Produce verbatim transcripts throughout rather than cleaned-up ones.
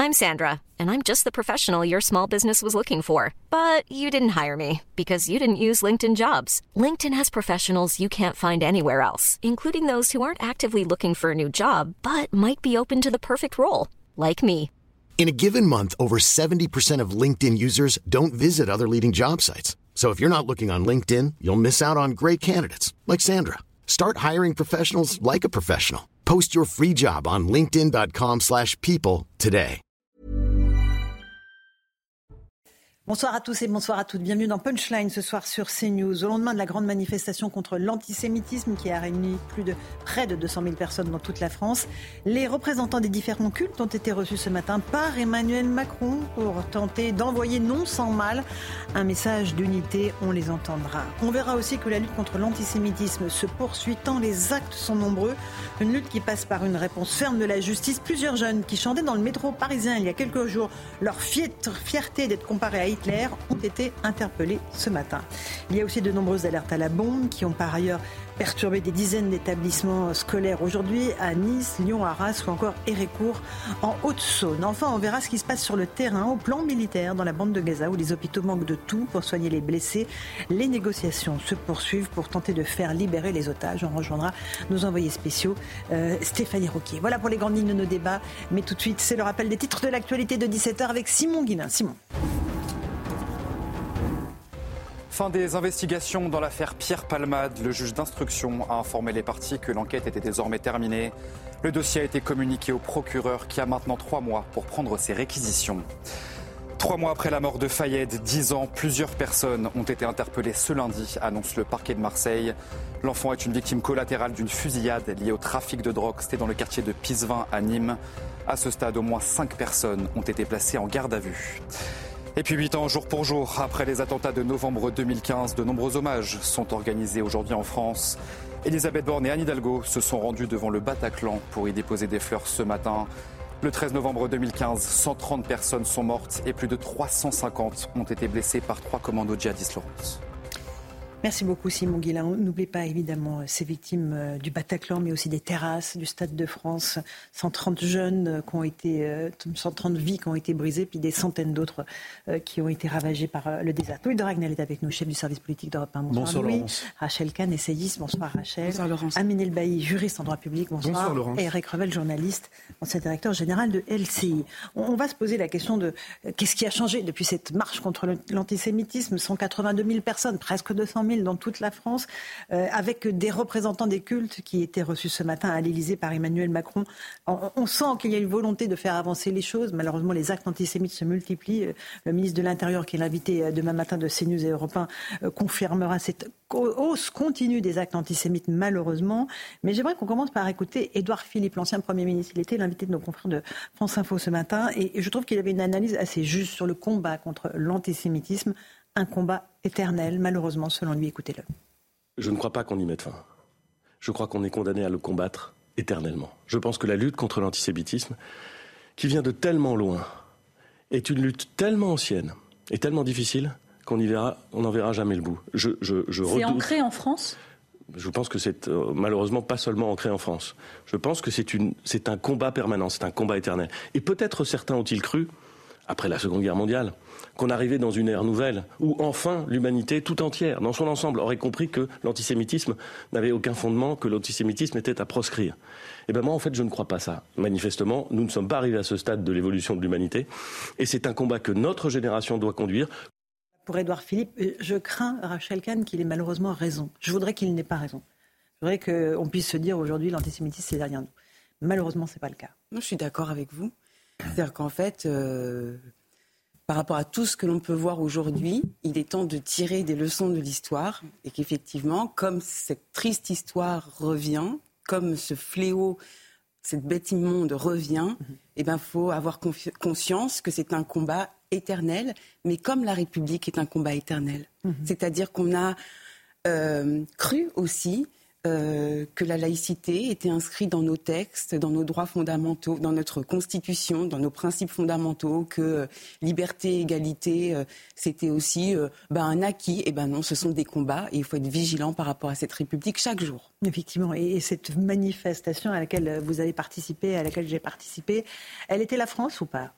I'm Sandra, and I'm just the professional your small business was looking for. But you didn't hire me because you didn't use LinkedIn Jobs. LinkedIn has professionals you can't find anywhere else, including those who aren't actively looking for a new job, but might be open to the perfect role, like me. In a given month, over seventy percent of LinkedIn users don't visit other leading job sites. So if you're not looking on LinkedIn, you'll miss out on great candidates like Sandra. Start hiring professionals like a professional. Post your free job on linkedin.com slash people today. Bonsoir à tous et bonsoir à toutes. Bienvenue dans Punchline ce soir sur CNews. Au lendemain de la grande manifestation contre l'antisémitisme qui a réuni plus de près de deux cent mille personnes dans toute la France, les représentants des différents cultes ont été reçus ce matin par Emmanuel Macron pour tenter d'envoyer non sans mal un message d'unité. On les entendra. On verra aussi que la lutte contre l'antisémitisme se poursuit tant les actes sont nombreux. Une lutte qui passe par une réponse ferme de la justice. Plusieurs jeunes qui chantaient dans le métro parisien il y a quelques jours leur fierté d'être comparés à Hitler ont été interpellés ce matin. Il y a aussi de nombreuses alertes à la bombe qui ont par ailleurs perturbé des dizaines d'établissements scolaires aujourd'hui à Nice, Lyon, Arras ou encore Héricourt en Haute-Saône. Enfin, on verra ce qui se passe sur le terrain au plan militaire dans la bande de Gaza où les hôpitaux manquent de tout pour soigner les blessés. Les négociations se poursuivent pour tenter de faire libérer les otages. On rejoindra nos envoyés spéciaux euh, Stéphanie Rouquier. Voilà pour les grandes lignes de nos débats. Mais tout de suite, c'est le rappel des titres de l'actualité de dix-sept heures avec Simon Guillain. Simon. Fin des investigations dans l'affaire Pierre Palmade. Le juge d'instruction a informé les parties que l'enquête était désormais terminée. Le dossier a été communiqué au procureur qui a maintenant trois mois pour prendre ses réquisitions. Trois mois après la mort de Fayed, dix ans, plusieurs personnes ont été interpellées ce lundi, annonce le parquet de Marseille. L'enfant est une victime collatérale d'une fusillade liée au trafic de drogue. C'était dans le quartier de Pisevin à Nîmes. À ce stade, au moins cinq personnes ont été placées en garde à vue. Et puis huit ans jour pour jour, après les attentats de novembre deux mille quinze, de nombreux hommages sont organisés aujourd'hui en France. Elisabeth Borne et Anne Hidalgo se sont rendues devant le Bataclan pour y déposer des fleurs ce matin. Le treize novembre deux mille quinze, cent trente personnes sont mortes et plus de trois cent cinquante ont été blessées par trois commandos djihadistes. Laurence. Merci beaucoup Simon Guillain. N'oubliez pas évidemment ces victimes du Bataclan, mais aussi des terrasses du Stade de France. cent trente jeunes qui ont été, cent trente vies qui ont été brisées, puis des centaines d'autres qui ont été ravagées par le désastre. Louis de Ragnel est avec nous, chef du service politique d'Europe un. Bonsoir, bonsoir Louis. Laurence. Rachel Kahn, essayiste. Bonsoir Rachel. Bonsoir Laurence. Amine Elbaï, juriste en droit public. Bonsoir. Bonsoir Laurence. Et Eric Revel, journaliste, ancien directeur général de L C I. On va se poser la question de qu'est-ce qui a changé depuis cette marche contre l'antisémitisme. cent quatre-vingt-deux mille personnes, presque deux cent mille dans toute la France. Euh, avec des représentants des cultes qui étaient reçus ce matin à l'Élysée par Emmanuel Macron. On, on sent qu'il y a une volonté de faire avancer les choses. Malheureusement, les actes antisémites se multiplient. Le ministre de l'Intérieur, qui est l'invité demain matin de CNews et Europe un, euh, confirmera cette hausse continue des actes antisémites, malheureusement. Mais j'aimerais qu'on commence par écouter Édouard Philippe, l'ancien Premier ministre. Il était l'invité de nos confrères de France Info ce matin. Et je trouve qu'il avait une analyse assez juste sur le combat contre l'antisémitisme. Un combat éternel, malheureusement, selon lui. Écoutez-le. Je ne crois pas qu'on y mette fin. Je crois qu'on est condamné à le combattre éternellement. Je pense que la lutte contre l'antisémitisme, qui vient de tellement loin, est une lutte tellement ancienne et tellement difficile qu'on y verra, on n'en verra jamais le bout. Je, je, je c'est redoute... ancré en France ? Je pense que c'est euh, malheureusement pas seulement ancré en France. Je pense que c'est, une, c'est un combat permanent, c'est un combat éternel. Et peut-être certains ont-ils cru, après la Seconde Guerre mondiale, qu'on arrivait dans une ère nouvelle où enfin l'humanité tout entière, dans son ensemble, aurait compris que l'antisémitisme n'avait aucun fondement, que l'antisémitisme était à proscrire. Et bien moi, en fait, je ne crois pas ça. Manifestement, nous ne sommes pas arrivés à ce stade de l'évolution de l'humanité. Et c'est un combat que notre génération doit conduire. Pour Édouard Philippe, je crains, Rachel Kahn, qu'il ait malheureusement raison. Je voudrais qu'il n'ait pas raison. Je voudrais qu'on puisse se dire aujourd'hui l'antisémitisme, c'est derrière nous. Malheureusement, ce n'est pas le cas. Moi, je suis d'accord avec vous. C'est-à-dire qu'en fait... Euh... Par rapport à tout ce que l'on peut voir aujourd'hui, il est temps de tirer des leçons de l'histoire et qu'effectivement, comme cette triste histoire revient, comme ce fléau, cette bête immonde revient, mmh. eh ben, faut avoir confi- conscience que c'est un combat éternel, mais comme la République est un combat éternel. Mmh. C'est-à-dire qu'on a euh, cru aussi Euh, que la laïcité était inscrite dans nos textes, dans nos droits fondamentaux, dans notre constitution, dans nos principes fondamentaux, que euh, liberté, égalité, euh, c'était aussi euh, ben, un acquis. Et ben non, ce sont des combats et il faut être vigilant par rapport à cette République chaque jour. Effectivement, et, et cette manifestation à laquelle vous avez participé, à laquelle j'ai participé, elle était la France ou pas ?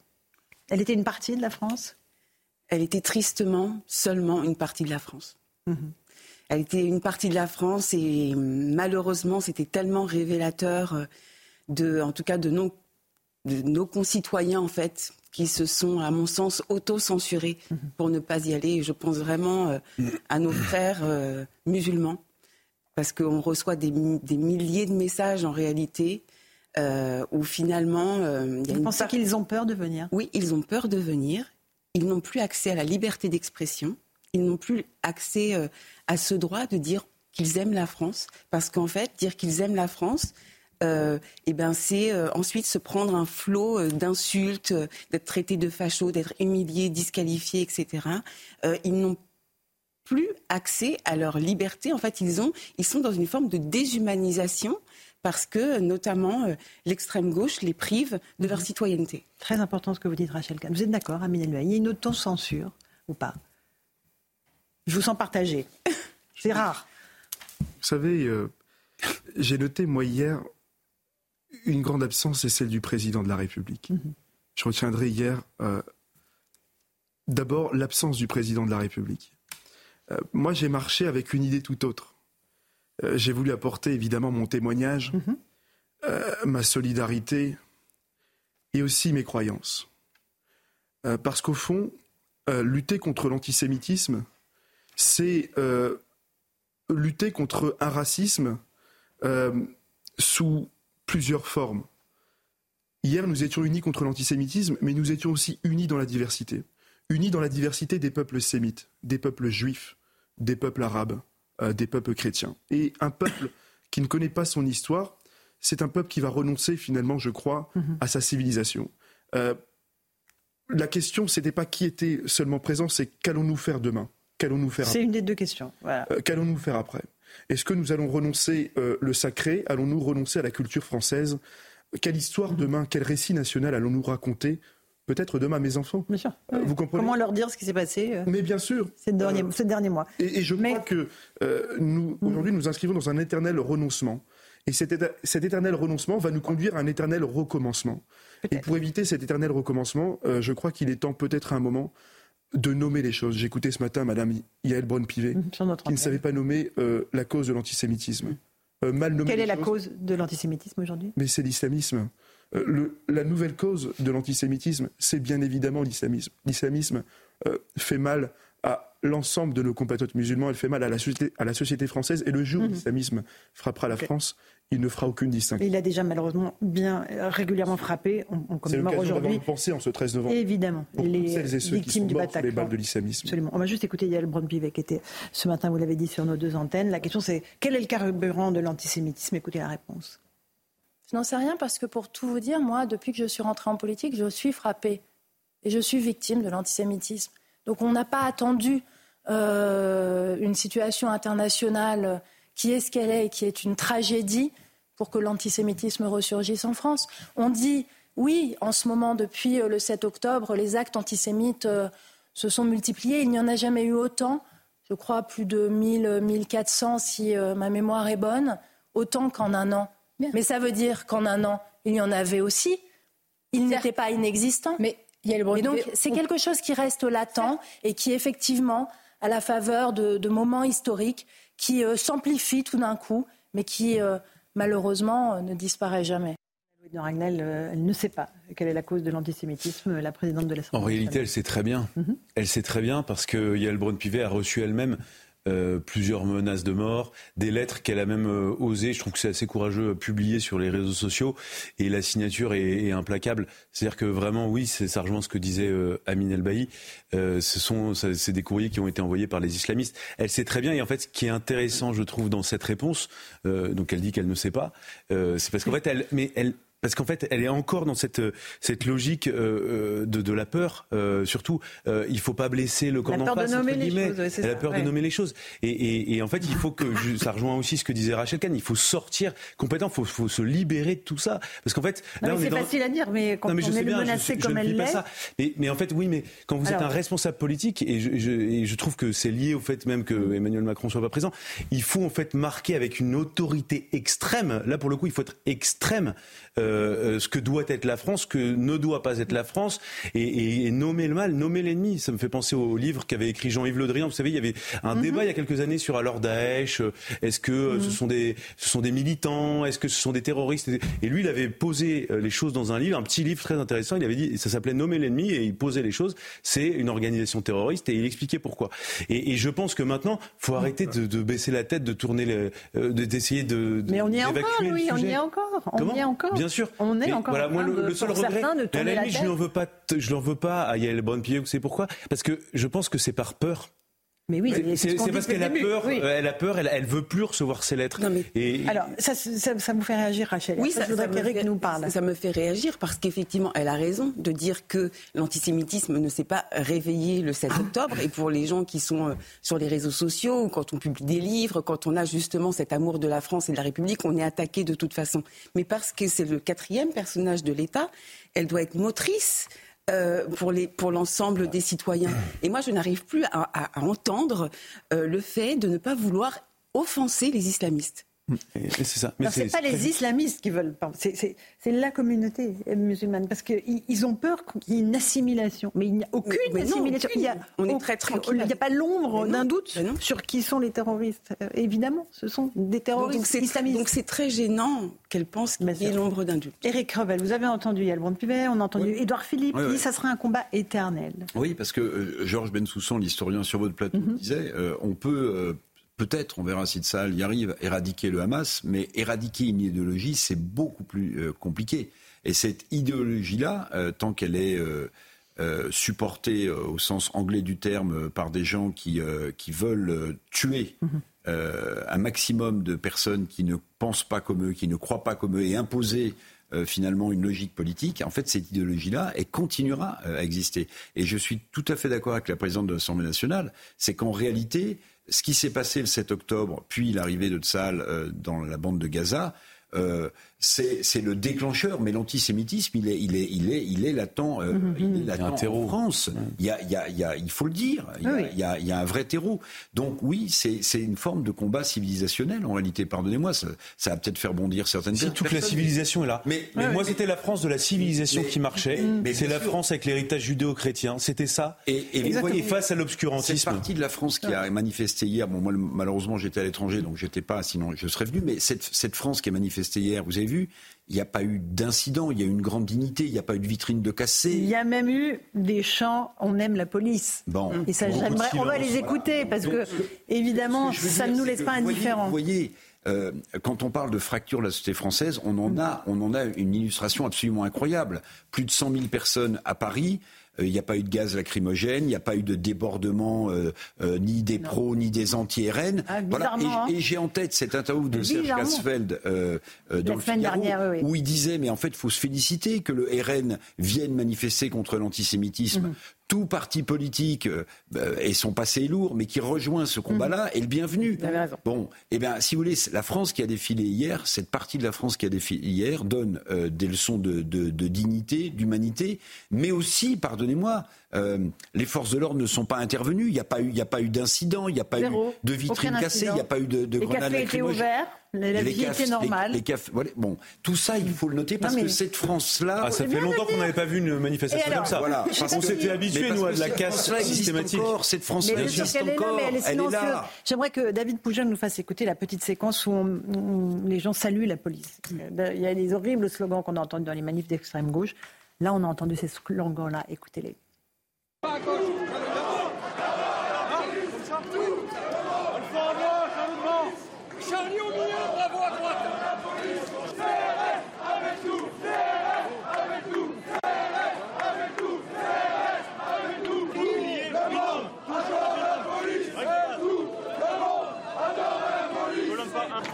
Elle était une partie de la France ? Elle était tristement seulement une partie de la France. Mmh. Elle était une partie de la France et malheureusement, c'était tellement révélateur de, en tout cas de nos, de nos concitoyens en fait, qui se sont, à mon sens, auto-censurés mmh. pour ne pas y aller. Et je pense vraiment euh, à nos frères euh, musulmans, parce qu'on reçoit des, des milliers de messages en réalité, euh, où finalement... Euh, y a Vous une pensez part... qu'ils ont peur de venir ? Oui, ils ont peur de venir. Ils n'ont plus accès à la liberté d'expression. Ils n'ont plus accès euh, à ce droit de dire qu'ils aiment la France. Parce qu'en fait, dire qu'ils aiment la France, euh, eh ben, c'est euh, ensuite se prendre un flot euh, d'insultes, euh, d'être traité de facho, d'être humilié, disqualifié, et cetera. Euh, ils n'ont plus accès à leur liberté. En fait, ils, ont, ils sont dans une forme de déshumanisation parce que, notamment, euh, l'extrême gauche les prive de leur citoyenneté. Très important ce que vous dites, Rachel Kahn. Vous êtes d'accord, Amine El Bailly ? Il y a une autocensure ou pas ? Je vous sens partagé. C'est rare. Vous savez, euh, j'ai noté, moi, hier, une grande absence, c'est celle du président de la République. Mm-hmm. Je retiendrai hier, euh, d'abord, l'absence du président de la République. Euh, moi, j'ai marché avec une idée tout autre. Euh, j'ai voulu apporter, évidemment, mon témoignage, mm-hmm. euh, ma solidarité et aussi mes croyances. Euh, parce qu'au fond, euh, lutter contre l'antisémitisme, c'est euh, lutter contre un racisme euh, sous plusieurs formes. Hier, nous étions unis contre l'antisémitisme, mais nous étions aussi unis dans la diversité. Unis dans la diversité des peuples sémites, des peuples juifs, des peuples arabes, euh, des peuples chrétiens. Et un peuple qui ne connaît pas son histoire, c'est un peuple qui va renoncer finalement, je crois, mmh. à sa civilisation. Euh, la question, ce n'était pas qui était seulement présent, c'est qu'allons-nous faire demain ? Qu'allons-nous faire C'est après ? une des deux questions. Voilà. Euh, qu'allons-nous faire après ? Est-ce que nous allons renoncer euh, le sacré ? Allons-nous renoncer à la culture française ? Quelle histoire mmh. demain ? Quel récit national allons-nous raconter ? Peut-être demain à mes enfants. Bien sûr. Euh, vous comprenez ? Comment leur dire ce qui s'est passé euh, Mais bien sûr. Ces derniers, euh, ces derniers mois. Et, et je Mais... crois que euh, nous, aujourd'hui, nous inscrivons dans un éternel renoncement. Et cet, éta- cet éternel renoncement va nous conduire à un éternel recommencement. Peut-être. Et pour éviter cet éternel recommencement, euh, je crois qu'il est temps, peut-être à un moment, de nommer les choses. J'écoutais ce matin Madame Yael Braun-Pivet, mmh, qui antenne. ne savait pas nommer euh, la cause de l'antisémitisme. Mmh. Euh, mal nommer Quelle est la choses. cause de l'antisémitisme aujourd'hui ? Mais c'est l'islamisme. Euh, le, la nouvelle cause de l'antisémitisme, c'est bien évidemment l'islamisme. L'islamisme euh, fait mal à l'ensemble de nos compatriotes musulmans, elle fait mal à la société, à la société française, et le jour mmh. où l'islamisme frappera la okay. France, il ne fera aucune distinction. Il a déjà malheureusement bien euh, régulièrement frappé. On, on commémore c'est aujourd'hui. C'est pensée en ce treize novembre. Évidemment. Pour les celles et ceux victimes qui sont du morts Bataclan. sous les balles de l'islamisme. Absolument. On va juste écouter Yael Braun-Pivet qui était ce matin, vous l'avez dit, sur nos deux antennes. La question c'est, quel est le carburant de l'antisémitisme ? Écoutez la réponse. Je n'en sais rien parce que pour tout vous dire, moi, depuis que je suis rentrée en politique, je suis frappée. Et je suis victime de l'antisémitisme. Donc on n'a pas attendu euh, une situation internationale qui est ce qu'elle est et qui est une tragédie pour que l'antisémitisme ressurgisse en France. On dit, oui, en ce moment, depuis le sept octobre, les actes antisémites euh, se sont multipliés. Il n'y en a jamais eu autant. Je crois plus de mille, mille quatre cents, si euh, ma mémoire est bonne, autant qu'en un an. Bien. Mais ça veut dire qu'en un an, il y en avait aussi. Il n'était pas inexistant. Mais il y a le et donc, c'est quelque chose qui reste latent et qui, effectivement, à la faveur de, de moments historiques, qui euh, s'amplifient tout d'un coup, mais qui, euh, malheureusement, euh, ne disparaît jamais. Louise Ragnel, euh, elle ne sait pas quelle est la cause de l'antisémitisme, la présidente de l'Assemblée. En réalité, elle sait très bien. Mm-hmm. Elle sait très bien parce que Yael Braun-Pivet a reçu elle-même Euh, plusieurs menaces de mort, des lettres qu'elle a même euh, osé, je trouve que c'est assez courageux, publier sur les réseaux sociaux, et la signature est, est implacable. C'est-à-dire que vraiment, oui, c'est, ça rejoint ce que disait euh, Amine El Bailly, euh, ce sont, ça, c'est des courriers qui ont été envoyés par les islamistes. Elle sait très bien, et en fait, ce qui est intéressant, je trouve, dans cette réponse, euh, donc elle dit qu'elle ne sait pas, euh, c'est parce qu'en fait, elle, mais elle, parce qu'en fait, elle est encore dans cette, cette logique euh, de, de la peur. Euh, surtout, euh, il ne faut pas blesser le camp d'en face. Elle a peur de nommer les choses. Ouais, elle a peur ouais. de nommer les choses. Et, et, et en fait, il faut que, je, ça rejoint aussi ce que disait Rachel Kahn, il faut sortir complètement, il faut, faut se libérer de tout ça. Parce qu'en fait, non, là, mais on c'est est dans... facile à dire, mais quand non, mais on est bien, menacé je, je, comme je elle l'est... Ça. Mais, mais en fait, oui, mais quand vous Alors, êtes un responsable politique, et je, je, et je trouve que c'est lié au fait même que Emmanuel Macron ne soit pas présent, il faut en fait marquer avec une autorité extrême. Là, pour le coup, il faut être extrême. Euh, euh, ce que doit être la France, ce que ne doit pas être la France, et, et, et nommer le mal, nommer l'ennemi. Ça me fait penser au livre qu'avait écrit Jean-Yves Le Drian. Vous savez, il y avait un mm-hmm. débat il y a quelques années sur alors Daesh. Est-ce que mm-hmm. ce sont des, ce sont des militants? Est-ce que ce sont des terroristes? Et lui, il avait posé les choses dans un livre, un petit livre très intéressant. Il avait dit, ça s'appelait Nommer l'ennemi, et il posait les choses. C'est une organisation terroriste, et il expliquait pourquoi. Et, et je pense que maintenant, faut arrêter de, de baisser la tête, de tourner, le, euh, d'essayer de, de mais on y est encore, oui, on y est encore. On Comment y est encore. Bien sûr. On est mais encore. Voilà, moi, le, le seul regret, à la limite, je n'en veux pas, je n'en veux pas à Yael Braun-Pivet. Vous savez pourquoi? Parce que je pense que c'est par peur. Mais oui, c'est, c'est, c'est parce qu'elle a peur, oui. elle a peur, elle, elle veut plus recevoir ses lettres. Non mais... Et... Alors, ça, ça, ça vous fait réagir, Rachel? Oui, ça, ça, je voudrais qu'Éric nous parle. Ça, ça me fait réagir parce qu'effectivement, elle a raison de dire que l'antisémitisme ne s'est pas réveillé le sept octobre. Et pour les gens qui sont sur les réseaux sociaux, quand on publie des livres, quand on a justement cet amour de la France et de la République, on est attaqué de toute façon. Mais parce que c'est le quatrième personnage de l'État, elle doit être motrice. Euh, pour, les, pour l'ensemble des citoyens. Et moi, je n'arrive plus à, à, à entendre euh, le fait de ne pas vouloir offenser les islamistes. Et c'est ça. Mais non, c'est, c'est pas c'est les très... islamistes qui veulent pas. C'est, c'est, c'est la communauté musulmane parce qu'ils ils ont peur qu'il y ait une assimilation. Mais il n'y a aucune mais, mais assimilation. Non, aucune. Il y a, on est très tranquille. Il n'y a pas l'ombre d'un doute sur qui sont les terroristes. Euh, évidemment, ce sont des terroristes donc, c'est, islamistes. Donc c'est très gênant qu'elle pense qu'il y ait l'ombre d'un doute. Éric Revel, vous avez entendu Yael Braun-Pivet, on a entendu oui. Édouard Philippe, oui, qui dit oui. ça sera un combat éternel. Oui, parce que euh, Georges Bensoussan, l'historien sur votre plateau, mm-hmm. disait euh, on peut. Euh, Peut-être, on verra si Tsahal y arrive, éradiquer le Hamas, mais éradiquer une idéologie, c'est beaucoup plus euh, compliqué. Et cette idéologie-là, euh, tant qu'elle est euh, euh, supportée euh, au sens anglais du terme euh, par des gens qui, euh, qui veulent euh, tuer mm-hmm. euh, un maximum de personnes qui ne pensent pas comme eux, qui ne croient pas comme eux, et imposer euh, finalement une logique politique, en fait, cette idéologie-là, elle continuera euh, à exister. Et je suis tout à fait d'accord avec la présidente de l'Assemblée nationale, c'est qu'en réalité... Ce qui s'est passé le sept octobre, puis l'arrivée de Tsahal euh, dans la bande de Gaza, euh, c'est, c'est le déclencheur. Mais l'antisémitisme, il est, il est, il est, il est latent, euh, mmh, il est latent il en France. Mmh. Il y a, il y a, il y a, il faut le dire, il y a, oui. il y a, il y a un vrai terreau. Donc oui, c'est, c'est une forme de combat civilisationnel en réalité. Pardonnez-moi, ça, ça va peut-être faire bondir certaines personnes. Toute la civilisation est là. Mais, mais, mais moi, mais, c'était la France de la civilisation mais, qui marchait. Mais, c'est la sûr. France avec l'héritage judéo-chrétien. C'était ça. Et, et vous voyez, face à l'obscurantisme. Cette partie de la France qui a manifesté hier. Bon, moi, malheureusement, j'étais à l'étranger, donc j'étais pas. Sinon, je serais venu. Mais cette, cette France qui a manifesté hier, vous avez vu, il n'y a pas eu d'incident, il y a eu une grande dignité, il n'y a pas eu de vitrine de cassée. Il y a même eu des chants « On aime la police ». Bon, et ça, j'aimerais, on va les écouter voilà. parce Donc, que, évidemment, que ça ne nous laisse pas indifférents. Vous voyez, euh, quand on parle de fracture de la société française, on en a, on en a une illustration absolument incroyable. Plus de cent mille personnes à Paris. Il euh, n'y a pas eu de gaz lacrymogène, il n'y a pas eu de débordement euh, euh, ni des non. pros ni des anti-R N. Ah, voilà. et, hein. et j'ai en tête cette interview de Serge Kasfeld euh, euh, dans la le semaine Figaro, dernière, oui, oui. où il disait mais en fait il faut se féliciter que le R N vienne manifester contre l'antisémitisme. Mm-hmm. Tout parti politique euh, et son passé est lourd, mais qui rejoint ce combat-là mmh. est le bienvenu. Bon, eh bien, si vous voulez, la France qui a défilé hier, cette partie de la France qui a défilé hier, donne euh, des leçons de, de, de dignité, d'humanité, mais aussi, pardonnez-moi, euh, les forces de l'ordre ne sont pas intervenues. Il n'y a pas eu, il n'y a pas eu d'incident, il n'y a pas Zéro. eu de vitrine cassée, il n'y a pas eu de, de grenades lacrymogènes. Les cafés étaient ouverts. La vie était normale. Les, les cafés, voilà, bon, tout ça, il faut le noter parce non, mais... que cette France-là. Ah, ça fait longtemps qu'on n'avait pas vu une manifestation alors, comme ça. Voilà, on s'était habitué, nous, à de la casse systématique. Encore, cette France-là existe encore. Elle est, elle est là. J'aimerais que David Poujol nous fasse écouter la petite séquence où, on, où les gens saluent la police. Il y a des horribles slogans qu'on a entendus dans les manifs d'extrême gauche. Là, on a entendu ces slogans-là. Écoutez-les. Charlie au milieu, bravo à droite. C R S avec nous, C R S avec nous, C R S avec nous, C R S avec nous. Tout le monde adore la police, et tout le monde adore la police.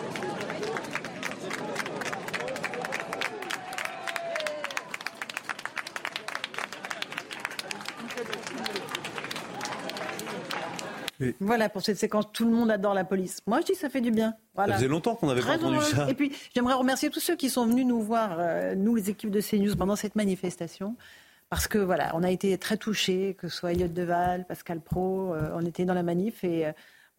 Voilà pour cette séquence, tout le monde adore la police. Moi je dis que ça fait du bien. Voilà. Ça faisait longtemps qu'on n'avait pas entendu ça. Et puis j'aimerais remercier tous ceux qui sont venus nous voir, euh, nous les équipes de CNews, pendant cette manifestation. Parce que voilà, on a été très touchés, que ce soit Elliott Deval, Pascal Praud, euh, on était dans la manif et euh,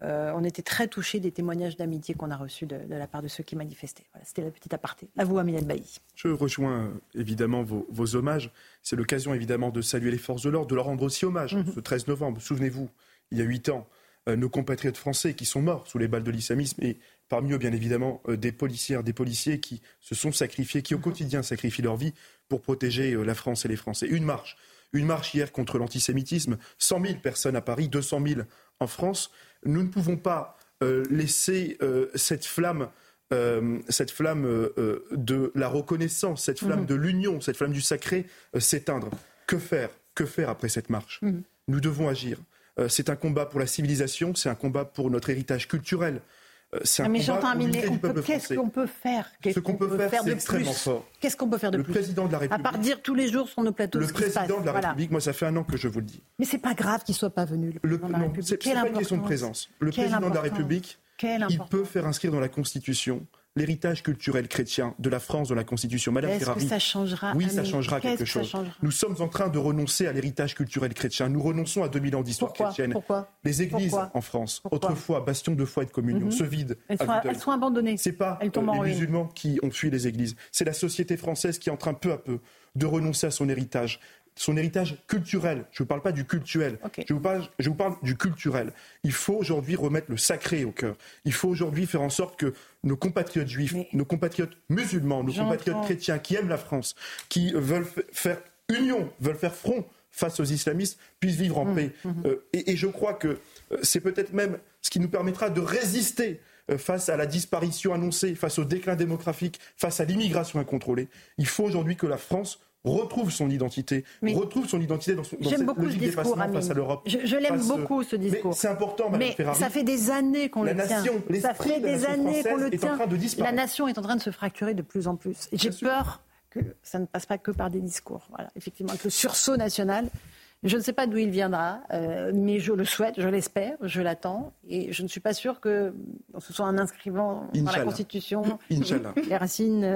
Euh, on était très touchés des témoignages d'amitié qu'on a reçus de, de la part de ceux qui manifestaient. Voilà, c'était la petite aparté. À vous, Amine Elbaï. Je rejoins euh, évidemment vos, vos hommages. C'est l'occasion évidemment de saluer les forces de l'ordre, de leur rendre aussi hommage. Mm-hmm. Ce treize novembre, souvenez-vous, il y a huit ans, euh, nos compatriotes français qui sont morts sous les balles de l'islamisme et parmi eux, bien évidemment, euh, des policières, des policiers qui se sont sacrifiés, qui au quotidien sacrifient leur vie pour protéger euh, la France et les Français. Une marche, une marche hier contre l'antisémitisme, cent mille personnes à Paris, deux cent mille en France. Nous ne pouvons pas euh, laisser euh, cette flamme, euh, cette flamme euh, de la reconnaissance, cette flamme mmh. de l'union, cette flamme du sacré euh, s'éteindre. Que faire ? Que faire après cette marche ? mmh. Nous devons agir. Euh, c'est un combat pour la civilisation, c'est un combat pour notre héritage culturel. Euh, c'est un mais combat pour l'unité du peuple qu'est-ce français. qu'on peut faire qu'est-ce Ce qu'on, qu'on peut faire, faire c'est extrêmement plus fort. Qu'est-ce qu'on peut faire de le plus ? Le président de la République. À part dire tous les jours sur nos plateaux le ce qui se passe. Le président de la voilà. République, moi ça fait un an que je vous le dis. Mais c'est pas grave qu'il soit pas venu. Le, le président de la non, République. c'est, c'est pas une question de présence. Le Quelle président de la République, il peut faire inscrire dans la Constitution l'héritage culturel chrétien de la France dans la Constitution. Madame Est-ce Ferrari, que ça changera oui, ça changera Qu'est-ce quelque chose. Ça changera Nous sommes en train de renoncer à l'héritage culturel chrétien. Nous renonçons à deux mille ans d'histoire Pourquoi chrétienne. Pourquoi Les églises Pourquoi en France, Pourquoi autrefois bastion de foi et de communion, mm-hmm. se vident. Elles sont, elles sont abandonnées. C'est pas elles tombent euh, en les ruine. musulmans qui ont fui les églises. C'est la société française qui est en train peu à peu de renoncer à son héritage. Son héritage culturel. Je ne vous parle pas du cultuel. Okay. Je, vous parle, je vous parle du culturel. Il faut aujourd'hui remettre le sacré au cœur. Il faut aujourd'hui faire en sorte que nos compatriotes juifs, Mais... nos compatriotes musulmans, nos J'entends. compatriotes chrétiens qui aiment la France, qui veulent faire union, veulent faire front face aux islamistes, puissent vivre en mmh, paix. Mmh. Euh, et, et je crois que euh, c'est peut-être même ce qui nous permettra de résister euh, face à la disparition annoncée, face au déclin démographique, face à l'immigration incontrôlée. Il faut aujourd'hui que la France retrouve son identité, mais retrouve son identité dans, son, dans cette logique d'effacement face à l'Europe. Je, je l'aime face, beaucoup ce discours. Mais c'est important, Madame mais Ferrari. Ça fait des années qu'on la le tient. Nation, ça fait de des la années qu'on le tient. La nation est en train de se fracturer de plus en plus. Et j'ai Bien peur sûr. que ça ne passe pas que par des discours. Voilà, effectivement, avec le sursaut national. Je ne sais pas d'où il viendra, euh, mais je le souhaite, je l'espère, je l'attends. Et je ne suis pas sûre que ce soit en inscrivant Inch'Allah. dans la Constitution Inch'Allah. les racines,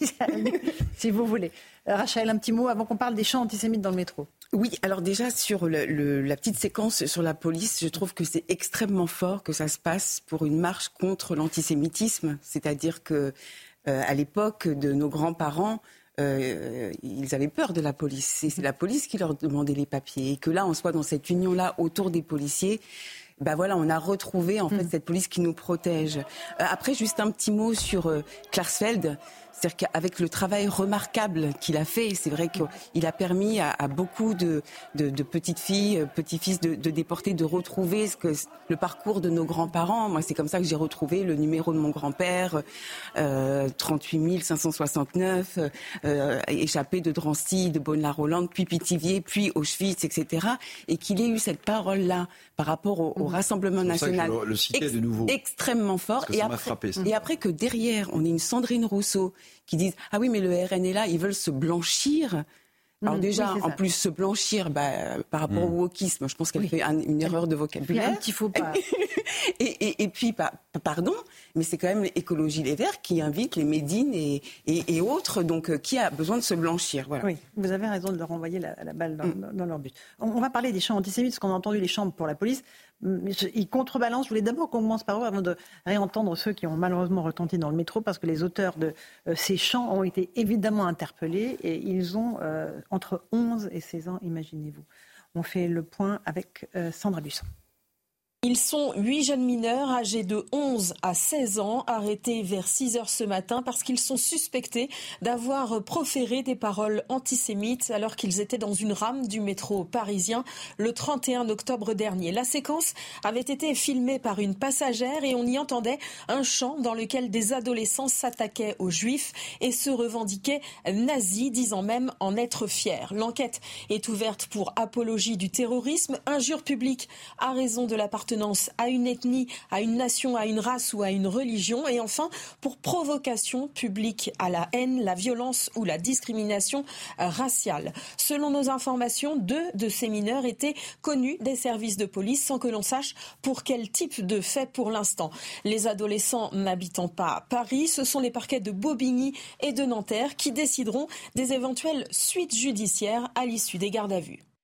si vous voulez. Euh, Rachel, un petit mot avant qu'on parle des chants antisémites dans le métro. Oui, alors déjà sur le, le, la petite séquence sur la police, je trouve que c'est extrêmement fort que ça se passe pour une marche contre l'antisémitisme. C'est-à-dire que euh, à l'époque de nos grands-parents, Euh, ils avaient peur de la police. Et c'est la police qui leur demandait les papiers. Et que là, on soit dans cette union-là autour des policiers, ben voilà, on a retrouvé en fait mmh. cette police qui nous protège. Euh, après, juste un petit mot sur euh, Klarsfeld. C'est-à-dire qu'avec le travail remarquable qu'il a fait, c'est vrai qu'il a permis à, à beaucoup de, de, de petites filles, petits-fils de, de déportés de retrouver ce que, le parcours de nos grands-parents. Moi, c'est comme ça que j'ai retrouvé le numéro de mon grand-père, euh, trente-huit mille cinq cent soixante-neuf, euh, échappé de Drancy, de Beaune-la-Rolande, puis Pithiviers, puis Auschwitz, et cetera. Et qu'il ait eu cette parole-là par rapport au, au Rassemblement national, le, le citais ex- de nouveau. extrêmement fort. Et après, frappé, et après que derrière, on ait une Sandrine Rousseau qui disent « Ah oui, mais le R N est là, ils veulent se blanchir ». Alors déjà, oui, en plus, se blanchir bah, par rapport mmh. au wokisme, je pense qu'elle oui. fait un, une erreur de vocabulaire. Un petit faux pas. et, et, et puis, bah, pardon, mais c'est quand même l'écologie Les Verts qui invite les Médines et, et, et autres, donc euh, qui a besoin de se blanchir. Voilà. Oui, vous avez raison de leur envoyer la, la balle dans, mmh. dans leur but. On, on va parler des chants antisémites, parce qu'on a entendu les chants pour la police. Ils contrebalancent. Je voulais d'abord qu'on commence par eux avant de réentendre ceux qui ont malheureusement retenti dans le métro, parce que les auteurs de euh, ces chants ont été évidemment interpellés et ils ont euh, entre onze et seize ans, imaginez-vous. On fait le point avec euh, Sandra Busson. Ils sont huit jeunes mineurs âgés de onze à seize ans, arrêtés vers six heures ce matin parce qu'ils sont suspectés d'avoir proféré des paroles antisémites alors qu'ils étaient dans une rame du métro parisien le trente et un octobre dernier. La séquence avait été filmée par une passagère et on y entendait un chant dans lequel des adolescents s'attaquaient aux juifs et se revendiquaient nazis, disant même en être fiers. L'enquête est ouverte pour apologie du terrorisme, injure publique à raison de l'appartenance à une ethnie, à une nation, à une race ou à une religion, et enfin pour provocation publique à la haine, la violence ou la discrimination raciale. Selon nos informations, deux de ces mineurs étaient connus des services de police sans que l'on sache pour quel type de fait pour l'instant. Les adolescents n'habitant pas Paris, ce sont les parquets de Bobigny et de Nanterre qui décideront des éventuelles suites judiciaires à l'issue des gardes à vue.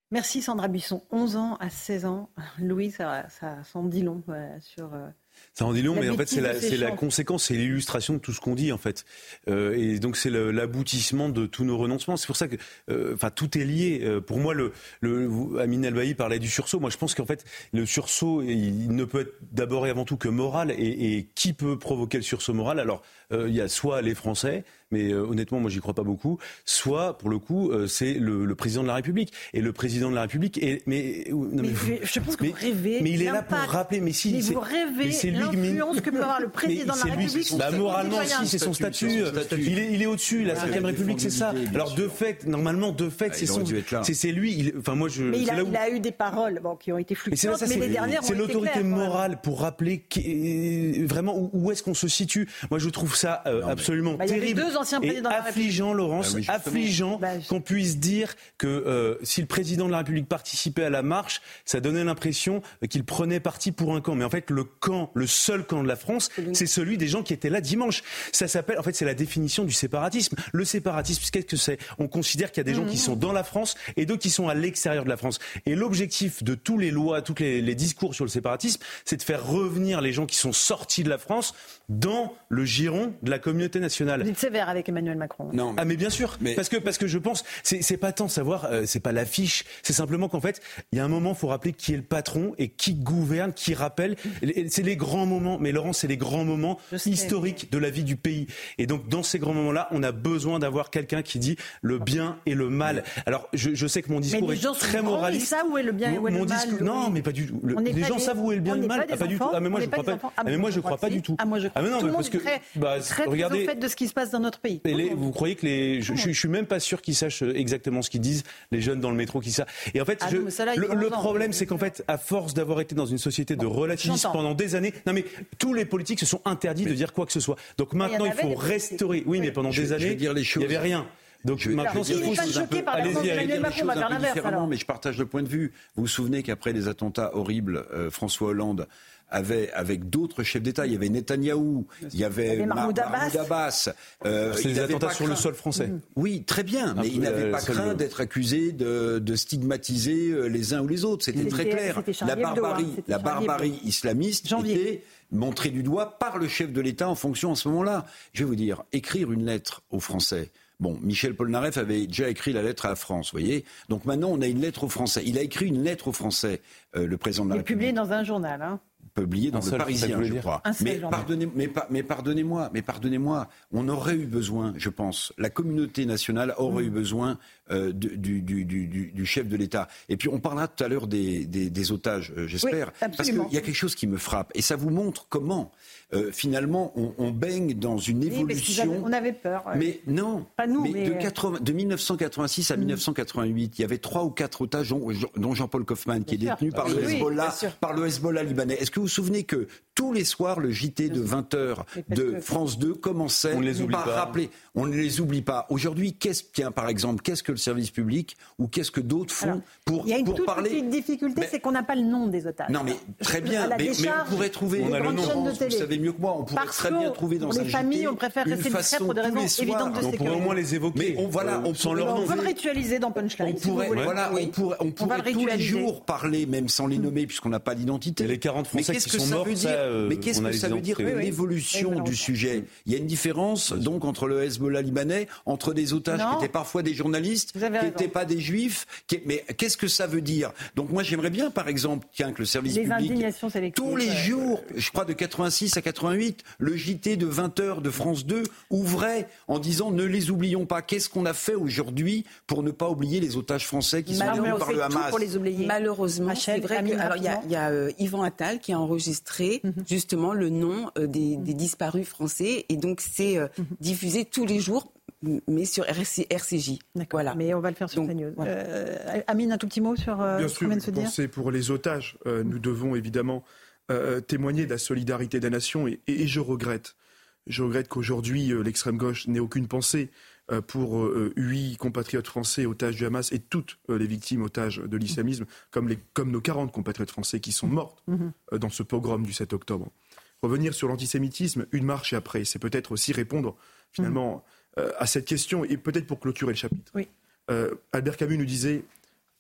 Merci Sandra Buisson. onze ans à seize ans. Louis, ça, ça s'en dit long voilà, sur... Euh... Ça en dit long, mais en fait, c'est la, c'est la conséquence, c'est l'illustration de tout ce qu'on dit, en fait. Euh, et donc, c'est le, l'aboutissement de tous nos renoncements. C'est pour ça que, euh, enfin, tout est lié. Euh, pour moi, le, le Amine El-Bailly parlait du sursaut. Moi, je pense qu'en fait, le sursaut, il, il ne peut être d'abord et avant tout que moral. Et, et qui peut provoquer le sursaut moral ? Alors, euh, il y a soit les Français, mais euh, honnêtement, moi, j'y crois pas beaucoup. Soit, pour le coup, euh, c'est le, le président de la République. Et le président de la République, est, mais, non, mais, mais vous, je pense que mais, vous rêvez. Mais il est là pour rappeler. Mais si, mais c'est, vous rêvez. Mais c'est l'influence que peut avoir le président de la République. Bah, moralement, si, c'est son statut. Il est, il est au-dessus. La cinquième République, c'est ça. Alors, de fait, normalement, de fait, c'est son, c'est, c'est lui. Il, enfin, moi, je. Mais il a, il a eu des paroles, bon, qui ont été fluctuantes, mais les dernières ont été claires. C'est l'autorité morale pour rappeler vraiment où, où est-ce qu'on se situe. Moi, je trouve ça euh, absolument bah, terrible. Il y avait deux anciens présidents de la République. Affligeant, Laurence, bah oui, affligeant bah, je... qu'on puisse dire que euh, si le président de la République participait à la marche, ça donnait l'impression qu'il prenait parti pour un camp. Mais en fait, le camp, le seul camp de la France, c'est celui des gens qui étaient là dimanche. Ça s'appelle, en fait, c'est la définition du séparatisme. Le séparatisme, qu'est-ce que c'est ? On considère qu'il y a des gens mmh. qui sont dans la France et d'autres qui sont à l'extérieur de la France. Et l'objectif de tous les lois, tous les, les discours sur le séparatisme, c'est de faire revenir les gens qui sont sortis de la France dans le giron de la communauté nationale. Vous êtes sévère avec Emmanuel Macron. Non, mais... Ah mais bien sûr, mais... parce que parce que je pense c'est c'est pas tant de savoir, euh, c'est pas l'affiche, c'est simplement qu'en fait il y a un moment, faut rappeler qui est le patron et qui gouverne, qui rappelle. C'est les grands moments, mais Laurent, c'est les grands moments historiques de la vie du pays. Et donc dans ces grands moments-là, on a besoin d'avoir quelqu'un qui dit le bien et le mal. Alors je, je sais que mon discours est très moraliste. Ça où est le bien et où est le mal discours... Non, mais pas du tout. Le... Les gens des... savent où est le bien et le mal. Ah, pas du tout. Ah mais moi je crois pas. Ah mais moi je crois pas du tout. Ah moi je crois. Ah mais non, mais parce que très regardez au fait de ce qui se passe dans notre pays. Vous croyez que les je, je, je suis même pas sûr qu'ils sachent exactement ce qu'ils disent, les jeunes dans le métro qui ça. Et en fait, ah je, non, là, le, le problème, c'est qu'en fait, à force d'avoir été dans une société de relativisme pendant des années, non mais tous les politiques se sont interdits mais, de dire quoi que ce soit. Donc maintenant, il faut restaurer. Oui, mais pendant je, des années, dire les choses. il n'y avait rien. Donc je maintenant, il n'est pas choqué par l'exemple d'Emmanuel Macron, on va faire l'inverse. Mais je partage le point de vue. Vous vous souvenez qu'après les attentats horribles, euh, François Hollande avait, avec d'autres chefs d'État, il y avait Netanyahou, il y avait, il y avait Mahmoud Mar- Abbas. Abbas euh, c'est des attentats sur craint... le sol français. Mmh. Oui, très bien, mais il n'avait pas craint d'être accusé de, de stigmatiser les uns ou les autres. C'était, c'était très clair. C'était la barbarie, hein. la barbarie islamiste Janvier. était montrée du doigt par le chef de l'État en fonction à ce moment-là. Je vais vous dire, écrire une lettre aux Français. Bon, Michel Polnareff avait déjà écrit la lettre à la France, vous voyez. Donc maintenant, on a une lettre aux Français. Il a écrit une lettre aux Français, euh, le président de la République. Publiée dans un journal, hein. Publié dans un le seul, Parisien, je crois. Mais, pardonnez, mais, mais pardonnez-moi, mais pardonnez-moi, on aurait eu besoin, je pense, la communauté nationale aurait mmh. eu besoin euh, du, du, du, du chef de l'État. Et puis on parlera tout à l'heure des, des, des otages, euh, j'espère, oui, parce qu'il y a quelque chose qui me frappe, et ça vous montre comment euh, finalement on, on baigne dans une évolution. Oui, on avait peur. Ouais. Mais non, pas nous, mais mais... De, quatre-vingts, de dix-neuf cent quatre-vingt-six à mmh. dix-neuf cent quatre-vingt-huit, il y avait trois ou quatre otages, dont, dont Jean-Paul Kaufmann, qui bien est détenu sûr. par, oui, le oui, Hezbollah, par le Hezbollah libanais. Est-ce que vous vous souvenez que tous les soirs, le J T de vingt heures de France deux commençait par rappeler. On ne les oublie pas. Aujourd'hui, qu'est-ce, tiens, par exemple, qu'est-ce que le service public ou qu'est-ce que d'autres font Alors, pour, il y a une pour toute parler. petite difficulté, mais, c'est qu'on n'a pas le nom des otages. Non, mais très bien. Mais, mais on pourrait trouver. On a le nom. Vous savez mieux que moi. On pourrait Parce très bien trouver dans un J T. Les familles, on préfère rester discret pour des raisons évidentes de sécurité. On pourrait au moins les évoquer. Mais on, voilà, on sans leur nom. On peut le ritualiser dans Punchline. On pourrait, voilà, on pourrait, on pourrait tous les jours parler, même sans les nommer, puisqu'on n'a pas d'identité. Les quarante Français qui sont morts, mais qu'est-ce que ça veut dire l'évolution du sujet? Il y a une différence donc entre le Hezbollah libanais, entre des otages non. qui étaient parfois des journalistes, qui n'étaient pas des juifs. Qui... Mais qu'est-ce que ça veut dire? Donc moi j'aimerais bien par exemple tiens, que le service les public, tous les jours, je crois de quatre-vingt-six à quatre-vingt-huit, le J T de vingt heures de France deux ouvrait en disant ne les oublions pas. Qu'est-ce qu'on a fait aujourd'hui pour ne pas oublier les otages français qui sont détenus par le Hamas? Pour les oublier. Malheureusement, Rachel, c'est vrai que alors il y a, y a euh, Yvan Attal qui a enregistré mm-hmm. justement le nom euh, des, des disparus français et donc c'est euh, mm-hmm. diffusé tous les jours mais sur R C, R C J. D'accord. Voilà. Mais on va le faire sur CNews. Voilà. Euh, Amine, un tout petit mot sur euh, Bien ce sûr, qu'on vient de se dire. C'est pour les otages. Euh, nous devons évidemment euh, témoigner de la solidarité des nations et, et, et je regrette. Je regrette qu'aujourd'hui, euh, l'extrême gauche n'ait aucune pensée euh, pour euh, huit compatriotes français otages du Hamas et toutes euh, les victimes otages de l'islamisme, comme, les, comme nos quarante compatriotes français qui sont mortes mm-hmm. euh, dans ce pogrom du sept octobre. Revenir sur l'antisémitisme, une marche et après, c'est peut-être aussi répondre finalement mm-hmm. euh, à cette question et peut-être pour clôturer le chapitre. Oui. Euh, Albert Camus nous disait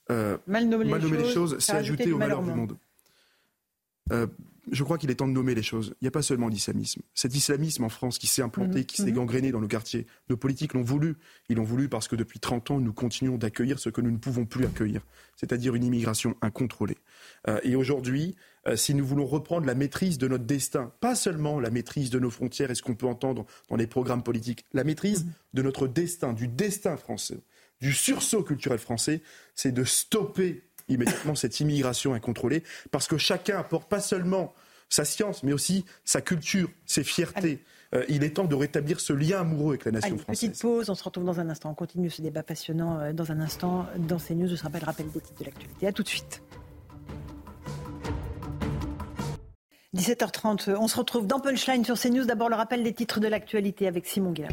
euh, mal nommer les, mal nommer choses, les choses, c'est ajouter au malheur du monde. Euh, je crois qu'il est temps de nommer les choses. Il n'y a pas seulement l'islamisme. Cet islamisme en France qui s'est implanté, mmh, qui s'est mmh. gangréné dans nos quartiers, nos politiques l'ont voulu. Ils l'ont voulu parce que depuis trente ans, nous continuons d'accueillir ce que nous ne pouvons plus accueillir, c'est-à-dire une immigration incontrôlée. Euh, et aujourd'hui, euh, si nous voulons reprendre la maîtrise de notre destin, pas seulement la maîtrise de nos frontières et ce qu'on peut entendre dans les programmes politiques, la maîtrise mmh. de notre destin, du destin français, du sursaut culturel français, c'est de stopper immédiatement cette immigration incontrôlée, parce que chacun apporte pas seulement sa science, mais aussi sa culture, ses fiertés. Euh, il est temps de rétablir ce lien amoureux avec la nation Allez, française. Petite pause, on se retrouve dans un instant. On continue ce débat passionnant euh, dans un instant dans CNews. Je rappelle, rappel des titres de l'actualité. À tout de suite. dix-sept heures trente, on se retrouve dans Punchline sur CNews. D'abord, le rappel des titres de l'actualité avec Simon Guillain.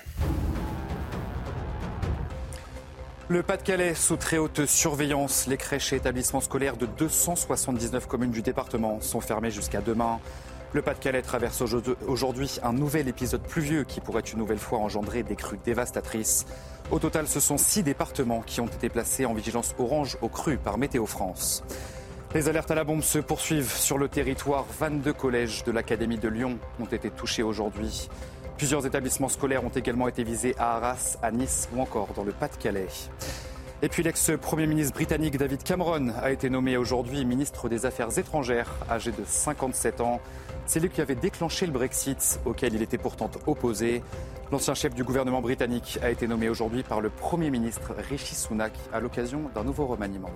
Le Pas-de-Calais sous très haute surveillance. Les crèches et établissements scolaires de deux cent soixante-dix-neuf communes du département sont fermés jusqu'à demain. Le Pas-de-Calais traverse aujourd'hui un nouvel épisode pluvieux qui pourrait une nouvelle fois engendrer des crues dévastatrices. Au total, ce sont six départements qui ont été placés en vigilance orange aux crues par Météo France. Les alertes à la bombe se poursuivent sur le territoire. vingt-deux collèges de l'Académie de Lyon ont été touchés aujourd'hui. Plusieurs établissements scolaires ont également été visés à Arras, à Nice ou encore dans le Pas-de-Calais. Et puis l'ex-premier ministre britannique David Cameron a été nommé aujourd'hui ministre des Affaires étrangères, âgé de cinquante-sept ans. C'est lui qui avait déclenché le Brexit, auquel il était pourtant opposé. L'ancien chef du gouvernement britannique a été nommé aujourd'hui par le Premier ministre Rishi Sunak à l'occasion d'un nouveau remaniement.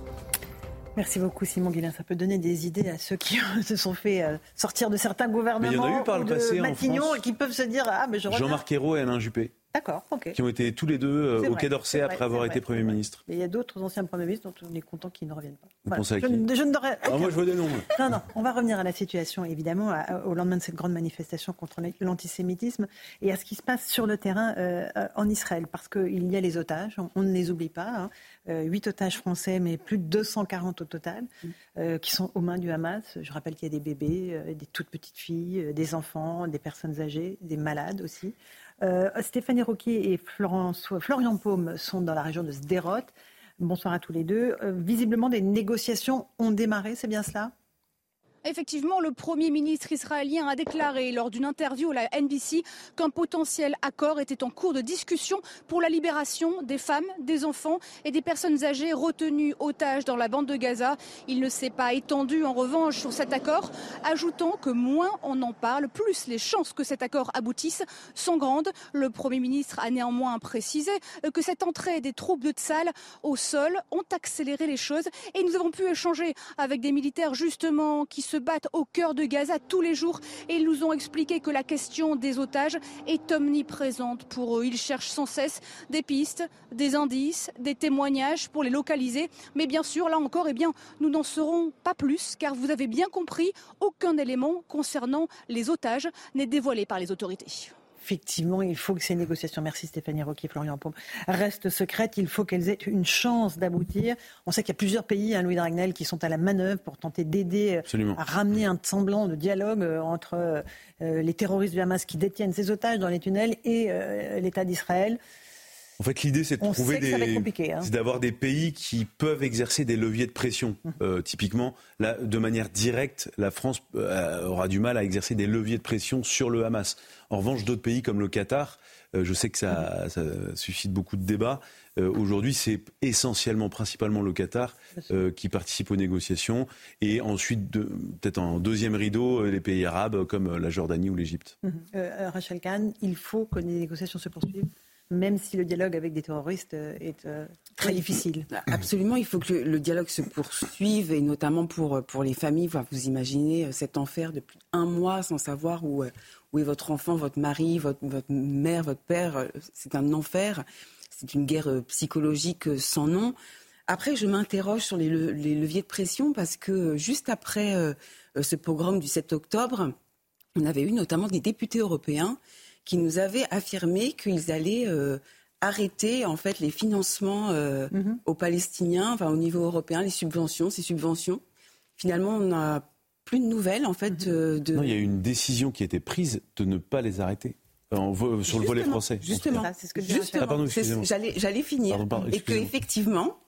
Merci beaucoup Simon Guillain. Ça peut donner des idées à ceux qui se sont fait sortir de certains gouvernements. Mais il y en a eu par le de passé Matignon en France. Et qui peuvent se dire ah mais je reviens. Jean-Marc Ayrault et Alain Juppé. D'accord, ok. Qui ont été tous les deux euh, au Quai d'Orsay après avoir été Premier ministre. Mais il y a d'autres anciens Premiers ministres dont on est content qu'ils ne reviennent pas. Vous Voilà. pensez à Je, qui ne- je ne n'aurais- Ah, Moi, je vois des noms. Non, non, on va revenir à la situation, évidemment, à- au lendemain de cette grande manifestation contre l'antisémitisme et à ce qui se passe sur le terrain euh, euh, en Israël. Parce qu'il y a les otages, on, on ne les oublie pas. Hein. Euh, huit otages français, mais plus de deux cent quarante au total, euh, qui sont aux mains du Hamas. Je rappelle qu'il y a des bébés, euh, des toutes petites filles, euh, des enfants, des personnes âgées, des malades aussi. Euh, Stéphanie Rouquier et Florence, Florian Paume sont dans la région de Sderot. Bonsoir à tous les deux. Euh, visiblement, des négociations ont démarré, c'est bien cela ? Effectivement, le Premier ministre israélien a déclaré lors d'une interview à la N B C qu'un potentiel accord était en cours de discussion pour la libération des femmes, des enfants et des personnes âgées retenues otages dans la bande de Gaza. Il ne s'est pas étendu en revanche sur cet accord, ajoutant que moins on en parle, plus les chances que cet accord aboutisse sont grandes. Le Premier ministre a néanmoins précisé que cette entrée des troupes de Tsahal au sol ont accéléré les choses et nous avons pu échanger avec des militaires justement qui se battent au cœur de Gaza tous les jours et ils nous ont expliqué que la question des otages est omniprésente pour eux. Ils cherchent sans cesse des pistes, des indices, des témoignages pour les localiser. Mais bien sûr, là encore, eh bien, nous n'en saurons pas plus car vous avez bien compris, aucun élément concernant les otages n'est dévoilé par les autorités. Effectivement, il faut que ces négociations, merci Stéphanie Rouquier, Florian Paume, restent secrètes. Il faut qu'elles aient une chance d'aboutir. On sait qu'il y a plusieurs pays, hein, Louis Dragnel, qui sont à la manœuvre pour tenter d'aider Absolument. à ramener un semblant de dialogue euh, entre euh, les terroristes du Hamas qui détiennent ces otages dans les tunnels et euh, l'État d'Israël. En fait, l'idée, c'est de On trouver sait que ça va être des, compliqué, hein. c'est d'avoir des pays qui peuvent exercer des leviers de pression. Mmh. Euh, typiquement, là, de manière directe, la France euh, aura du mal à exercer des leviers de pression sur le Hamas. En revanche, d'autres pays comme le Qatar, euh, je sais que ça, mmh. ça suscite beaucoup de débats. Euh, aujourd'hui, c'est essentiellement, principalement le Qatar euh, qui participe aux négociations. Et ensuite, de, peut-être en deuxième rideau, les pays arabes comme la Jordanie ou l'Égypte. Mmh. Euh, Rachel Kahn, il faut que les négociations se poursuivent, même si le dialogue avec des terroristes est euh, très difficile. Absolument, il faut que le, le dialogue se poursuive, et notamment pour, pour les familles. Enfin, vous imaginez cet enfer de plus d'un mois sans savoir où, où est votre enfant, votre mari, votre, votre mère, votre père. C'est un enfer, c'est une guerre psychologique sans nom. Après, je m'interroge sur les, le, les leviers de pression, parce que juste après euh, ce pogrom du sept octobre, on avait eu notamment des députés européens qui nous avaient affirmé qu'ils allaient euh, arrêter en fait les financements euh, mm-hmm. aux Palestiniens, enfin au niveau européen, les subventions, ces subventions. Finalement, on n'a plus de nouvelles en fait. Mm-hmm. euh, de... Non, il y a eu une décision qui a été prise de ne pas les arrêter. En, sur justement, le volet français. Justement, c'est ce que justement. Ah, pardon, excusez-moi. J'allais, j'allais finir. Pardon, pardon, et que effectivement,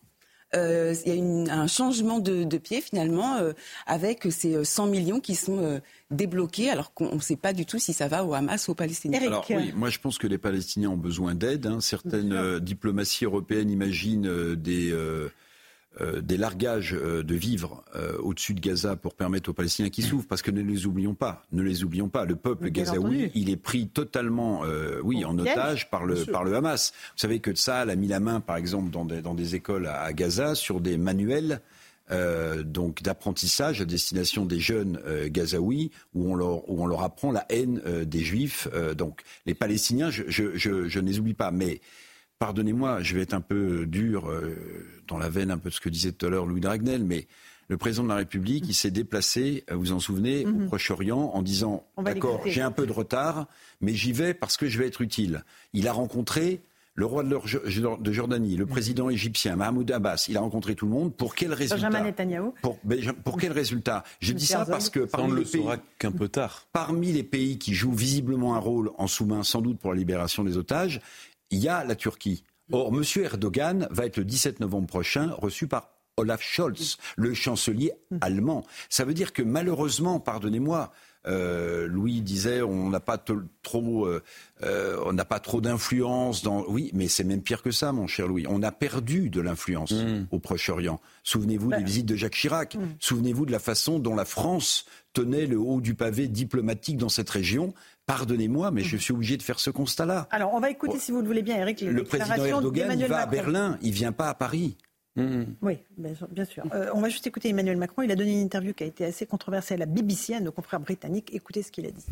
euh, il y a une, un changement de, de pied finalement euh, avec ces cent millions qui sont euh, débloqués alors qu'on ne sait pas du tout si ça va au Hamas ou aux Palestiniens. Eric. Alors oui, moi je pense que les Palestiniens ont besoin d'aide. Hein. Certaines euh, diplomaties européennes imaginent euh, des... Euh, Euh, des largages euh, de vivres euh, au-dessus de Gaza pour permettre aux Palestiniens qui souffrent, parce que ne les oublions pas, ne les oublions pas, le peuple gazaoui, il est pris totalement, euh, oui, en otage par le par le Hamas. Vous savez que Tsahal a mis la main, par exemple, dans des, dans des écoles à, à Gaza sur des manuels. Euh, donc d'apprentissage à destination des jeunes euh, gazaouis où on leur où on leur apprend la haine euh, des Juifs. Euh, donc les Palestiniens, je je je, je ne les oublie pas, mais pardonnez-moi, je vais être un peu dur euh, dans la veine un peu de ce que disait tout à l'heure Louis Dragnel, mais le président de la République, il s'est déplacé, vous vous en souvenez, mm-hmm. au Proche-Orient en disant « D'accord, j'ai un peu de retard, mais j'y vais parce que je vais être utile ». Il a rencontré le roi de Jordanie, le président égyptien, Mahmoud Abbas, il a rencontré tout le monde. Pour quel résultat ? Benjamin Netanyahou. Pour, pour quel résultat ? Je dis ça parce que parmi les, pays, qu'un peu tard. parmi les pays qui jouent visiblement un rôle en sous-main, sans doute pour la libération des otages, il y a la Turquie. Or, M. Erdogan va être le dix-sept novembre prochain reçu par Olaf Scholz, le chancelier allemand. Ça veut dire que malheureusement, pardonnez-moi, euh, Louis disait on n'a pas t- trop, euh, euh, on n'a pas trop d'influence dans. Oui, mais c'est même pire que ça, mon cher Louis. On a perdu de l'influence mmh. au Proche-Orient. Souvenez-vous bah. des visites de Jacques Chirac. Mmh. Souvenez-vous de la façon dont la France tenait le haut du pavé diplomatique dans cette région. Pardonnez-moi, mais je suis obligé de faire ce constat-là. Alors, on va écouter, si vous le voulez bien, Eric, les le président Erdogan, il va à Berlin, il ne vient pas à Paris. Mmh. Oui, bien sûr. Bien sûr. Euh, on va juste écouter Emmanuel Macron. Il a donné une interview qui a été assez controversée à la B B C, à nos confrères britanniques. Écoutez ce qu'il a dit.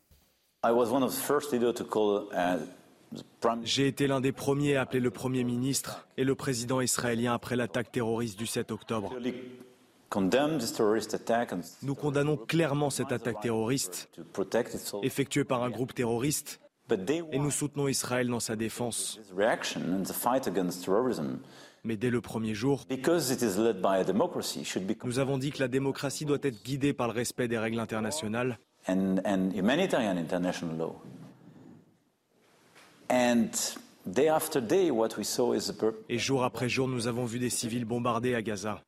J'ai été l'un des premiers à appeler le Premier ministre et le président israélien après l'attaque terroriste du sept octobre. Nous condamnons clairement cette attaque terroriste effectuée par un groupe terroriste et nous soutenons Israël dans sa défense. Mais dès le premier jour, nous avons dit que la démocratie doit être guidée par le respect des règles internationales. Et jour après jour, nous avons vu des civils bombardés à Gaza.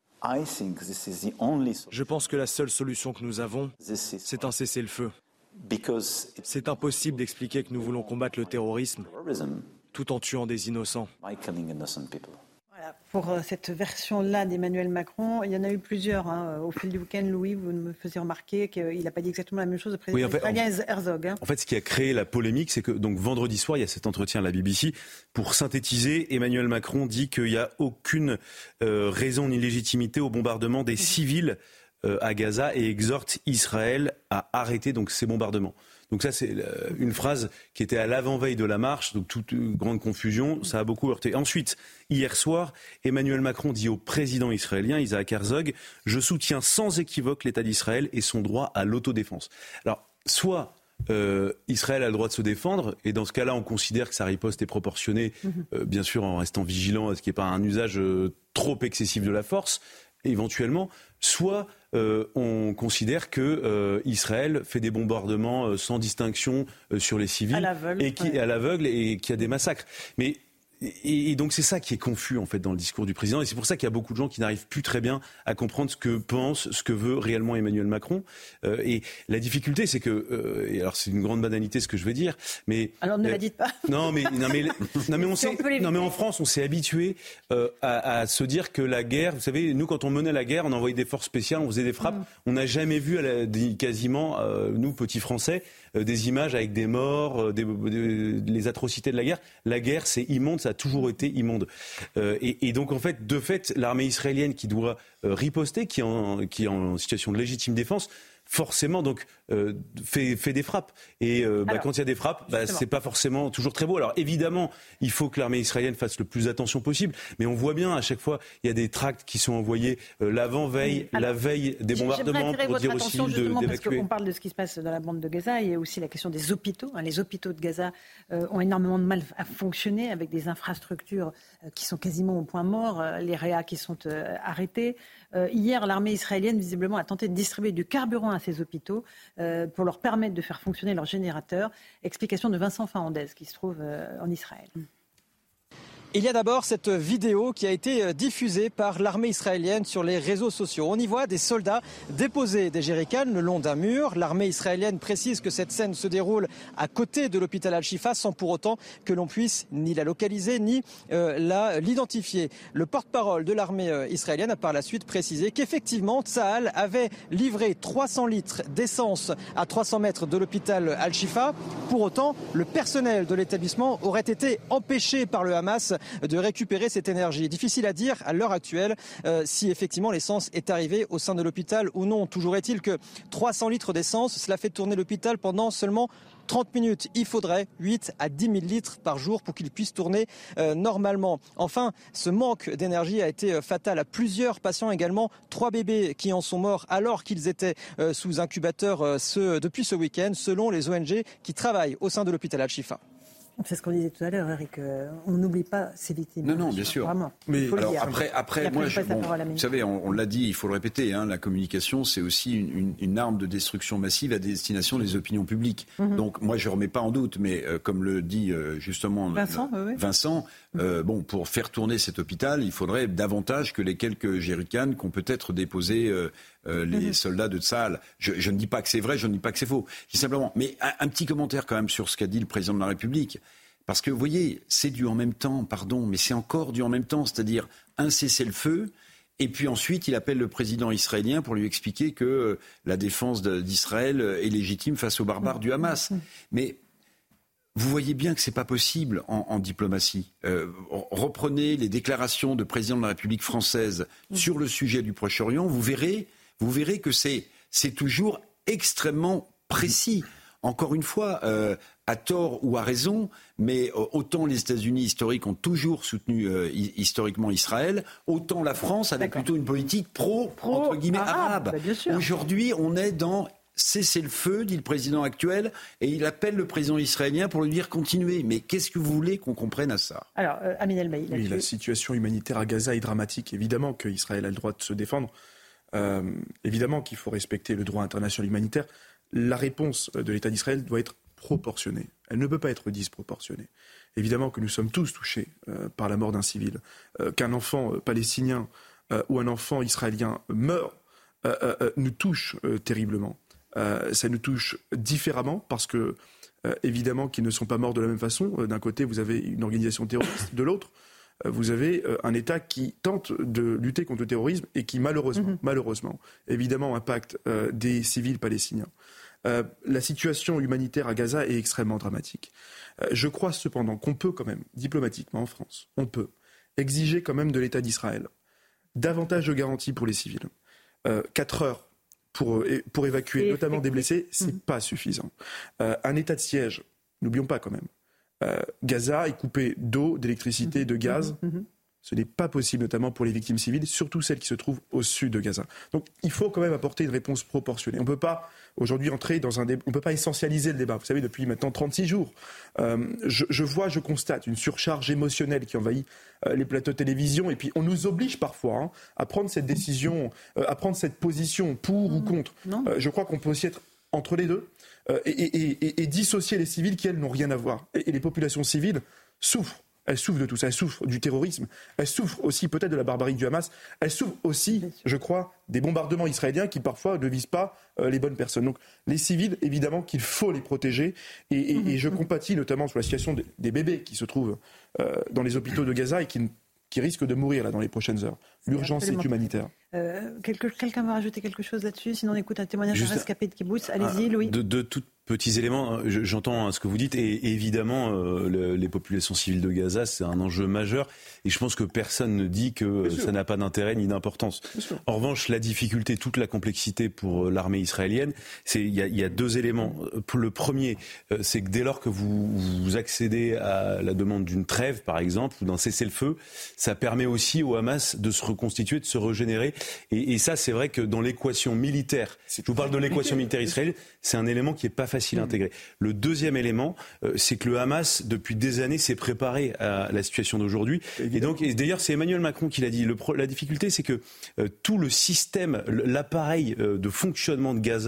Je pense que la seule solution que nous avons, c'est un cessez-le-feu. C'est impossible d'expliquer que nous voulons combattre le terrorisme tout en tuant des innocents. Voilà, pour euh, cette version-là d'Emmanuel Macron, il y en a eu plusieurs. Hein. Au fil du week-end, Louis, vous me faisiez remarquer qu'il n'a pas dit exactement la même chose au président oui, en fait, israélien Herzog. Hein. En fait, ce qui a créé la polémique, c'est que donc vendredi soir, il y a cet entretien à la B B C. Pour synthétiser, Emmanuel Macron dit qu'il n'y a aucune euh, raison ni légitimité au bombardement des civils euh, à Gaza et exhorte Israël à arrêter donc ces bombardements. Donc ça, c'est une phrase qui était à l'avant-veille de la marche, donc toute grande confusion, ça a beaucoup heurté. Ensuite, hier soir, Emmanuel Macron dit au président israélien, Isaac Herzog, « Je soutiens sans équivoque l'État d'Israël et son droit à l'autodéfense ». Alors, soit euh, Israël a le droit de se défendre, et dans ce cas-là, on considère que sa riposte est proportionnée, euh, bien sûr en restant vigilant à ce qu'il n'y ait pas un usage euh, trop excessif de la force, éventuellement, soit euh, on considère que euh, Israël fait des bombardements euh, sans distinction euh, sur les civils à l'aveugle, et qui ouais. à l'aveugle et qu'il y a des massacres. Mais Et, et donc c'est ça qui est confus en fait dans le discours du président, et c'est pour ça qu'il y a beaucoup de gens qui n'arrivent plus très bien à comprendre ce que pense, ce que veut réellement Emmanuel Macron. Euh, et la difficulté, c'est que, euh, et alors c'est une grande banalité ce que je veux dire, mais alors ne euh, la dites pas. Non mais non mais non mais on si sait, on non mais en France on s'est habitué euh, à, à se dire que la guerre, vous savez, nous quand on menait la guerre, on envoyait des forces spéciales, on faisait des frappes, mmh. on n'a jamais vu à la, des, quasiment euh, nous petits Français euh, des images avec des morts, euh, des, des, les atrocités de la guerre. La guerre c'est immonde, ça a toujours été immonde. Euh, et, et donc en fait, de fait, l'armée israélienne qui doit euh, riposter, qui est, en, qui est en situation de légitime défense, forcément donc euh, fait, fait des frappes. Et euh, bah, Alors, quand il y a des frappes, bah, c'est pas forcément toujours très beau. Alors évidemment, il faut que l'armée israélienne fasse le plus attention possible, mais on voit bien à chaque fois, il y a des tracts qui sont envoyés euh, l'avant-veille, oui. la veille des bombardements pour dire aussi de, d'évacuer. Parce qu'on parle de ce qui se passe dans la bande de Gaza, il y a aussi la question des hôpitaux. Hein. Les hôpitaux de Gaza euh, ont énormément de mal à fonctionner avec des infrastructures euh, qui sont quasiment au point mort, euh, les réas qui sont euh, arrêtés. Euh, hier, l'armée israélienne visiblement a tenté de distribuer du carburant à ces hôpitaux euh, pour leur permettre de faire fonctionner leurs générateurs. Explication de Vincent Fernandez qui se trouve euh, en Israël. Il y a d'abord cette vidéo qui a été diffusée par l'armée israélienne sur les réseaux sociaux. On y voit des soldats déposer des jerrycans le long d'un mur. L'armée israélienne précise que cette scène se déroule à côté de l'hôpital Al-Shifa sans pour autant que l'on puisse ni la localiser ni euh, la, l'identifier. Le porte-parole de l'armée euh, israélienne a par la suite précisé qu'effectivement Tsahal avait livré trois cents litres d'essence à trois cents mètres de l'hôpital Al-Shifa. Pour autant, le personnel de l'établissement aurait été empêché par le Hamas de récupérer cette énergie. Difficile à dire à l'heure actuelle euh, si effectivement l'essence est arrivée au sein de l'hôpital ou non. Toujours est-il que trois cents litres d'essence, cela fait tourner l'hôpital pendant seulement trente minutes. Il faudrait huit à dix mille litres par jour pour qu'il puisse tourner euh, normalement. Enfin, ce manque d'énergie a été fatal à plusieurs patients également. Trois bébés qui en sont morts alors qu'ils étaient euh, sous incubateur euh, ce, depuis ce week-end, selon les O N G qui travaillent au sein de l'hôpital Al-Shifa. C'est ce qu'on disait tout à l'heure, Eric. On n'oublie pas ces victimes. Non, non, bien sûr. Vraiment. Mais il faut alors le dire. après, après, après, moi, je, bon, la vous savez, on, on l'a dit, il faut le répéter. Hein, la communication, c'est aussi une, une, une arme de destruction massive à destination des opinions publiques. Mm-hmm. Donc, moi, je remets pas en doute, mais euh, comme le dit euh, justement Vincent, euh, oui. Vincent, euh, bon, pour faire tourner cet hôpital, il faudrait davantage que les quelques jerrycans qu'ont peut-être déposé euh, euh, les mm-hmm. soldats de Tsahal. Je, je ne dis pas que c'est vrai, je ne dis pas que c'est faux. Je dis simplement, mais un, un petit commentaire quand même sur ce qu'a dit le président de la République. Parce que, vous voyez, c'est du en même temps, pardon, mais c'est encore du en même temps, c'est-à-dire un cessez-le-feu, et puis ensuite il appelle le président israélien pour lui expliquer que la défense d'Israël est légitime face aux barbares du Hamas. Mais vous voyez bien que c'est pas possible en, en diplomatie. Euh, reprenez les déclarations de président de la République française sur le sujet du Proche-Orient, vous verrez, vous verrez que c'est, c'est toujours extrêmement précis. Encore une fois, euh, à tort ou à raison, mais euh, autant les États-Unis historiques ont toujours soutenu euh, hi- historiquement Israël, autant la France avait D'accord. plutôt une politique pro, pro entre guillemets, arabe. arabe. Bah, Aujourd'hui, on est dans cessez-le-feu, dit le président actuel, et il appelle le président israélien pour lui dire continuez. Mais qu'est-ce que vous voulez qu'on comprenne à ça ? Alors, euh, Amin El-Baï, oui, la situation humanitaire à Gaza est dramatique. Évidemment qu'Israël a le droit de se défendre. Euh, évidemment qu'il faut respecter le droit international humanitaire. La réponse de l'État d'Israël doit être proportionnée. Elle ne peut pas être disproportionnée. Évidemment que nous sommes tous touchés euh, par la mort d'un civil. Euh, qu'un enfant euh, palestinien euh, ou un enfant israélien meure euh, euh, nous touche euh, terriblement. Euh, ça nous touche différemment parce que, euh, évidemment, qu'ils ne sont pas morts de la même façon. Euh, d'un côté, vous avez une organisation terroriste, de l'autre, euh, vous avez euh, un État qui tente de lutter contre le terrorisme et qui, malheureusement, mm-hmm. malheureusement évidemment, impacte euh, des civils palestiniens. Euh, la situation humanitaire à Gaza est extrêmement dramatique. Euh, je crois cependant qu'on peut quand même, diplomatiquement en France, on peut exiger quand même de l'État d'Israël davantage de garanties pour les civils. Euh, quatre heures pour, pour évacuer et notamment des blessés, c'est mmh. pas suffisant. Euh, un état de siège, n'oublions pas quand même, euh, Gaza est coupé d'eau, d'électricité, mmh. de gaz. Mmh. Ce n'est pas possible, notamment pour les victimes civiles, surtout celles qui se trouvent au sud de Gaza. Donc, il faut quand même apporter une réponse proportionnée. On ne peut pas aujourd'hui entrer dans un débat, on ne peut pas essentialiser le débat. Vous savez, depuis maintenant trente-six jours, euh, je, je vois, je constate une surcharge émotionnelle qui envahit euh, les plateaux de télévision, et puis on nous oblige parfois hein, à prendre cette décision, euh, à prendre cette position pour mmh. ou contre. Euh, je crois qu'on peut aussi être entre les deux euh, et, et, et, et dissocier les civils qui, elles, n'ont rien à voir. Et, et les populations civiles souffrent. Elle souffre de tout ça, elle souffre du terrorisme, elle souffre aussi peut-être de la barbarie du Hamas, elle souffre aussi, je crois, des bombardements israéliens qui parfois ne visent pas euh, les bonnes personnes. Donc les civils, évidemment qu'il faut les protéger, et, et, et je compatis notamment sur la situation des, des bébés qui se trouvent euh, dans les hôpitaux de Gaza et qui, qui risquent de mourir là, dans les prochaines heures. L'urgence est humanitaire. Euh, quelque, quelqu'un va rajouter quelque chose là-dessus ? Sinon on écoute un témoignage d'un rescapé de Kibboutz. Allez-y, un, Louis. De, de tout petits éléments, j'entends ce que vous dites, et évidemment, euh, le, les populations civiles de Gaza, c'est un enjeu majeur, et je pense que personne ne dit que ça n'a pas d'intérêt ni d'importance. En revanche, la difficulté, toute la complexité pour l'armée israélienne, c'est il y a, il y a deux éléments. Le premier, c'est que dès lors que vous, vous accédez à la demande d'une trêve, par exemple, ou d'un cessez-le-feu, ça permet aussi au Hamas de se reconstituer, de se régénérer, et, et ça, c'est vrai que dans l'équation militaire, je vous parle de l'équation militaire israélienne, c'est un élément qui est pas facile facile à intégrer. Le deuxième élément, euh, c'est que le Hamas, depuis des années, s'est préparé à la situation d'aujourd'hui. Et donc, et d'ailleurs, c'est Emmanuel Macron qui l'a dit. Le pro- la difficulté, c'est que euh, tout le système, l'appareil euh, de fonctionnement de Gaza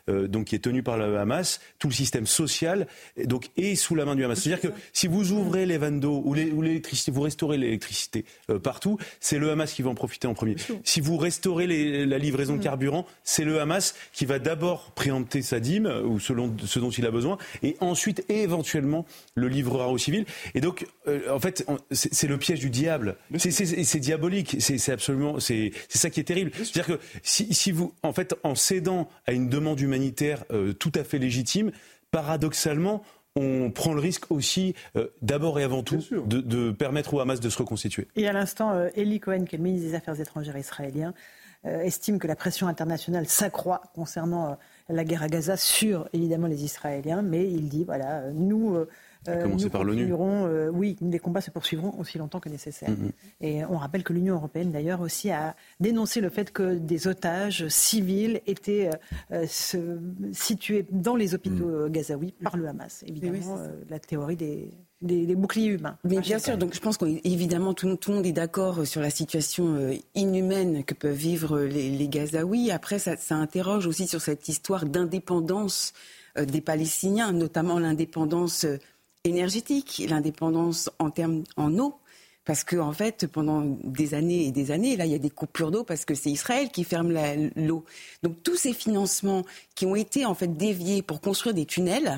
euh, donc qui est tenu par le Hamas, tout le système social donc est sous la main du Hamas. C'est-à-dire que si vous ouvrez les vannes d'eau ou, les, ou l'électricité, vous restaurez l'électricité euh, partout, c'est le Hamas qui va en profiter en premier. Si vous restaurez les, la livraison de carburant, c'est le Hamas qui va d'abord préempter sa dîme ou selon ce dont il a besoin, et ensuite éventuellement le livrera aux civils. Et donc, euh, en fait, c'est, c'est le piège du diable. C'est, c'est, c'est diabolique. C'est, c'est absolument, c'est, c'est ça qui est terrible. C'est-à-dire que si, si vous, en fait, en cédant à une demande humanitaire euh, tout à fait légitime, paradoxalement, on prend le risque aussi, euh, d'abord et avant tout, de, de permettre au Hamas de se reconstituer. Et à l'instant, euh, Eli Cohen, qui est le ministre des Affaires étrangères israélien, euh, estime que la pression internationale s'accroît concernant euh, la guerre à Gaza sur, évidemment, les Israéliens. Mais il dit, voilà, euh, nous... Euh, Euh, nous par l'ONU. Euh, oui, les combats se poursuivront aussi longtemps que nécessaire. Mm-hmm. Et on rappelle que l'Union européenne, d'ailleurs, aussi a dénoncé le fait que des otages civils étaient euh, se, situés dans les hôpitaux mm. gazaouis par le Hamas. Évidemment, oui, euh, la théorie des, des, des boucliers humains. Mais bien sûr, donc je pense qu'évidemment, tout, tout le monde est d'accord sur la situation euh, inhumaine que peuvent vivre les, les Gazaouis. Après, ça, ça interroge aussi sur cette histoire d'indépendance euh, des Palestiniens, notamment l'indépendance... Euh, énergétique, l'indépendance en termes en eau, parce que en fait pendant des années et des années, là il y a des coupures d'eau parce que c'est Israël qui ferme la, l'eau. Donc tous ces financements qui ont été en fait déviés pour construire des tunnels,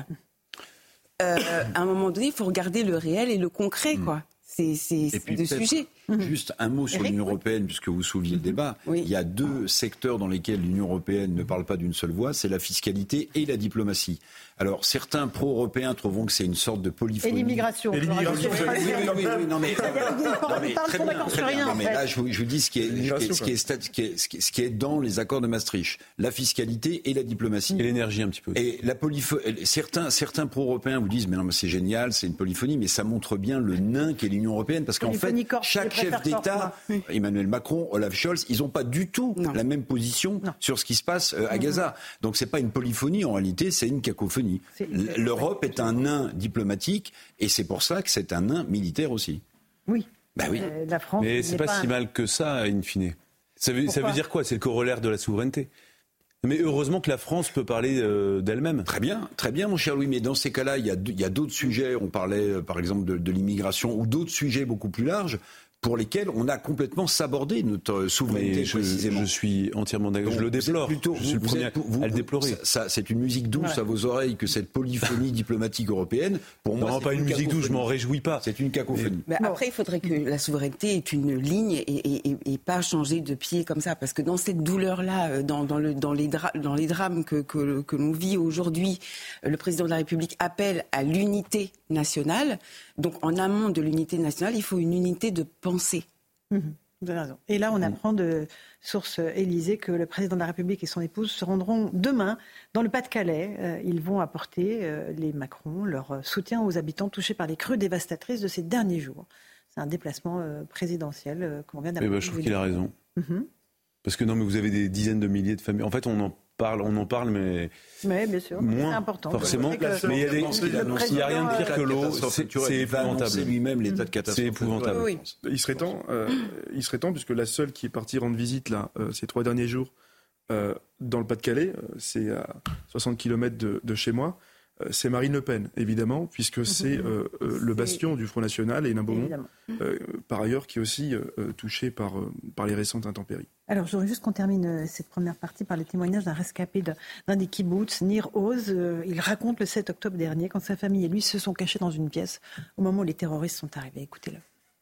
euh, à un moment donné, il faut regarder le réel et le concret, quoi. C'est, c'est, c'est le sujet. Juste un mot sur l'Union européenne, puisque vous souleviez le débat. Oui. Il y a deux secteurs dans lesquels l'Union européenne ne parle pas d'une seule voix, c'est la fiscalité et la diplomatie. Alors, certains pro-européens trouveront que c'est une sorte de polyphonie. Et l'immigration. Et l'immigration. Oui, oui, oui, oui, non, mais, non, mais très bien, très bien. Non, mais là, je vous, je vous dis ce qui est, ce qui est, ce qui est, ce qui est, ce qui est dans les accords de Maastricht. La fiscalité et la diplomatie. Et l'énergie un petit peu. Et la polyphonie, certains, certains pro-européens vous disent, mais non, mais c'est génial, c'est une polyphonie, mais ça montre bien le nain qu'est l'Union européenne, parce qu'en fait, chaque chef d'État, oui. Emmanuel Macron, Olaf Scholz, ils n'ont pas du tout non. la même position non. sur ce qui se passe euh, à Gaza. Donc c'est pas une polyphonie, en réalité, c'est une cacophonie. C'est, c'est, L'Europe est un nain diplomatique et c'est pour ça que c'est un nain militaire aussi. Oui. Bah oui. Euh, la France Mais c'est pas, pas si un... mal que ça, in fine. Ça veut, ça veut dire quoi ? C'est le corollaire de la souveraineté. Mais heureusement que la France peut parler euh, d'elle-même. Très bien, très bien, mon cher Louis. Mais dans ces cas-là, il y a, il y a d'autres sujets. On parlait, euh, par exemple, de, de l'immigration ou d'autres sujets beaucoup plus larges, pour lesquels on a complètement sabordé notre souveraineté, je, précisément. Je suis entièrement d'accord. Donc, je le déplore. Plutôt, je suis vous, le premier êtes, vous, à le déplorer. Ça, ça, c'est une musique douce ouais. à vos oreilles que cette polyphonie diplomatique européenne. Pour moi, non, c'est pas une, une musique douce, je m'en réjouis pas. C'est une cacophonie. Mais bon. Après, il faudrait que la souveraineté ait une ligne et, et, et, et pas changer de pied comme ça. Parce que dans cette douleur-là, dans, dans, le, dans, les, dra- dans les drames que, que, que l'on vit aujourd'hui, le président de la République appelle à l'unité nationale. Donc, en amont de l'unité nationale, il faut une unité de pensée. Mmh, vous avez raison. Et là, on apprend de source Élysée que le président de la République et son épouse se rendront demain dans le Pas-de-Calais. Euh, ils vont apporter, euh, les Macron, leur soutien aux habitants touchés par les crues dévastatrices de ces derniers jours. C'est un déplacement euh, présidentiel euh, qu'on vient d'apprendre. Eh ben, je trouve qu'il a raison. Mmh. Parce que non, mais vous avez des dizaines de milliers de familles. En fait, on en parle, on en parle, mais oui, bien sûr. moins, c'est important. Forcément. Que mais il y a des, il y a rien de pire que l'eau. C'est, c'est épouvantable. Lui-même l'état de catastrophe. C'est épouvantable. Oui. Il serait temps, euh, il serait temps, puisque la seule qui est partie rendre visite là euh, ces trois derniers jours euh, dans le Pas-de-Calais, euh, c'est à soixante kilomètres de, de chez moi. Euh, c'est Marine Le Pen, évidemment, puisque c'est euh, euh, le bastion du Front National et Hénin Beaumont, euh, par ailleurs, qui est aussi euh, touché par, euh, par les récentes intempéries. Alors, je voudrais juste qu'on termine cette première partie par le témoignage d'un rescapé d'un, d'un des kibboutz, Nir Oz. Euh, il raconte le sept octobre dernier, quand sa famille et lui se sont cachés dans une pièce au moment où les terroristes sont arrivés. Écoutez-le.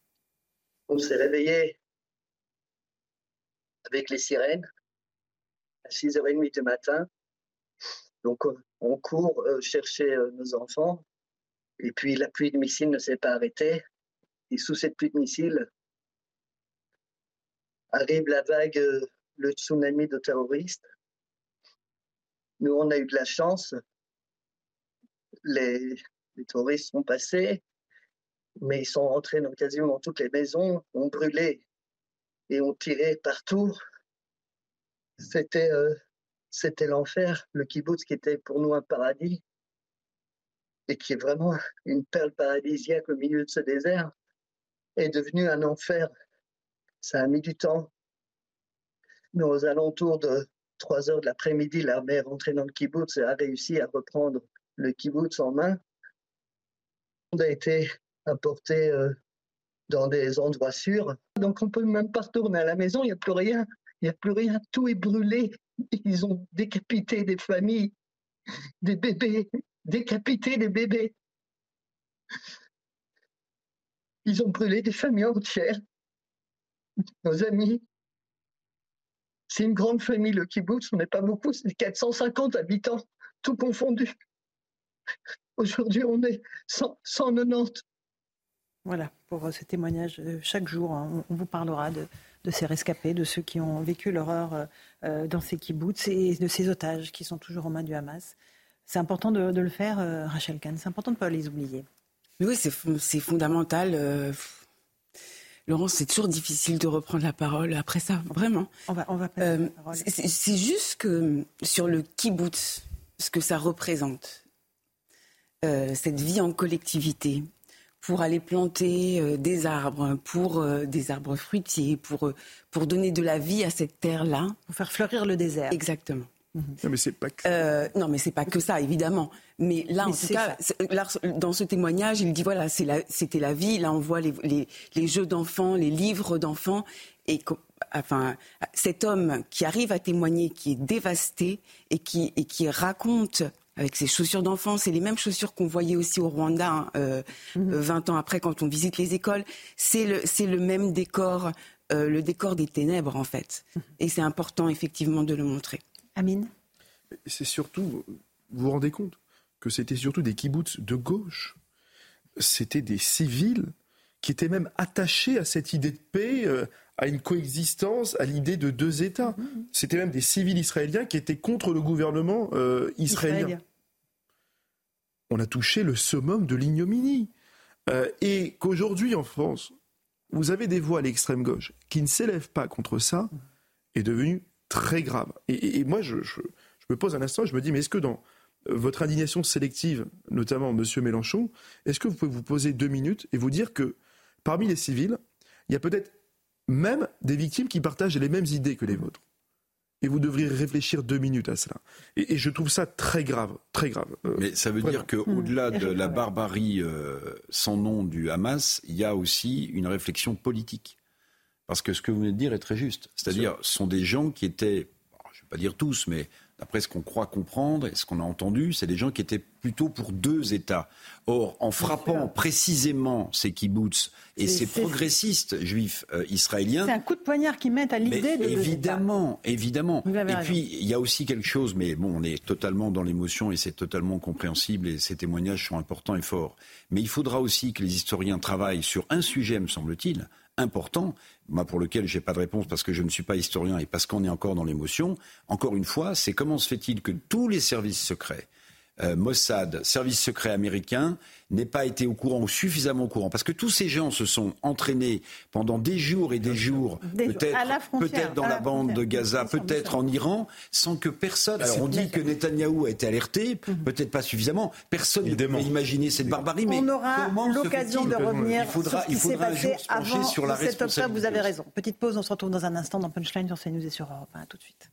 On s'est réveillés avec les sirènes à six heures trente du matin. Donc, on court euh, chercher euh, nos enfants. Et puis, la pluie de missiles ne s'est pas arrêtée. Et sous cette pluie de missiles, arrive la vague, euh, le tsunami de terroristes. Nous, on a eu de la chance. Les, les terroristes sont passés, mais ils sont rentrés dans quasiment toutes les maisons, ont brûlé et ont tiré partout. C'était... Euh, C'était l'enfer, le kibbutz qui était pour nous un paradis et qui est vraiment une perle paradisiaque au milieu de ce désert est devenu un enfer. Ça a mis du temps, mais aux alentours de trois heures de l'après-midi, l'armée est rentrée dans le kibbutz et a réussi à reprendre le kibbutz en main. On a été apporté euh, dans des endroits sûrs. Donc on ne peut même pas retourner à la maison, il n'y a plus rien. Il n'y a plus rien, tout est brûlé. Ils ont décapité des familles, des bébés, décapité des bébés. Ils ont brûlé des familles entières. Nos amis. C'est une grande famille, le kibbutz, on n'est pas beaucoup, c'est quatre cent cinquante habitants, tout confondu. Aujourd'hui, on est cent, cent quatre-vingt-dix. Voilà, pour ce témoignage, chaque jour, on, on vous parlera de, de ces rescapés, de ceux qui ont vécu l'horreur euh, dans ces kibbutz et de ces otages qui sont toujours aux mains du Hamas. C'est important de, de le faire, euh, Rachel Kahn, c'est important de ne pas les oublier. Oui, c'est, c'est fondamental. Euh, Laurence, c'est toujours difficile de reprendre la parole après ça, vraiment. On va, on va passer euh, la parole. C'est, c'est juste que sur le kibbutz, ce que ça représente, euh, cette vie en collectivité, pour aller planter euh, des arbres, pour euh, des arbres fruitiers, pour, euh, pour donner de la vie à cette terre-là. Pour faire fleurir le désert. Exactement. Mmh. Non, mais c'est pas que... Euh, non, mais c'est pas que ça, évidemment. Mais là, mais en tout cas, là, dans ce témoignage, il dit voilà, c'est la, c'était la vie. Là, on voit les, les, les jeux d'enfants, les livres d'enfants. Et enfin, cet homme qui arrive à témoigner, qui est dévasté et qui, et qui raconte avec ses chaussures d'enfant, c'est les mêmes chaussures qu'on voyait aussi au Rwanda hein, euh, mmh. vingt ans après, quand on visite les écoles. C'est le, c'est le même décor, euh, le décor des ténèbres, en fait. Mmh. Et c'est important, effectivement, de le montrer. Amine ? C'est surtout, vous vous rendez compte que c'était surtout des kibboutz de gauche. C'était des civils qui étaient même attachés à cette idée de paix, euh, à une coexistence, à l'idée de deux États. Mmh. C'était même des civils israéliens qui étaient contre le gouvernement euh, israélien. Israël. On a touché le summum de l'ignominie. Euh, et qu'aujourd'hui, en France, vous avez des voix à l'extrême gauche qui ne s'élèvent pas contre ça, est devenu très grave. Et, et, et moi, je, je, je me pose un instant, je me dis, mais est-ce que dans votre indignation sélective, notamment M. Mélenchon, est-ce que vous pouvez vous poser deux minutes et vous dire que parmi les civils, il y a peut-être même des victimes qui partagent les mêmes idées que les vôtres. Et vous devriez réfléchir deux minutes à cela. Et, et je trouve ça très grave, très grave. Euh, Mais ça veut vraiment. dire qu'au-delà de la barbarie euh, sans nom du Hamas, il y a aussi une réflexion politique. Parce que ce que vous venez de dire est très juste. C'est-à-dire, ce sont des gens qui étaient, je ne vais pas dire tous, mais d'après ce qu'on croit comprendre et ce qu'on a entendu, c'est des gens qui étaient plutôt pour deux États. Or, en frappant précisément ces kibbutz et c'est, ces c'est, progressistes c'est... juifs euh, israéliens... C'est un coup de poignard qu'ils mettent à l'idée de évidemment, deux États. Évidemment, évidemment. Et raison. puis, il y a aussi quelque chose, mais bon, on est totalement dans l'émotion et c'est totalement compréhensible et ces témoignages sont importants et forts. Mais il faudra aussi que les historiens travaillent sur un sujet, me semble-t-il, important, moi pour lequel je n'ai pas de réponse parce que je ne suis pas historien et parce qu'on est encore dans l'émotion. Encore une fois, c'est comment se fait-il que tous les services secrets, euh, Mossad, services secrets américains, n'aient pas été au courant ou suffisamment au courant. Parce que tous ces gens se sont entraînés pendant des jours et des jours, des peut-être, jours peut-être dans la, la bande de Gaza, peut-être en Iran, sans que personne... Alors on dit que Netanyahou a été alerté, mm-hmm. peut-être pas suffisamment. Personne ne peut imaginer cette barbarie. Mais on aura l'occasion de revenir faudra, sur ce qui s'est passé avant sur la le sept octobre. Vous avez raison. Petite pause, on se retrouve dans un instant dans Punchline sur CNews et sur Europe un. À tout de suite.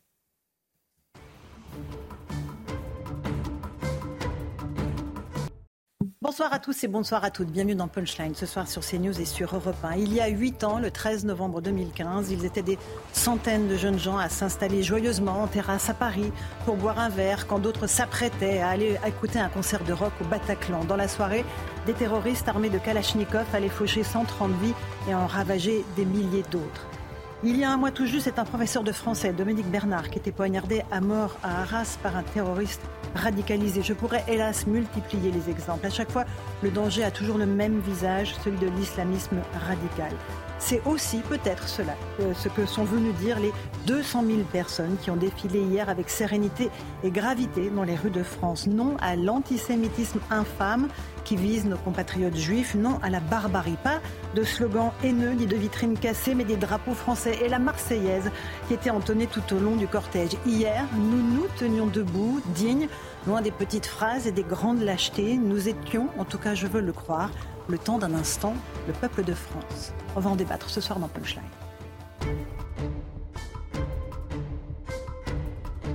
Bonsoir à tous et bonsoir à toutes. Bienvenue dans Punchline ce soir sur CNews et sur Europe un. Il y a huit ans, le treize novembre deux mille quinze, ils étaient des centaines de jeunes gens à s'installer joyeusement en terrasse à Paris pour boire un verre quand d'autres s'apprêtaient à aller écouter un concert de rock au Bataclan. Dans la soirée, des terroristes armés de Kalachnikov allaient faucher cent trente vies et en ravager des milliers d'autres. Il y a un mois tout juste, c'est un professeur de français, Dominique Bernard, qui était poignardé à mort à Arras par un terroriste radicalisé. Je pourrais hélas multiplier les exemples. À chaque fois, le danger a toujours le même visage, celui de l'islamisme radical. C'est aussi peut-être cela, euh, ce que sont venues dire les deux cent mille personnes qui ont défilé hier avec sérénité et gravité dans les rues de France. Non à l'antisémitisme infâme qui vise nos compatriotes juifs, non à la barbarie. Pas de slogans haineux ni de vitrines cassées, mais des drapeaux français et la Marseillaise qui étaient entonnés tout au long du cortège. Hier, nous nous tenions debout, dignes, loin des petites phrases et des grandes lâchetés. Nous étions, en tout cas je veux le croire, le temps d'un instant, le peuple de France. On va en débattre ce soir dans Punchline.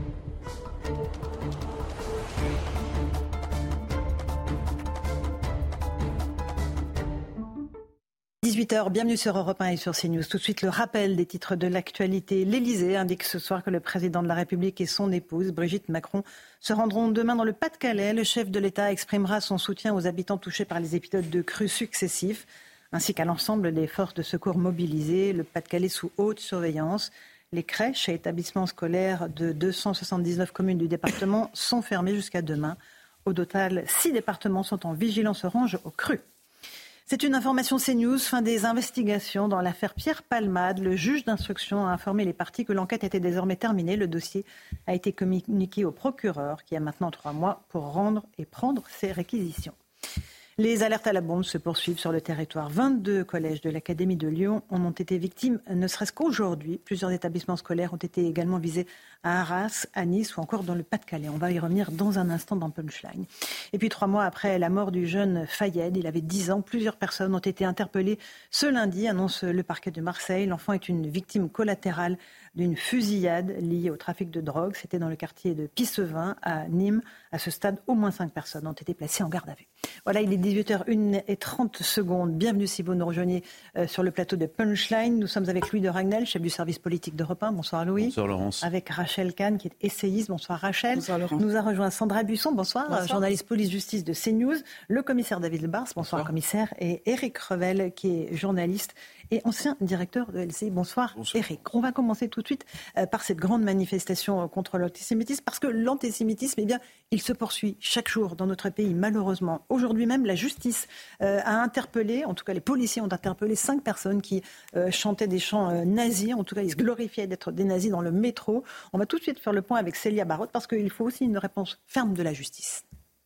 dix-huit heures, bienvenue sur Europe un et sur CNews. Tout de suite, le rappel des titres de l'actualité. L'Élysée indique ce soir que le président de la République et son épouse, Brigitte Macron, se rendront demain dans le Pas-de-Calais. Le chef de l'État exprimera son soutien aux habitants touchés par les épisodes de crues successifs, ainsi qu'à l'ensemble des forces de secours mobilisées. Le Pas-de-Calais sous haute surveillance. Les crèches et établissements scolaires de deux cent soixante-dix-neuf communes du département sont fermés jusqu'à demain. Au total, six départements sont en vigilance orange aux crues. C'est une information CNews, fin des investigations dans l'affaire Pierre Palmade. Le juge d'instruction a informé les parties que l'enquête était désormais terminée. Le dossier a été communiqué au procureur qui a maintenant trois mois pour rendre et prendre ses réquisitions. Les alertes à la bombe se poursuivent sur le territoire. vingt-deux collèges de l'Académie de Lyon en ont été victimes, ne serait-ce qu'aujourd'hui. Plusieurs établissements scolaires ont été également visés à Arras, à Nice ou encore dans le Pas-de-Calais. On va y revenir dans un instant dans Punchline. Et puis trois mois après la mort du jeune Fayed, il avait dix ans, plusieurs personnes ont été interpellées ce lundi, annonce le parquet de Marseille. L'enfant est une victime collatérale d'une fusillade liée au trafic de drogue. C'était dans le quartier de Pissevin, à Nîmes. À ce stade, au moins cinq personnes ont été placées en garde à vue. Voilà, il est dix-huit heures trente secondes. Bienvenue si vous nous rejoignez euh, sur le plateau de Punchline. Nous sommes avec Louis de Ragnel, chef du service politique d'Europe un. Bonsoir Louis. Bonsoir Laurence. Avec Rachel Kahn, qui est essayiste. Bonsoir Rachel. Bonsoir Laurence. Nous a rejoint Sandra Buisson. Bonsoir, Bonsoir. journaliste police-justice de CNews. Le commissaire David Lebars. Bonsoir, Bonsoir. Commissaire. Et Éric Revel, qui est journaliste et ancien directeur de L C I. Bonsoir, Bonsoir. Éric. On va commencer tout de suite euh, par cette grande manifestation contre l'antisémitisme, parce que l'antisémitisme, eh bien, il se poursuit chaque jour dans notre pays, malheureusement. Aujourd'hui même, la justice euh, a interpellé, en tout cas les policiers ont interpellé cinq personnes qui euh, chantaient des chants euh, nazis. En tout cas, ils se glorifiaient d'être des nazis dans le métro. On va tout de suite faire le point avec Célia Barotte, parce qu'il faut aussi une réponse ferme de la justice.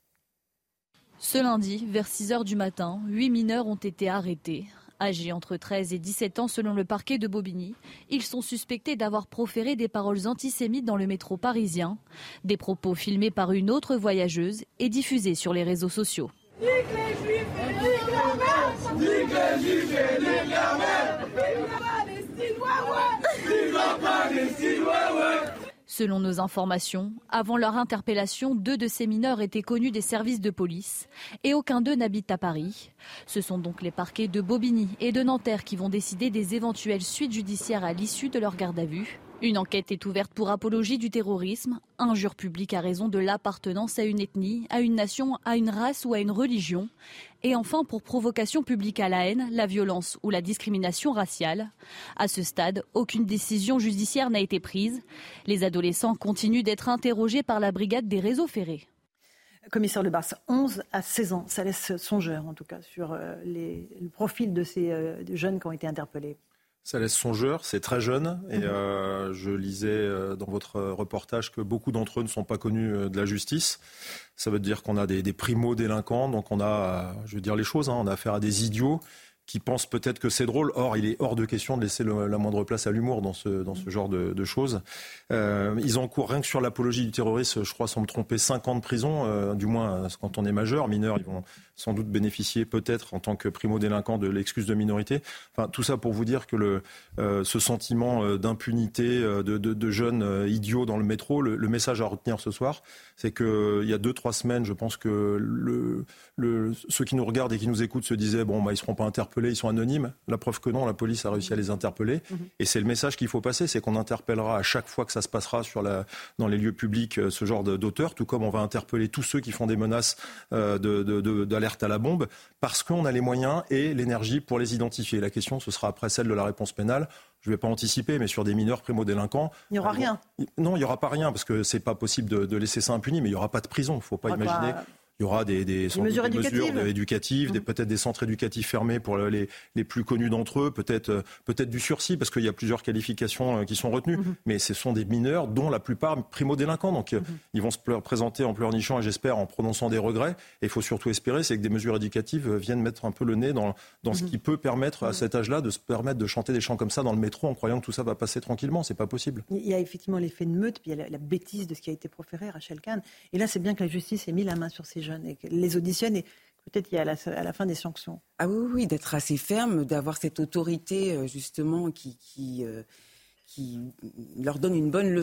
Ce lundi, vers six heures du matin, huit mineurs ont été arrêtés. Âgés entre treize et dix-sept ans selon le parquet de Bobigny, ils sont suspectés d'avoir proféré des paroles antisémites dans le métro parisien, des propos filmés par une autre voyageuse et diffusés sur les réseaux sociaux. Nique les juifs et nique la mère. Nique les juifs et nique la mère. Vive la Palestine, ouais ouais. Vive la Palestine, ouais ouais. Selon nos informations, avant leur interpellation, deux de ces mineurs étaient connus des services de police et aucun d'eux n'habite à Paris. Ce sont donc les parquets de Bobigny et de Nanterre qui vont décider des éventuelles suites judiciaires à l'issue de leur garde à vue. Une enquête est ouverte pour apologie du terrorisme, injure publique à raison de l'appartenance à une ethnie, à une nation, à une race ou à une religion. Et enfin pour provocation publique à la haine, la violence ou la discrimination raciale. À ce stade, aucune décision judiciaire n'a été prise. Les adolescents continuent d'être interrogés par la brigade des réseaux ferrés. Commissaire Lebars, onze à seize ans, ça laisse songeur en tout cas sur les, le profil de ces euh, jeunes qui ont été interpellés. Ça laisse songeur, c'est très jeune et euh, je lisais euh, dans votre reportage que beaucoup d'entre eux ne sont pas connus euh, de la justice. Ça veut dire qu'on a des, des primo-délinquants, donc on a, euh, je veux dire les choses, hein, on a affaire à des idiots qui pensent peut-être que c'est drôle. Or, il est hors de question de laisser le, la moindre place à l'humour dans ce, dans ce genre de, de choses. Euh, ils encourent, rien que sur l'apologie du terrorisme, je crois, sans me tromper, cinq ans de prison, euh, du moins quand on est majeur. Mineur, ils vont sans doute bénéficier peut-être en tant que primo-délinquant de l'excuse de minorité. Enfin, tout ça pour vous dire que le, euh, ce sentiment d'impunité de, de, de jeunes euh, idiots dans le métro, le, le message à retenir ce soir, c'est qu'il y a deux, trois semaines, je pense que le, le, ceux qui nous regardent et qui nous écoutent se disaient, bon, bah, ils ne seront pas interpellés, ils sont anonymes. La preuve que non, la police a réussi à les interpeller. Mmh. Et c'est le message qu'il faut passer, c'est qu'on interpellera à chaque fois que ça se passera sur la, dans les lieux publics ce genre d'auteurs, tout comme on va interpeller tous ceux qui font des menaces euh, de, de, de, d'alerte à la bombe, parce qu'on a les moyens et l'énergie pour les identifier. La question, ce sera après celle de la réponse pénale. Je ne vais pas anticiper, mais sur des mineurs primo-délinquants... Il n'y aura euh, rien. Non, il n'y aura pas rien, parce que ce n'est pas possible de, de laisser ça impuni, mais il n'y aura pas de prison. Il ne faut pas imaginer... Quoi. Il y aura des, des, des mesures éducatives, mesures éducatives mmh. des, peut-être des centres éducatifs fermés pour les, les plus connus d'entre eux, peut-être, peut-être du sursis, parce qu'il y a plusieurs qualifications qui sont retenues. Mmh. Mais ce sont des mineurs, dont la plupart primo-délinquants. Donc mmh. ils vont se présenter en pleurnichant, et j'espère en prononçant des regrets. Et il faut surtout espérer, c'est que des mesures éducatives viennent mettre un peu le nez dans, dans mmh. ce qui peut permettre à cet âge-là de se permettre de chanter des chants comme ça dans le métro en croyant que tout ça va passer tranquillement. C'est pas possible. Il y a effectivement l'effet de meute, puis il y a la, la bêtise de ce qui a été proféré, Rachel Kahn. Et là, c'est bien que la justice ait mis la main sur ces jeunes et que les auditionne et peut-être qu'il y a à la, à la fin des sanctions. Ah oui, oui, d'être assez ferme, d'avoir cette autorité justement qui, qui, euh, qui leur donne une bonne leçon.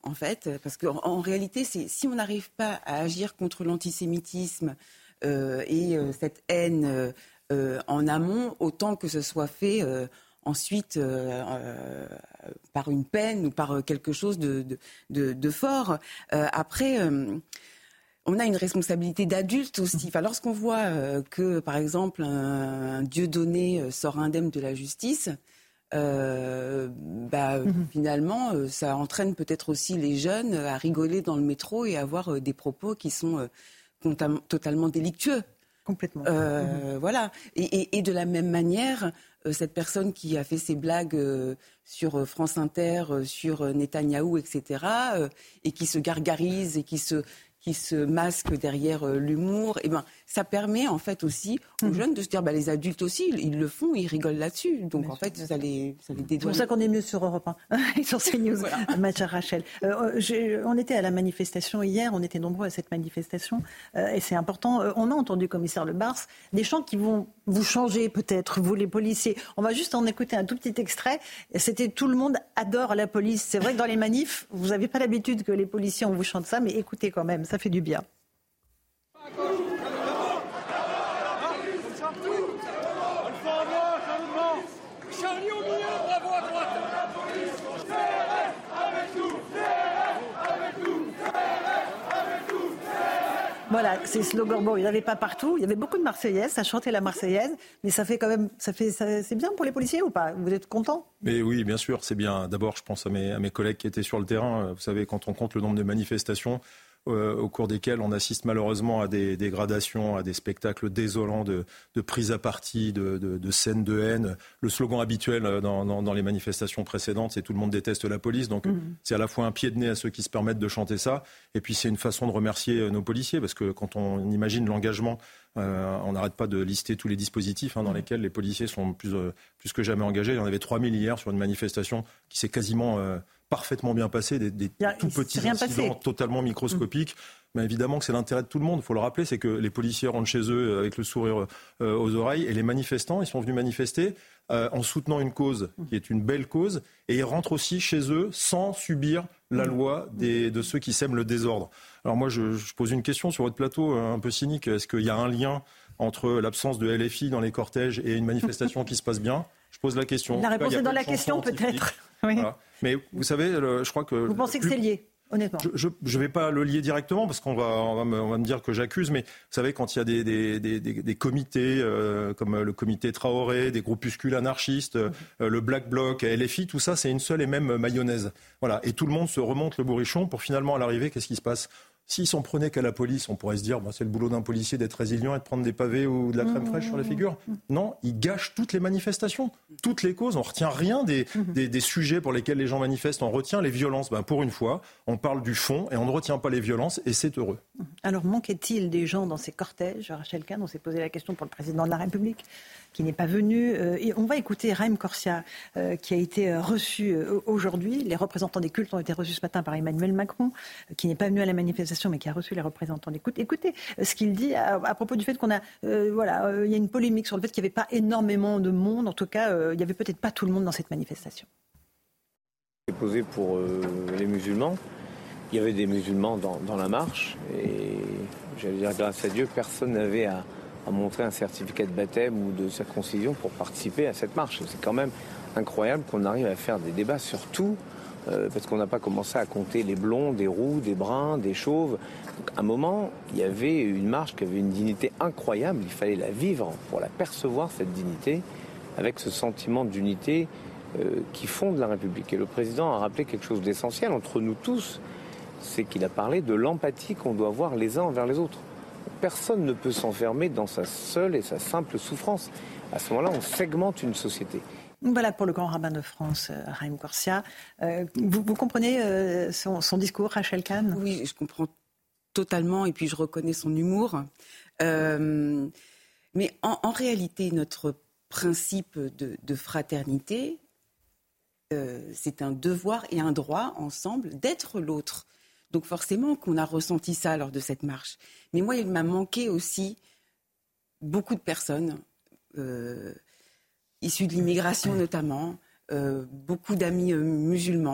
en fait, parce qu'en en réalité, c'est, si on n'arrive pas à agir contre l'antisémitisme euh, et euh, cette haine euh, euh, en amont, autant que ce soit fait euh, ensuite euh, euh, par une peine ou par quelque chose de, de, de, de fort. Euh, après... Euh, On a une responsabilité d'adulte aussi. Enfin, lorsqu'on voit euh, que, par exemple, un, un Dieudonné sort indemne de la justice, euh, bah, mm-hmm. finalement, euh, ça entraîne peut-être aussi les jeunes à rigoler dans le métro et à avoir euh, des propos qui sont euh, contam- totalement délictueux. Complètement. Euh, mm-hmm. Voilà. Et, et, et de la même manière, euh, cette personne qui a fait ses blagues euh, sur France Inter, euh, sur euh, Netanyahou, et cetera, euh, et qui se gargarise et qui se... qui se masquent derrière euh, l'humour, et ben ça permet en fait aussi aux mmh. jeunes de se dire bah les adultes aussi ils, ils le font, ils rigolent là-dessus. Donc bien en fait ça les ça les dédouane. C'est pour ça qu'on est mieux sur Europe un et sur CNews. Voilà. Macha Rachel. Euh, on était à la manifestation hier, on était nombreux à cette manifestation euh, et c'est important. Euh, on a entendu commissaire Le Bars, des chants qui vont vous changer peut-être, vous les policiers. On va juste en écouter un tout petit extrait. C'était tout le monde adore la police. C'est vrai que dans les manifs, vous n'avez pas l'habitude que les policiers on vous chante ça, mais écoutez quand même. Ça fait du bien. Charlie au milieu, bravo à droite. C R S avec nous, C R S avec nous, C R S avec nous, C R S. Voilà, c'est le slogan. Bon, il n'y en avait pas partout. Il y avait beaucoup de Marseillaises. Ça chantait la Marseillaise, mais ça fait quand même, ça fait, ça, c'est bien pour les policiers ou pas? Vous êtes contents? Mais oui, bien sûr, c'est bien. D'abord, je pense à mes, à mes collègues qui étaient sur le terrain. Vous savez, quand on compte le nombre de manifestations Euh, au cours desquels on assiste malheureusement à des dégradations, à des spectacles désolants de, de prise à partie, de, de, de scènes de haine. Le slogan habituel dans, dans, dans les manifestations précédentes, c'est « tout le monde déteste la police ». Donc mmh. c'est à la fois un pied de nez à ceux qui se permettent de chanter ça, et puis c'est une façon de remercier nos policiers, parce que quand on imagine l'engagement, euh, on n'arrête pas de lister tous les dispositifs hein, dans lesquels les policiers sont plus, euh, plus que jamais engagés. Il y en avait trois mille hier sur une manifestation qui s'est quasiment... Euh, parfaitement bien passé, des, des a, tout petits incidents passé. Totalement microscopiques. Mmh. Mais évidemment que c'est l'intérêt de tout le monde. Il faut le rappeler, c'est que les policiers rentrent chez eux avec le sourire euh, aux oreilles, et les manifestants, ils sont venus manifester euh, en soutenant une cause qui est une belle cause, et ils rentrent aussi chez eux sans subir la loi des, de ceux qui sèment le désordre. Alors moi, je, je pose une question sur votre plateau, un peu cynique. Est-ce qu'il y a un lien entre l'absence de L F I dans les cortèges et une manifestation qui se passe bien? Je pose la question. La réponse est dans la question, peut-être. Oui. Voilà. Mais vous savez, le, je crois que... Vous pensez plus... que c'est lié, honnêtement? Je ne vais pas le lier directement, parce qu'on va, on va, me, on va me dire que j'accuse, mais vous savez, quand il y a des, des, des, des, des comités, euh, comme le comité Traoré, des groupuscules anarchistes, euh, le Black Bloc, L F I, tout ça, c'est une seule et même mayonnaise. Voilà. Et tout le monde se remonte le bourrichon pour finalement, à l'arrivée, qu'est-ce qui se passe? S'ils s'en prenaient qu'à la police, on pourrait se dire bah, c'est le boulot d'un policier d'être résilient et de prendre des pavés ou de la crème fraîche sur les figures. Non, ils gâchent toutes les manifestations, toutes les causes. On ne retient rien des, des, des sujets pour lesquels les gens manifestent. On retient les violences. Ben, pour une fois, on parle du fond et on ne retient pas les violences, et c'est heureux. Alors, manquait-il des gens dans ces cortèges? Rachel Kahn, on s'est posé la question pour le président de la République, qui n'est pas venu. Euh, et on va écouter Raïm Corsia, euh, qui a été reçu euh, aujourd'hui. Les représentants des cultes ont été reçus ce matin par Emmanuel Macron, euh, qui n'est pas venu à la manifestation, mais qui a reçu les représentants des cultes. Écoutez euh, ce qu'il dit à, à propos du fait qu'on a, euh, voilà, euh, il y a une polémique sur le fait qu'il n'y avait pas énormément de monde. En tout cas, euh, il n'y avait peut-être pas tout le monde dans cette manifestation. C'est posé pour euh, les musulmans. Il y avait des musulmans dans, dans la marche, et j'allais dire grâce à Dieu, personne n'avait à à montrer un certificat de baptême ou de circoncision pour participer à cette marche. C'est quand même incroyable qu'on arrive à faire des débats, surtout euh, parce qu'on n'a pas commencé à compter les blonds, des roux, des bruns, des chauves. Donc, à un moment, il y avait une marche qui avait une dignité incroyable. Il fallait la vivre pour la percevoir, cette dignité, avec ce sentiment d'unité euh, qui fonde la République. Et le président a rappelé quelque chose d'essentiel entre nous tous, c'est qu'il a parlé de l'empathie qu'on doit avoir les uns envers les autres. Personne ne peut s'enfermer dans sa seule et sa simple souffrance. À ce moment-là, on segmente une société. Voilà pour le grand rabbin de France, euh, Raïm Corsia. Euh, vous, vous comprenez euh, son, son discours, Rachel Kahn? Oui, je comprends totalement, et puis je reconnais son humour. Euh, mais en, en réalité, notre principe de, de fraternité, euh, c'est un devoir et un droit ensemble d'être l'autre. Donc forcément qu'on a ressenti ça lors de cette marche. Mais moi, il m'a manqué aussi beaucoup de personnes, euh, issues de l'immigration notamment, euh, beaucoup d'amis euh, musulmans,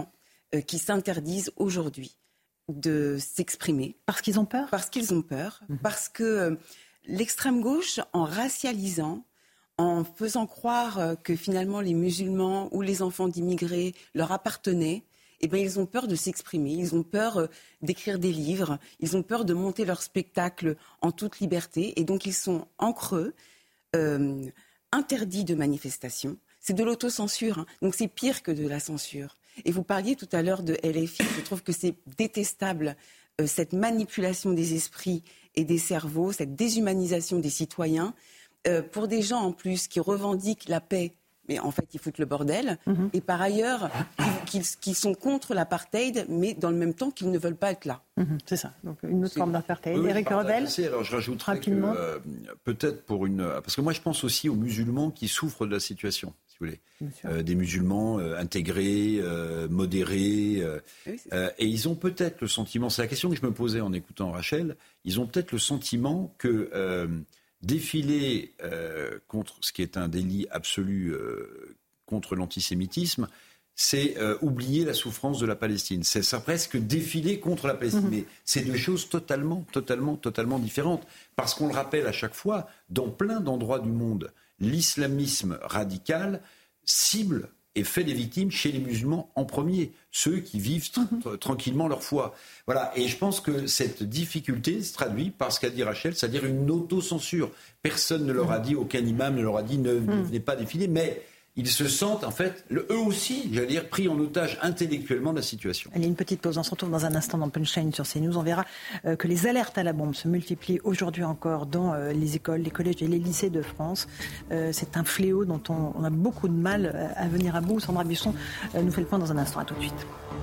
euh, qui s'interdisent aujourd'hui de s'exprimer. Parce qu'ils ont peur ? Parce qu'ils ont peur. Mmh. Parce que euh, l'extrême gauche, en racialisant, en faisant croire que finalement les musulmans ou les enfants d'immigrés leur appartenaient, eh bien, ils ont peur de s'exprimer, ils ont peur euh, d'écrire des livres, ils ont peur de monter leur spectacle en toute liberté, et donc ils sont en creux, euh, interdits de manifestation. C'est de l'autocensure, hein. Donc c'est pire que de la censure. Et vous parliez tout à l'heure de L F I, je trouve que c'est détestable, euh, cette manipulation des esprits et des cerveaux, cette déshumanisation des citoyens, euh, pour des gens en plus qui revendiquent la paix. Mais en fait, ils foutent le bordel. Mmh. Et par ailleurs, qu'ils, qu'ils sont contre l'apartheid, mais dans le même temps, qu'ils ne veulent pas être là. Mmh, c'est ça. Donc une autre c'est... forme d'apartheid. Oui, Éric Revel. Alors je rajouterais que euh, peut-être pour une... Parce que moi, je pense aussi aux musulmans qui souffrent de la situation, si vous voulez. Euh, des musulmans euh, intégrés, euh, modérés. Euh, oui, euh, et ils ont peut-être le sentiment... C'est la question que je me posais en écoutant Rachel. Ils ont peut-être le sentiment que... Euh, défiler euh, contre ce qui est un délit absolu euh, contre l'antisémitisme, c'est euh, oublier la souffrance de la Palestine. C'est ça, presque défiler contre la Palestine. Mmh. Mais c'est deux choses totalement, totalement, totalement différentes. Parce qu'on le rappelle à chaque fois, dans plein d'endroits du monde, l'islamisme radical cible et fait des victimes chez les musulmans en premier, ceux qui vivent tra- tra- tranquillement leur foi. Voilà. Et je pense que cette difficulté se traduit par ce qu'a dit Rachel, c'est-à-dire une autocensure. Personne ne leur a dit, aucun imam ne leur a dit ne, ne venez pas défiler, mais ils se sentent en fait, le, eux aussi, j'allais dire, pris en otage intellectuellement de la situation. Allez, une petite pause, on se retrouve dans un instant dans Punchline sur CNews. On verra euh, que les alertes à la bombe se multiplient aujourd'hui encore dans euh, les écoles, les collèges et les lycées de France. Euh, c'est un fléau dont on, on a beaucoup de mal euh, à venir à bout. Sandra Buisson euh, nous fait le point dans un instant. À tout de suite.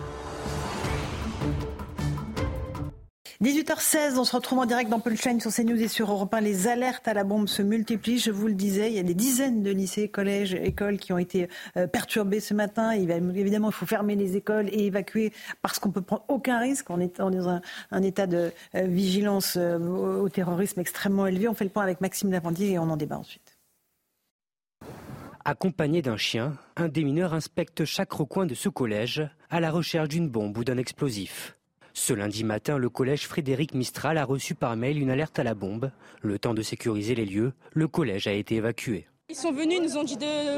dix-huit heures seize, on se retrouve en direct dans Punchline sur CNews et sur Europe un. Les alertes à la bombe se multiplient. Je vous le disais, il y a des dizaines de lycées, collèges, écoles qui ont été euh, perturbés ce matin. Il va, évidemment, il faut fermer les écoles et évacuer parce qu'on ne peut prendre aucun risque. On est dans un, un état de euh, vigilance euh, au, au terrorisme extrêmement élevé. On fait le point avec Maxime Lavandier et on en débat ensuite. Accompagné d'un chien, un des mineurs inspecte chaque recoin de ce collège à la recherche d'une bombe ou d'un explosif. Ce lundi matin, le collège Frédéric Mistral a reçu par mail une alerte à la bombe. Le temps de sécuriser les lieux, le collège a été évacué. Ils sont venus, ils nous ont dit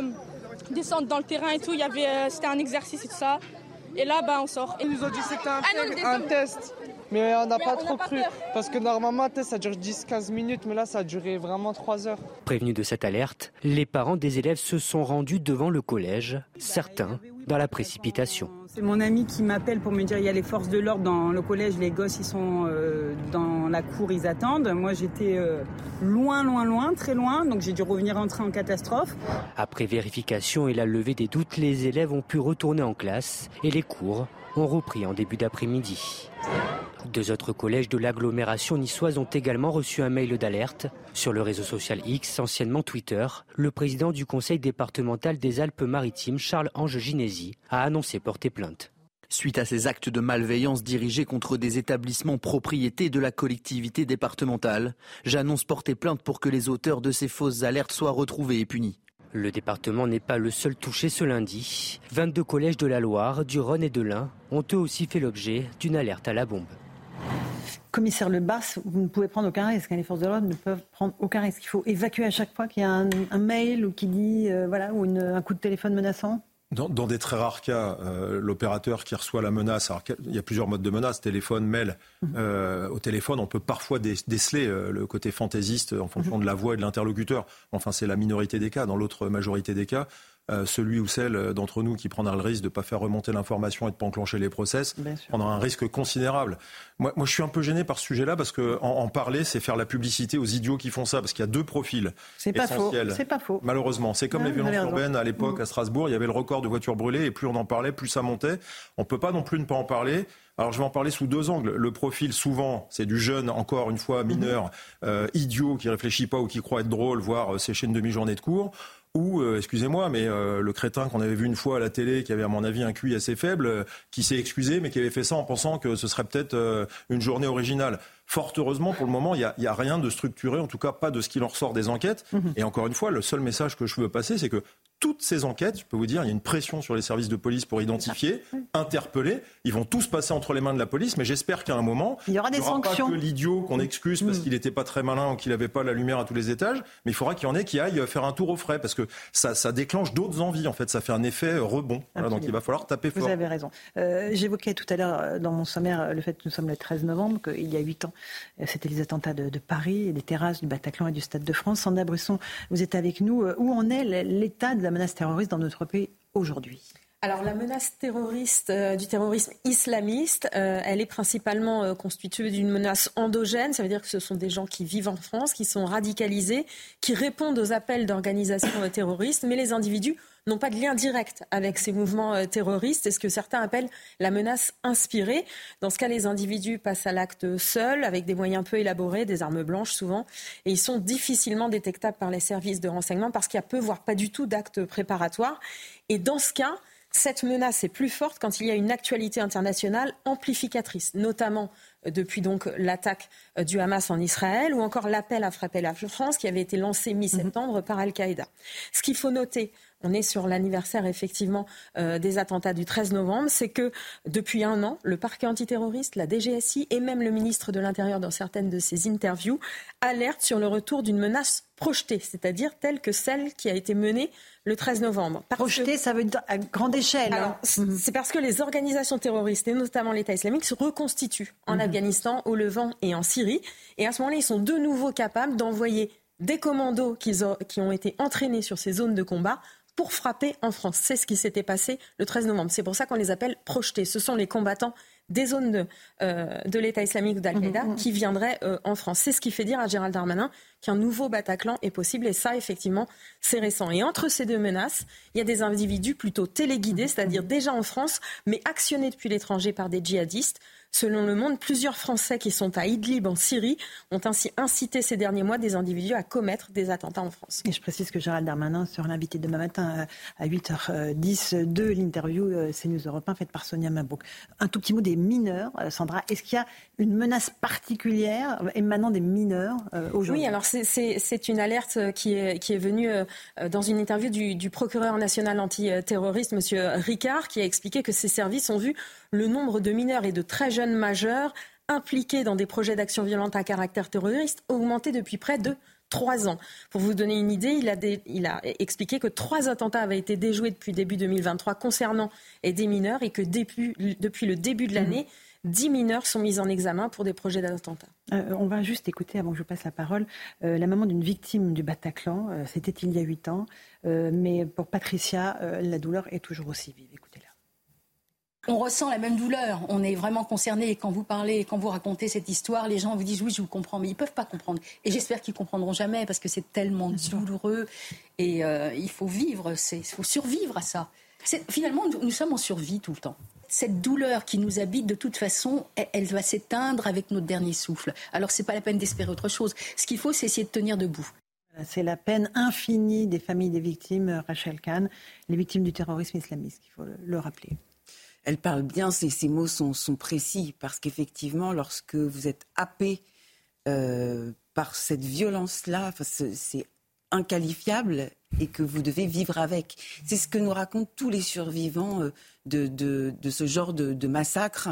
de descendre dans le terrain et tout. Il y avait, euh, c'était un exercice et tout ça. Et là, bah, on sort. Ils nous ont dit que c'était un, ah non, un test. Mais on n'a pas trop pas cru. Peur. Parce que normalement, un test, ça dure dix à quinze minutes. Mais là, ça a duré vraiment trois heures. Prévenus de cette alerte, les parents des élèves se sont rendus devant le collège, certains dans la précipitation. C'est mon ami qui m'appelle pour me dire il y a les forces de l'ordre dans le collège, les gosses ils sont euh, dans la cour, ils attendent. Moi j'étais euh, loin, loin, loin, très loin, donc j'ai dû revenir entrer en catastrophe. Après vérification et la levée des doutes, les élèves ont pu retourner en classe et les cours ont repris en début d'après-midi. Deux autres collèges de l'agglomération niçoise ont également reçu un mail d'alerte. Sur le réseau social X, anciennement Twitter, le président du conseil départemental des Alpes-Maritimes, Charles-Ange Ginésy, a annoncé porter plainte. Suite à ces actes de malveillance dirigés contre des établissements propriétés de la collectivité départementale, j'annonce porter plainte pour que les auteurs de ces fausses alertes soient retrouvés et punis. Le département n'est pas le seul touché ce lundi. vingt-deux collèges de la Loire, du Rhône et de l'Ain ont eux aussi fait l'objet d'une alerte à la bombe. Commissaire Lebas, vous ne pouvez prendre aucun risque. Les forces de l'ordre ne peuvent prendre aucun risque. Il faut évacuer à chaque fois qu'il y a un, un mail ou qui dit euh, voilà, ou une, un coup de téléphone menaçant. Dans, dans des très rares cas, euh, l'opérateur qui reçoit la menace, alors il y a plusieurs modes de menace, téléphone, mail. Euh, au téléphone, on peut parfois dé- déceler euh, le côté fantaisiste en fonction de la voix et de l'interlocuteur. Enfin, c'est la minorité des cas. Dans l'autre majorité des cas, euh, celui ou celle d'entre nous qui prendra le risque de ne pas faire remonter l'information et de ne pas enclencher les process prendra un risque considérable. Moi, moi, je suis un peu gêné par ce sujet-là parce que en, en parler, c'est faire la publicité aux idiots qui font ça. Parce qu'il y a deux profils c'est pas essentiels. Faux. C'est pas faux. Malheureusement, c'est comme ouais, les violences urbaines à l'époque mmh. à Strasbourg. Il y avait le record de voitures brûlées et plus on en parlait, plus ça montait. On ne peut pas non plus ne pas en parler. Alors je vais en parler sous deux angles. Le profil, souvent, c'est du jeune, encore une fois, mineur, euh, idiot, qui réfléchit pas ou qui croit être drôle, voire euh, sécher une demi-journée de cours. Ou, euh, excusez-moi, mais euh, le crétin qu'on avait vu une fois à la télé, qui avait à mon avis un Q I assez faible, euh, qui s'est excusé, mais qui avait fait ça en pensant que ce serait peut-être euh, une journée originale. fort heureusement, pour le moment, il n'y a, a rien de structuré, en tout cas pas de ce qu'il en ressort des enquêtes. Mmh. Et encore une fois, le seul message que je veux passer, c'est que toutes ces enquêtes, je peux vous dire, il y a une pression sur les services de police pour identifier, interpeller. Ils vont tous passer entre les mains de la police, mais j'espère qu'à un moment, il y aura des sanctions. Il n'y aura pas que l'idiot qu'on excuse parce mmh. qu'il n'était pas très malin ou qu'il n'avait pas la lumière à tous les étages, mais il faudra qu'il y en ait qui aillent faire un tour au frais, parce que ça, ça déclenche d'autres envies, en fait. Ça fait un effet rebond. Voilà, donc il va falloir taper fort. Vous avez raison. Euh, j'évoquais tout à l'heure dans mon sommaire le fait que nous sommes le treize novembre, qu'il y a huit ans, c'était les attentats de, de Paris, des terrasses du Bataclan et du Stade de France. Sandra Brusson, vous êtes avec nous. Où en est l'état de la menace terroriste dans notre pays aujourd'hui ? Alors la menace terroriste, euh, du terrorisme islamiste, euh, elle est principalement euh, constituée d'une menace endogène. Ça veut dire que ce sont des gens qui vivent en France, qui sont radicalisés, qui répondent aux appels d'organisations euh, terroristes, mais les individus n'ont pas de lien direct avec ces mouvements euh, terroristes. C'est ce que certains appellent la menace inspirée. Dans ce cas, les individus passent à l'acte seuls, avec des moyens peu élaborés, des armes blanches souvent, et ils sont difficilement détectables par les services de renseignement parce qu'il y a peu, voire pas du tout d'actes préparatoires. Et dans ce cas, cette menace est plus forte quand il y a une actualité internationale amplificatrice, notamment depuis donc l'attaque du Hamas en Israël ou encore l'appel à frapper la France qui avait été lancé mi-septembre par Al-Qaïda. Ce qu'il faut noter, on est sur l'anniversaire effectivement euh, des attentats du treize novembre, c'est que depuis un an, le parquet antiterroriste, la D G S I et même le ministre de l'Intérieur dans certaines de ses interviews alertent sur le retour d'une menace projetée, c'est-à-dire telle que celle qui a été menée le treize novembre. Parce projetée, que... ça veut dire à grande échelle. Alors, hein. c'est, c'est parce que les organisations terroristes, et notamment l'État islamique, se reconstituent en mmh. Afghanistan, au Levant et en Syrie. Et à ce moment-là, ils sont de nouveau capables d'envoyer des commandos qui ont, qui ont été entraînés sur ces zones de combat pour frapper en France. C'est ce qui s'était passé le treize novembre. C'est pour ça qu'on les appelle projetés. Ce sont les combattants des zones de, euh, de l'État islamique ou d'Al-Qaïda mmh, mmh. qui viendraient euh, en France. C'est ce qui fait dire à Gérald Darmanin qu'un nouveau Bataclan est possible. Et ça, effectivement, c'est récent. Et entre ces deux menaces, il y a des individus plutôt téléguidés, c'est-à-dire déjà en France, mais actionnés depuis l'étranger par des djihadistes. Selon Le Monde, plusieurs Français qui sont à Idlib en Syrie ont ainsi incité ces derniers mois des individus à commettre des attentats en France. Et je précise que Gérald Darmanin sera l'invité demain matin à huit heures dix de l'interview CNews Europe un faite par Sonia Mabrouk. Un tout petit mot des mineurs, Sandra. Est-ce qu'il y a une menace particulière émanant des mineurs aujourd'hui ? Oui, alors c'est, c'est, c'est une alerte qui est, qui est venue dans une interview du, du procureur national antiterroriste, M. Ricard, qui a expliqué que ses services ont vu le nombre de mineurs et de très jeunes majeurs impliqués dans des projets d'action violente à caractère terroriste augmenter depuis près de trois ans. Pour vous donner une idée, il a, des, il a expliqué que trois attentats avaient été déjoués depuis début deux mille vingt-trois concernant des mineurs et que depuis, depuis le début de l'année, dix mineurs sont mis en examen pour des projets d'attentats. Euh, on va juste écouter, avant que je passe la parole, euh, la maman d'une victime du Bataclan. Euh, c'était il y a huit ans. Euh, mais pour Patricia, euh, la douleur est toujours aussi vive. Écoutez-la. On ressent la même douleur, on est vraiment concerné. Et quand vous parlez, quand vous racontez cette histoire, les gens vous disent oui, je vous comprends, mais ils ne peuvent pas comprendre. Et j'espère qu'ils ne comprendront jamais parce que c'est tellement douloureux. Et euh, il faut vivre, il faut survivre à ça. C'est, finalement, nous, nous sommes en survie tout le temps. Cette douleur qui nous habite, de toute façon, elle, elle va s'éteindre avec notre dernier souffle. Alors, ce n'est pas la peine d'espérer autre chose. Ce qu'il faut, c'est essayer de tenir debout. C'est la peine infinie des familles des victimes, Rachel Kahn, les victimes du terrorisme islamiste, il faut le, le rappeler. Elle parle bien, ces, ces mots sont, sont précis, parce qu'effectivement, lorsque vous êtes happé euh, par cette violence-là, enfin, c'est, c'est inqualifiable et que vous devez vivre avec. C'est ce que nous racontent tous les survivants de, de, de ce genre de, de massacre.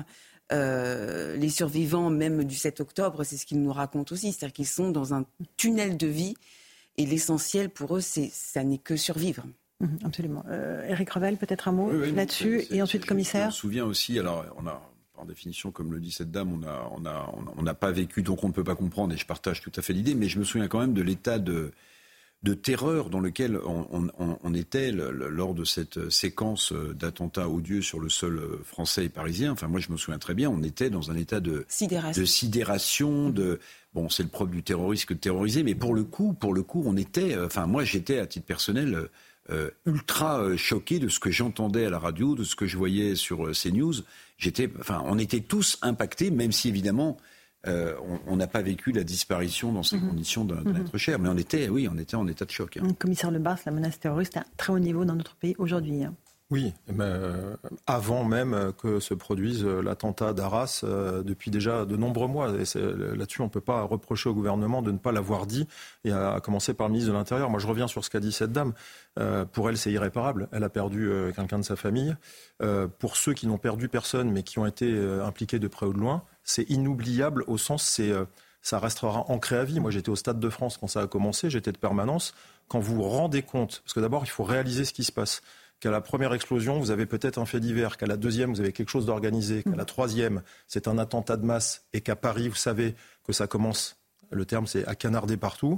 Euh, les survivants même du sept octobre, c'est ce qu'ils nous racontent aussi, c'est-à-dire qu'ils sont dans un tunnel de vie et l'essentiel pour eux, c'est, ça n'est que survivre. Mmh, absolument. Euh, Éric Revel, peut-être un mot oui, oui, là-dessus, c'est, c'est, et ensuite je, commissaire. Je me souviens aussi, alors on a, par définition, comme le dit cette dame, on n'a on a, on a pas vécu, donc on ne peut pas comprendre, et je partage tout à fait l'idée, mais je me souviens quand même de l'état de, de terreur dans lequel on, on, on était le, le, lors de cette séquence d'attentats odieux sur le sol français et parisien. Enfin, moi, je me souviens très bien, on était dans un état de sidération, de, sidération, de bon, c'est le propre du terrorisme que de terroriser, mais pour le coup, pour le coup, on était, enfin, moi, j'étais à titre personnel Euh, ultra euh, choqué de ce que j'entendais à la radio, de ce que je voyais sur euh, CNews. J'étais, enfin, on était tous impactés, même si évidemment euh, on n'a pas vécu la disparition dans ces mmh. conditions d'un, d'un mmh. être cher, mais on était, oui, on était en état de choc. Hein. Commissaire Lebars, la menace terroriste est à un très haut niveau dans notre pays aujourd'hui. Hein. Oui, mais euh, avant même que se produise l'attentat d'Arras, euh, depuis déjà de nombreux mois. Et c'est, là-dessus, on ne peut pas reprocher au gouvernement de ne pas l'avoir dit, et à commencer par le ministre de l'Intérieur. Moi, je reviens sur ce qu'a dit cette dame. Euh, pour elle, c'est irréparable. Elle a perdu euh, quelqu'un de sa famille. Euh, pour ceux qui n'ont perdu personne, mais qui ont été euh, impliqués de près ou de loin, c'est inoubliable au sens, c'est, euh, ça restera ancré à vie. Moi, j'étais au Stade de France quand ça a commencé, j'étais de permanence. Quand vous vous rendez compte, parce que d'abord, il faut réaliser ce qui se passe, qu'à la première explosion, vous avez peut-être un fait divers, qu'à la deuxième, vous avez quelque chose d'organisé, qu'à la troisième, c'est un attentat de masse, et qu'à Paris, vous savez que ça commence, le terme c'est à canarder partout.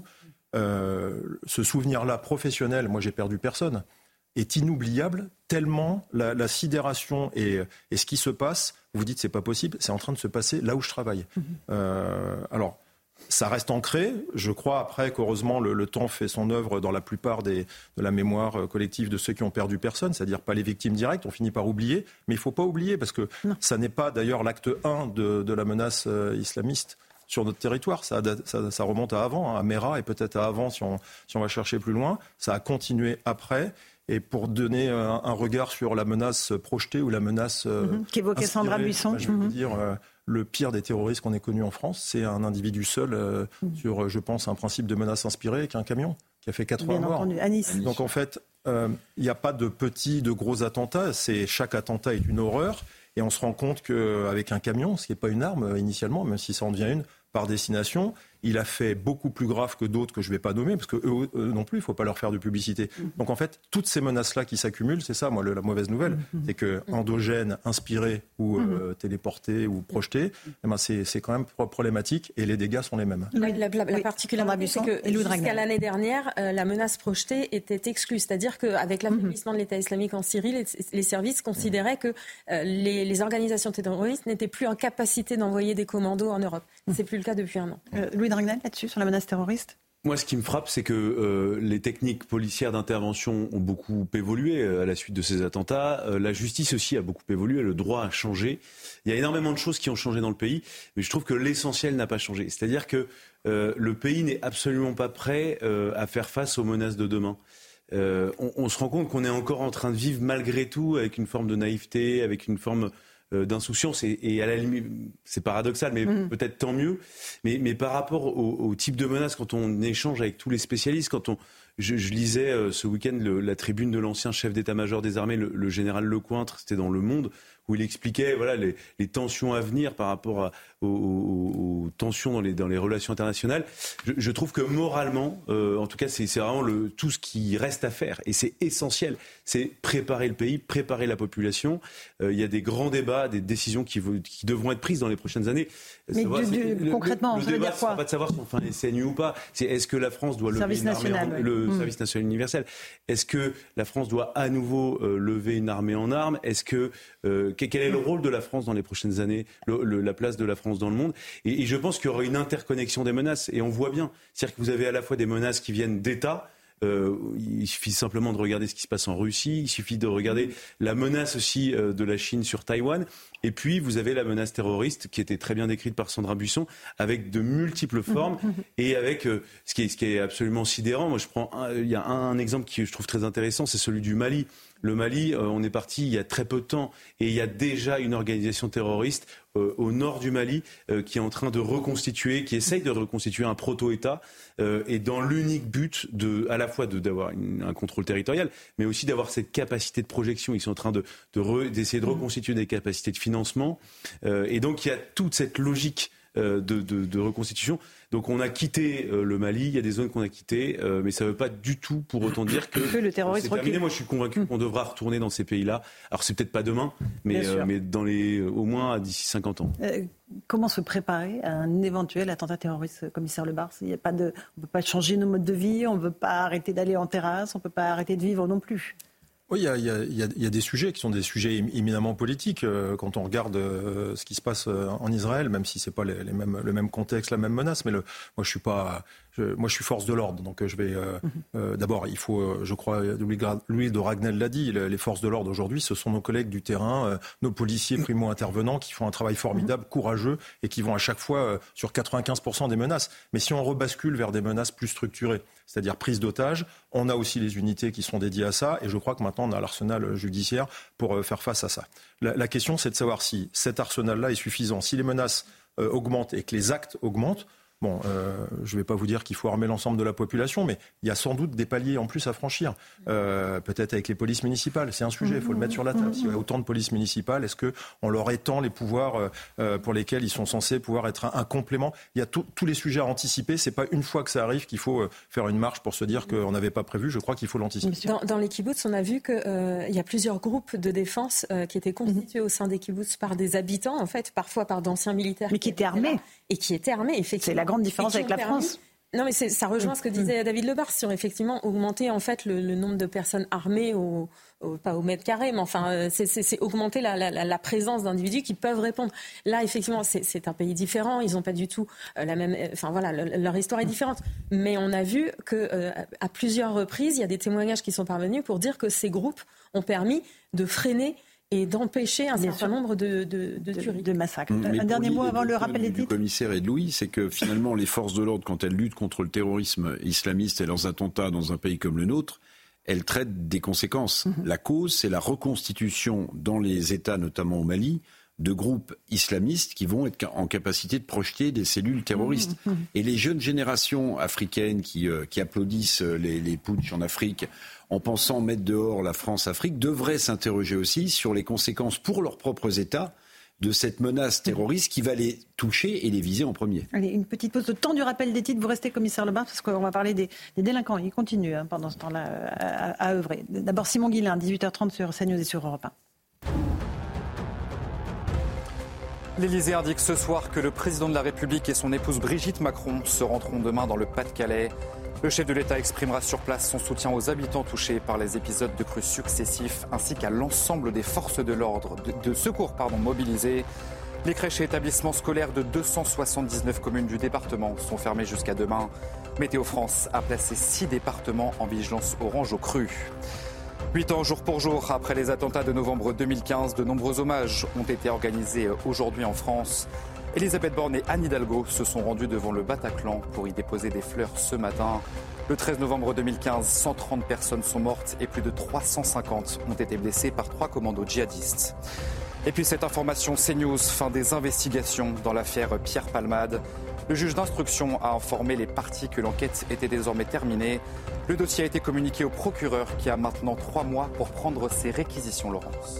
Euh, ce souvenir-là professionnel, moi j'ai perdu personne, est inoubliable, tellement la, la sidération et, et ce qui se passe, vous dites c'est pas possible, c'est en train de se passer là où je travaille. Mmh. Euh, alors, ça reste ancré. Je crois après qu'heureusement le, le temps fait son œuvre dans la plupart des, de la mémoire collective de ceux qui ont perdu personne, c'est-à-dire pas les victimes directes. On finit par oublier, mais il ne faut pas oublier parce que non. Ça n'est pas d'ailleurs l'acte un de, de la menace euh, islamiste sur notre territoire. Ça, ça, ça remonte à avant, hein, à Mera et peut-être à avant si on, si on va chercher plus loin. Ça a continué après. Et pour donner un, un regard sur la menace projetée ou la menace euh, mmh, qu'évoquait Sandra Buisson, bah, je vais mmh. vous dire. Euh, Le pire des terroristes qu'on ait connus en France, c'est un individu seul euh, mmh. sur, je pense, un principe de menace inspirée avec un camion qui a fait quatre-vingts morts. Entendu, à Nice. Donc en fait, il euh, n'y a pas de petits, de gros attentats. C'est, chaque attentat est une horreur. Et on se rend compte qu'avec un camion, ce qui n'est pas une arme initialement, même si ça en devient une, par destination, il a fait beaucoup plus grave que d'autres que je ne vais pas nommer, parce qu'eux eux non plus, il ne faut pas leur faire de publicité. Mmh. Donc en fait, toutes ces menaces-là qui s'accumulent, c'est ça, moi, le, la mauvaise nouvelle, mmh. c'est que endogène, inspiré ou mmh. euh, téléporté ou projeté, eh ben c'est, c'est quand même problématique et les dégâts sont les mêmes. La, la, la, la particularité, c'est que jusqu'à l'année dernière, euh, la menace projetée était exclue. C'est-à-dire qu'avec l'affaiblissement de l'État islamique en Syrie, les, les services considéraient que euh, les, les organisations terroristes n'étaient plus en capacité d'envoyer des commandos en Europe. C'est plus le cas depuis un an. Euh, Louis Dragnel, là-dessus, sur la menace terroriste ? Moi, ce qui me frappe, c'est que euh, les techniques policières d'intervention ont beaucoup évolué euh, à la suite de ces attentats. Euh, la justice aussi a beaucoup évolué, le droit a changé. Il y a énormément de choses qui ont changé dans le pays, mais je trouve que l'essentiel n'a pas changé. C'est-à-dire que euh, le pays n'est absolument pas prêt euh, à faire face aux menaces de demain. Euh, on, on se rend compte qu'on est encore en train de vivre malgré tout avec une forme de naïveté, avec une forme euh, d'insouciance et, et à la limite, c'est paradoxal, mais mmh. peut-être tant mieux. Mais, mais par rapport au, au type de menace, quand on échange avec tous les spécialistes, quand on, je, je lisais euh, ce week-end le, la tribune de l'ancien chef d'état-major des armées, le, le général Lecointre, c'était dans Le Monde, où il expliquait voilà les, les tensions à venir par rapport à, aux, aux, aux tensions dans les, dans les relations internationales. Je, je trouve que moralement, euh, en tout cas, c'est, c'est vraiment le, tout ce qui reste à faire. Et c'est essentiel. C'est préparer le pays, préparer la population. Euh, il y a des grands débats, des décisions qui, qui devront être prises dans les prochaines années. Mais savoir, du, du, le, concrètement, le, ça le veut débat, dire quoi ? c'est pas de savoir si on fait un S N U ou pas. C'est est-ce que la France doit lever service une armée national, en, oui. le mmh. service national universel ? Est-ce que la France doit à nouveau euh, lever une armée en armes ? Est-ce que euh, quel est le rôle de la France dans les prochaines années, le, le, la place de la France dans le monde ? Et, et je pense qu'il y aura une interconnexion des menaces. Et on voit bien, c'est-à-dire que vous avez à la fois des menaces qui viennent d'États. Euh, il suffit simplement de regarder ce qui se passe en Russie, il suffit de regarder la menace aussi euh, de la Chine sur Taïwan, et puis vous avez la menace terroriste qui était très bien décrite par Sandra Buisson, avec de multiples formes, et avec euh, ce, qui est, ce qui est absolument sidérant. Moi je prends un, il y a un, un exemple qui je trouve très intéressant, c'est celui du Mali. Le Mali, euh, on est parti il y a très peu de temps, et il y a déjà une organisation terroriste euh, au nord du Mali euh, qui est en train de reconstituer, qui essaye de reconstituer un proto-État, euh, et dans l'unique but de, à la fois de, d'avoir une, un contrôle territorial, mais aussi d'avoir cette capacité de projection. Ils sont en train de, de re, d'essayer de reconstituer des capacités de financement, euh, et donc il y a toute cette logique euh, de, de, de reconstitution. Donc on a quitté euh, le Mali, il y a des zones qu'on a quittées, euh, mais ça ne veut pas du tout pour autant dire que, que le terrorisme c'est terminé. Recule. Moi je suis convaincu mmh. qu'on devra retourner dans ces pays-là. Alors c'est peut-être pas demain, mais, euh, mais dans les, au moins d'ici cinquante ans. Euh, comment se préparer à un éventuel attentat terroriste, commissaire Lebars ? Il y a pas de, on ne peut pas changer nos modes de vie, on ne veut pas arrêter d'aller en terrasse, on ne peut pas arrêter de vivre non plus. Oui, il y a, il y a, il y a, il y a des sujets qui sont des sujets éminemment politiques. Euh, quand on regarde euh, ce qui se passe euh, en Israël, même si c'est pas les, les mêmes, le même contexte, la même menace, mais le, moi je suis pas, je, moi, je suis force de l'ordre, donc je vais. Euh, euh, d'abord, il faut, euh, je crois, Louis, Louis de Ragnel l'a dit, les forces de l'ordre aujourd'hui, ce sont nos collègues du terrain, euh, nos policiers primo-intervenants qui font un travail formidable, courageux, et qui vont à chaque fois euh, sur quatre-vingt-quinze pour cent des menaces. Mais si on rebascule vers des menaces plus structurées, c'est-à-dire prise d'otages, on a aussi les unités qui sont dédiées à ça, et je crois que maintenant on a l'arsenal judiciaire pour euh, faire face à ça. La, la question, c'est de savoir si cet arsenal-là est suffisant, si les menaces euh, augmentent et que les actes augmentent. Bon, euh, je ne vais pas vous dire qu'il faut armer l'ensemble de la population, mais il y a sans doute des paliers en plus à franchir. Euh, peut-être avec les polices municipales, c'est un sujet, il faut le mettre sur la table. S'il y a autant de polices municipales, est-ce qu'on leur étend les pouvoirs euh, pour lesquels ils sont censés pouvoir être un, un complément ? Il y a tout, tous les sujets à anticiper. C'est pas une fois que ça arrive qu'il faut euh, faire une marche pour se dire qu'on n'avait pas prévu. Je crois qu'il faut l'anticiper. Dans, dans les kibboutz, on a vu qu'il euh, y a plusieurs groupes de défense euh, qui étaient constitués au sein des kibboutz par des habitants, en fait, parfois par d'anciens militaires. Mais qui étaient armés. Et qui étaient armés, effectivement. C'est la grande différence avec la France. Non, mais c'est, ça rejoint ce que disait David Lebars sur effectivement augmenter en fait le, le nombre de personnes armées, au, au, pas au mètre carré, mais enfin c'est, c'est, c'est augmenter la, la, la présence d'individus qui peuvent répondre. Là, effectivement, c'est, c'est un pays différent. Ils n'ont pas du tout la même. Enfin voilà, le, leur histoire est différente. Mais on a vu que euh, à plusieurs reprises, il y a des témoignages qui sont parvenus pour dire que ces groupes ont permis de freiner et d'empêcher un certain nombre de, de, de tueries. De massacres. Mais un dernier mot avant le rappel des titres. Du commissaire et de Louis, c'est que finalement les forces de l'ordre, quand elles luttent contre le terrorisme islamiste et leurs attentats dans un pays comme le nôtre, elles traitent des conséquences. Mm-hmm. La cause, c'est la reconstitution dans les États, notamment au Mali, de groupes islamistes qui vont être en capacité de projeter des cellules terroristes. Mmh, mmh. Et les jeunes générations africaines qui, euh, qui applaudissent les, les putschs en Afrique en pensant mettre dehors la France-Afrique devraient s'interroger aussi sur les conséquences pour leurs propres États de cette menace terroriste qui va les toucher et les viser en premier. Allez, une petite pause. Le temps du rappel des titres, vous restez commissaire Lebars parce qu'on va parler des, des délinquants. Ils continuent hein, pendant ce temps-là à, à, à œuvrer. D'abord Simon Guillain, dix-huit heures trente sur CNews et sur Europe un. L'Élysée indique ce soir que le président de la République et son épouse Brigitte Macron se rendront demain dans le Pas-de-Calais. Le chef de l'État exprimera sur place son soutien aux habitants touchés par les épisodes de crues successifs ainsi qu'à l'ensemble des forces de l'ordre de, de secours pardon, mobilisées. Les crèches et établissements scolaires de deux cent soixante-dix-neuf communes du département sont fermés jusqu'à demain. Météo France a placé six départements en vigilance orange aux crues. Huit ans jour pour jour après les attentats de novembre deux mille quinze, de nombreux hommages ont été organisés aujourd'hui en France. Elisabeth Borne et Anne Hidalgo se sont rendues devant le Bataclan pour y déposer des fleurs ce matin. Le treize novembre deux mille quinze, cent trente personnes sont mortes et plus de trois cent cinquante ont été blessées par trois commandos djihadistes. Et puis cette information CNews, fin des investigations dans l'affaire Pierre Palmade. Le juge d'instruction a informé les parties que l'enquête était désormais terminée. Le dossier a été communiqué au procureur qui a maintenant trois mois pour prendre ses réquisitions, Laurence.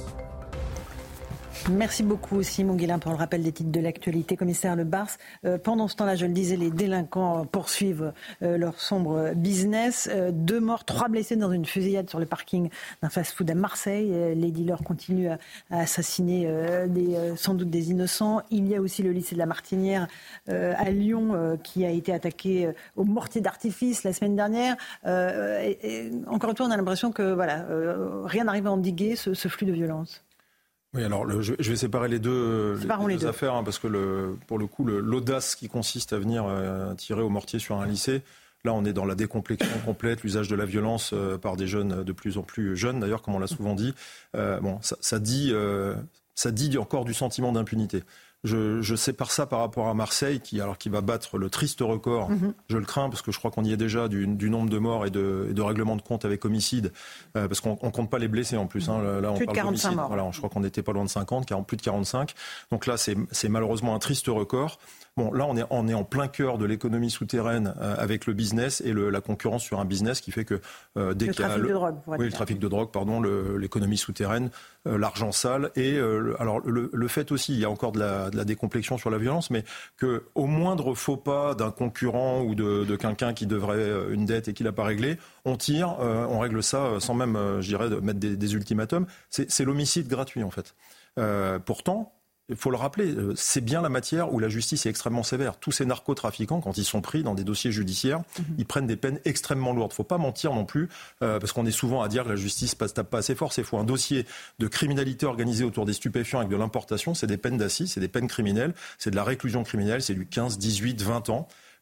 Merci beaucoup Simon Guillain pour le rappel des titres de l'actualité. Commissaire Lebars, euh, pendant ce temps-là, je le disais, les délinquants poursuivent euh, leur sombre business. Euh, deux morts, trois blessés dans une fusillade sur le parking d'un fast-food à Marseille. Euh, les dealers continuent à, à assassiner euh, des, euh, sans doute des innocents. Il y a aussi le lycée de la Martinière euh, à Lyon euh, qui a été attaqué euh, au mortier d'artifice la semaine dernière. Euh, et, et, encore une fois, on a l'impression que voilà, euh, rien n'arrive à endiguer ce, ce flux de violence. Oui, alors le, je, je vais séparer les deux, les, les les deux deux. affaires, hein, parce que le, pour le coup, le, l'audace qui consiste à venir euh, tirer au mortier sur un lycée, là on est dans la décomplexion complète, l'usage de la violence euh, par des jeunes de plus en plus jeunes, d'ailleurs, comme on l'a souvent dit. Euh, bon, ça, ça, dit, euh, ça dit encore du sentiment d'impunité. Je, je sépare ça par rapport à Marseille, qui, alors, qui va battre le triste record, mmh. je le crains, parce que je crois qu'on y est déjà du, du nombre de morts et de, et de règlement de compte avec homicide, euh, parce qu'on ne compte pas les blessés en plus. Hein, là, on plus parle de quarante-cinq morts. Voilà, je crois qu'on n'était pas loin de cinquante, plus de quarante-cinq. Donc là, c'est, c'est malheureusement un triste record. Bon, là, on est, on est en plein cœur de l'économie souterraine euh, avec le business et le, la concurrence sur un business qui fait que euh, dès le qu'il y a trafic le, de drogue, oui, le trafic de drogue, pardon, le, l'économie souterraine, euh, l'argent sale et euh, le, alors le, le fait aussi, il y a encore de la, de la décomplexion sur la violence, mais que au moindre faux pas d'un concurrent ou de, de quelqu'un qui devrait une dette et qui l'a pas réglé, on tire, euh, on règle ça sans même, euh, je dirais, de mettre des, des ultimatums. C'est, c'est l'homicide gratuit en fait. Euh, pourtant. Il faut le rappeler, c'est bien la matière où la justice est extrêmement sévère. Tous ces narcotrafiquants, quand ils sont pris dans des dossiers judiciaires, mmh. ils prennent des peines extrêmement lourdes. Il ne faut pas mentir non plus, euh, parce qu'on est souvent à dire que la justice ne tape pas assez fort. C'est faux. Un dossier de criminalité organisée autour des stupéfiants avec de l'importation, c'est des peines d'assises, c'est des peines criminelles, c'est de la réclusion criminelle, c'est du quinze, dix-huit, vingt ans.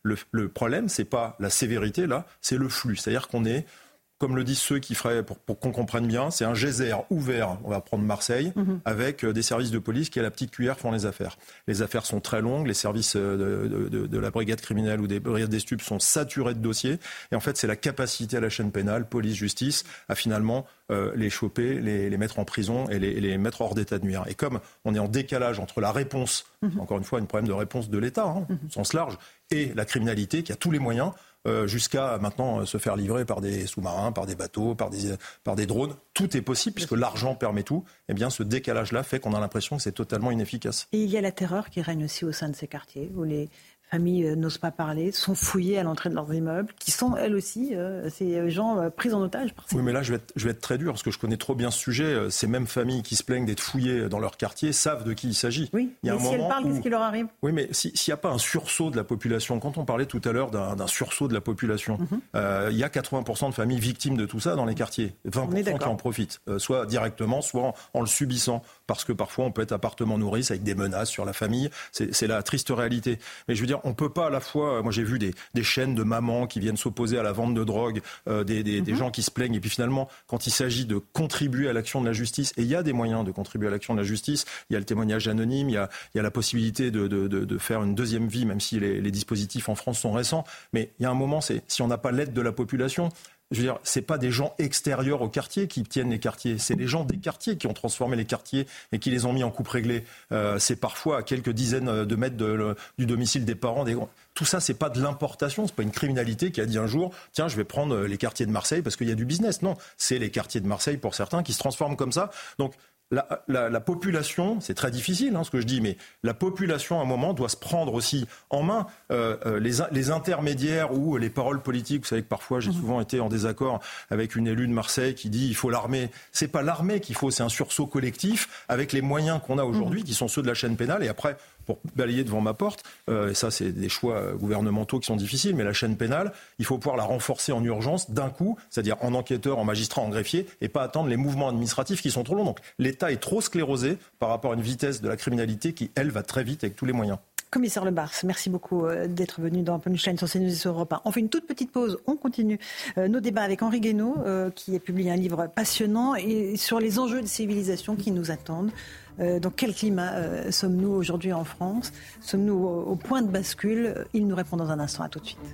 Le, le problème, c'est pas la sévérité, là, c'est le flux. C'est-à-dire qu'on est, comme le disent ceux qui feraient, pour, pour qu'on comprenne bien, c'est un geyser ouvert, on va prendre Marseille, mmh. avec des services de police qui, à la petite cuillère, font les affaires. Les affaires sont très longues, les services de, de, de, de la brigade criminelle ou des brigades des stupes sont saturés de dossiers. Et en fait, c'est la capacité à la chaîne pénale, police, justice, à finalement euh, les choper, les, les mettre en prison et les, et les mettre hors d'état de nuire. Et comme on est en décalage entre la réponse, mmh. encore une fois, un problème de réponse de l'État, hein, mmh. au sens large, et la criminalité qui a tous les moyens, Euh, jusqu'à maintenant euh, se faire livrer par des sous-marins, par des bateaux, par des, par des drones. Tout est possible puisque l'argent permet tout. Eh bien, ce décalage-là fait qu'on a l'impression que c'est totalement inefficace. Et il y a la terreur qui règne aussi au sein de ces quartiers où les familles euh, n'osent pas parler, sont fouillées à l'entrée de leurs immeubles, qui sont elles aussi euh, ces gens euh, pris en otage par ces... Oui, mais là, je vais, être, je vais être très dur parce que je connais trop bien ce sujet. Ces mêmes familles qui se plaignent d'être fouillées dans leur quartier savent de qui il s'agit. Oui, il y a mais un si moment elles parlent, où... qu'est-ce qui leur arrive ? Oui, mais si, s'il n'y a pas un sursaut de la population, quand on parlait tout à l'heure d'un, d'un sursaut de la population, mm-hmm. euh, il y a quatre-vingts pour cent de familles victimes de tout ça dans les quartiers. vingt pour cent qui en profitent, euh, soit directement, soit en, en le subissant. Parce que parfois, on peut être appartement nourrice avec des menaces sur la famille. C'est, c'est la triste réalité. Mais je veux dire, on ne peut pas à la fois... Moi, j'ai vu des, des chaînes de mamans qui viennent s'opposer à la vente de drogue, euh, des, des, mm-hmm. des gens qui se plaignent. Et puis finalement, quand il s'agit de contribuer à l'action de la justice, et il y a des moyens de contribuer à l'action de la justice, il y a le témoignage anonyme, il y a, il y a la possibilité de, de, de, de faire une deuxième vie, même si les, les dispositifs en France sont récents. Mais il y a un moment, c'est si on n'a pas l'aide de la population... Je veux dire, c'est pas des gens extérieurs au quartier qui tiennent les quartiers, c'est les gens des quartiers qui ont transformé les quartiers et qui les ont mis en coupe réglée. Euh, c'est parfois à quelques dizaines de mètres de, de, du domicile des parents. Des... Tout ça, c'est pas de l'importation, c'est pas une criminalité qui a dit un jour, tiens, je vais prendre les quartiers de Marseille parce qu'il y a du business. Non, c'est les quartiers de Marseille pour certains qui se transforment comme ça. Donc, La, la, la population, c'est très difficile hein, ce que je dis, mais la population à un moment doit se prendre aussi en main euh, euh, les, les intermédiaires ou les paroles politiques. Vous savez que parfois j'ai souvent été en désaccord avec une élue de Marseille qui dit il faut l'armée. C'est pas l'armée qu'il faut, c'est un sursaut collectif avec les moyens qu'on a aujourd'hui, qui sont ceux de la chaîne pénale. Et après, pour balayer devant ma porte, euh, et ça c'est des choix gouvernementaux qui sont difficiles, mais la chaîne pénale, il faut pouvoir la renforcer en urgence d'un coup, c'est-à-dire en enquêteur, en magistrat, en greffier, et pas attendre les mouvements administratifs qui sont trop longs. Donc l'État est trop sclérosé par rapport à une vitesse de la criminalité qui, elle, va très vite avec tous les moyens. Commissaire Lebars, merci beaucoup d'être venu dans Punchline sur CNews et sur Europe un. On fait une toute petite pause, on continue nos débats avec Henri Guénaud, qui a publié un livre passionnant et sur les enjeux de civilisation qui nous attendent. Dans quel climat sommes-nous aujourd'hui en France ? Sommes-nous au point de bascule ? Il nous répond dans un instant, à tout de suite.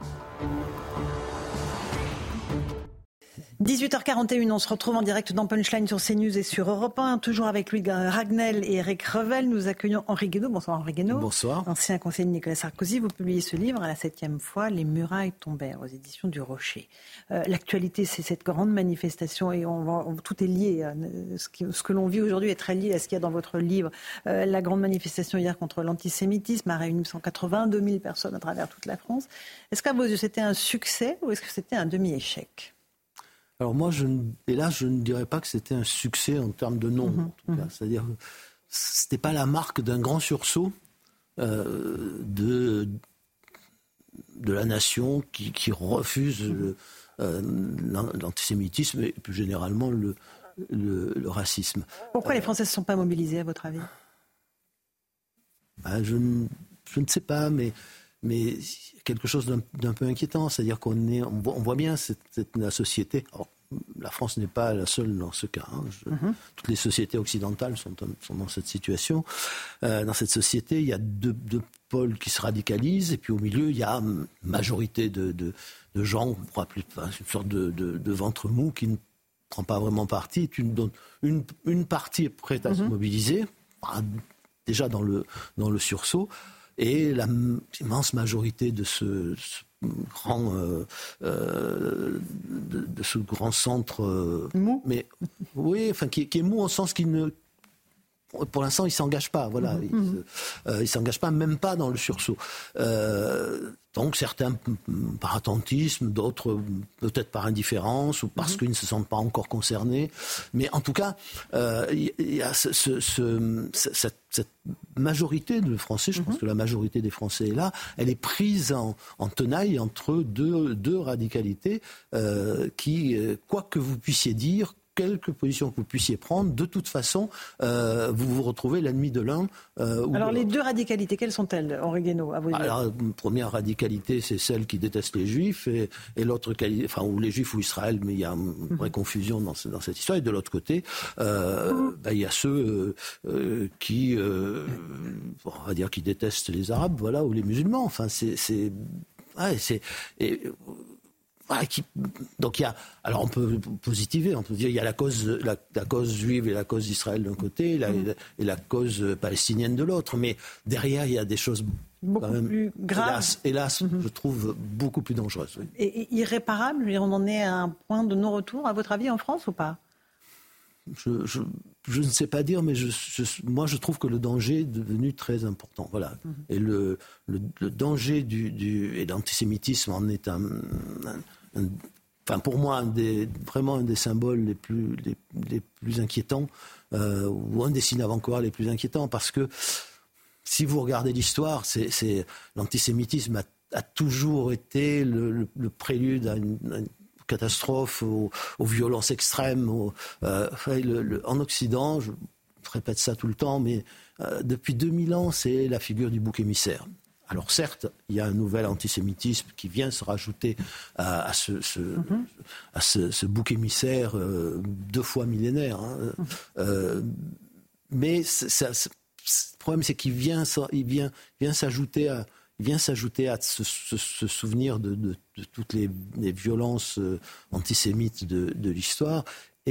dix-huit heures quarante et une, on se retrouve en direct dans Punchline sur CNews et sur Europe un, toujours avec Louis Ragnel et Eric Revel. Nous accueillons Henri Guénaud. Bonsoir Henri Guénaud. Bonsoir. Ancien conseiller de Nicolas Sarkozy. Vous publiez ce livre à la septième fois, Les murailles tombèrent, aux éditions du Rocher. Euh, l'actualité, c'est cette grande manifestation et on va, on, tout est lié. Euh, ce, qui, ce que l'on vit aujourd'hui est très lié à ce qu'il y a dans votre livre. Euh, la grande manifestation hier contre l'antisémitisme a réuni cent quatre-vingt-deux mille personnes à travers toute la France. Est-ce qu'à vos yeux, c'était un succès ou est-ce que c'était un demi-échec ? Alors moi, je ne, et là, je ne dirais pas que c'était un succès en termes de nombre. Mmh, en tout cas. Mmh. C'est-à-dire que ce n'était pas la marque d'un grand sursaut euh, de, de la nation qui, qui refuse le, euh, l'antisémitisme et plus généralement le, le, le racisme. Pourquoi euh, les Français ne se sont pas mobilisés, à votre avis ? ben, je, je ne sais pas, mais... Mais quelque chose d'un, d'un peu inquiétant, c'est-à-dire qu'on est, on voit, on voit bien cette, cette, la société. Alors, la France n'est pas la seule dans ce cas. Hein. Je, mm-hmm. Toutes les sociétés occidentales sont, sont dans cette situation. Euh, dans cette société, il y a deux, deux pôles qui se radicalisent, et puis au milieu, il y a une majorité de, de, de gens, on pourra plus, enfin, une sorte de, de, de ventre mou qui ne prend pas vraiment parti. Une, une, une partie est prête à mm-hmm. se mobiliser, déjà dans le, dans le sursaut. Et la immense majorité de ce, ce grand, euh, euh, de, de ce grand centre euh, mou, mais oui, enfin qui, qui est mou en sens qu'il ne, pour l'instant, il s'engage pas. Voilà, mmh. il, se, euh, il s'engage pas, même pas dans le sursaut. Euh, donc certains par attentisme, d'autres peut-être par indifférence ou parce mmh. qu'ils ne se sentent pas encore concernés. Mais en tout cas, euh, il y a ce, ce, ce, cette, cette majorité de Français, je mmh. pense que la majorité des Français est là, elle est prise en, en tenaille entre deux, deux radicalités euh, qui, quoi que vous puissiez dire, quelque position que vous puissiez prendre, de toute façon, euh, vous vous retrouvez l'ennemi de l'un. Euh, ou Alors de les l'autre. deux radicalités, quelles sont-elles, Henri Guénaud, à vos yeux ? Alors, une première radicalité, c'est celle qui déteste les Juifs, et, et l'autre, enfin, ou les Juifs ou Israël, mais il y a une vraie confusion dans, ce, dans cette histoire. Et de l'autre côté, euh, bah, il y a ceux euh, euh, qui, euh, bon, on va dire, qui détestent les Arabes, voilà, ou les musulmans. Enfin, c'est, c'est, ouais, c'est. Et, Voilà, qui, donc il y a, alors on peut positiver, on peut dire il y a la cause, la, la cause juive et la cause d'Israël d'un côté, la, mmh. et la cause palestinienne de l'autre, mais derrière il y a des choses beaucoup quand même, plus graves, hélas, hélas mmh. je trouve beaucoup plus dangereuses. Oui. Et, et irréparables, on en est à un point de non-retour, à votre avis, en France ou pas ? Je, je, je ne sais pas dire, mais je, je, moi je trouve que le danger est devenu très important. Voilà. Mmh. Et le, le, le danger du, du, et l'antisémitisme en est un, un Un, enfin pour moi, un des, vraiment un des symboles les plus, les, les plus inquiétants, euh, ou un des signes avant-coureurs les plus inquiétants, parce que si vous regardez l'histoire, c'est, c'est, l'antisémitisme a, a toujours été le, le, le prélude à une, à une catastrophe, aux, aux violences extrêmes. Aux, euh, le, le, en Occident, je répète ça tout le temps, mais euh, depuis deux mille ans, c'est la figure du bouc émissaire. Alors certes, il y a un nouvel antisémitisme qui vient se rajouter à, à, ce, ce, mm-hmm. à ce, ce bouc émissaire euh, deux fois millénaire. Hein. Mm-hmm. Euh, mais c'est, c'est, c'est, le problème, c'est qu'il vient, il vient, vient s'ajouter à, il vient s'ajouter à ce, ce, ce souvenir de, de, de toutes les, les violences euh, antisémites de, de l'histoire.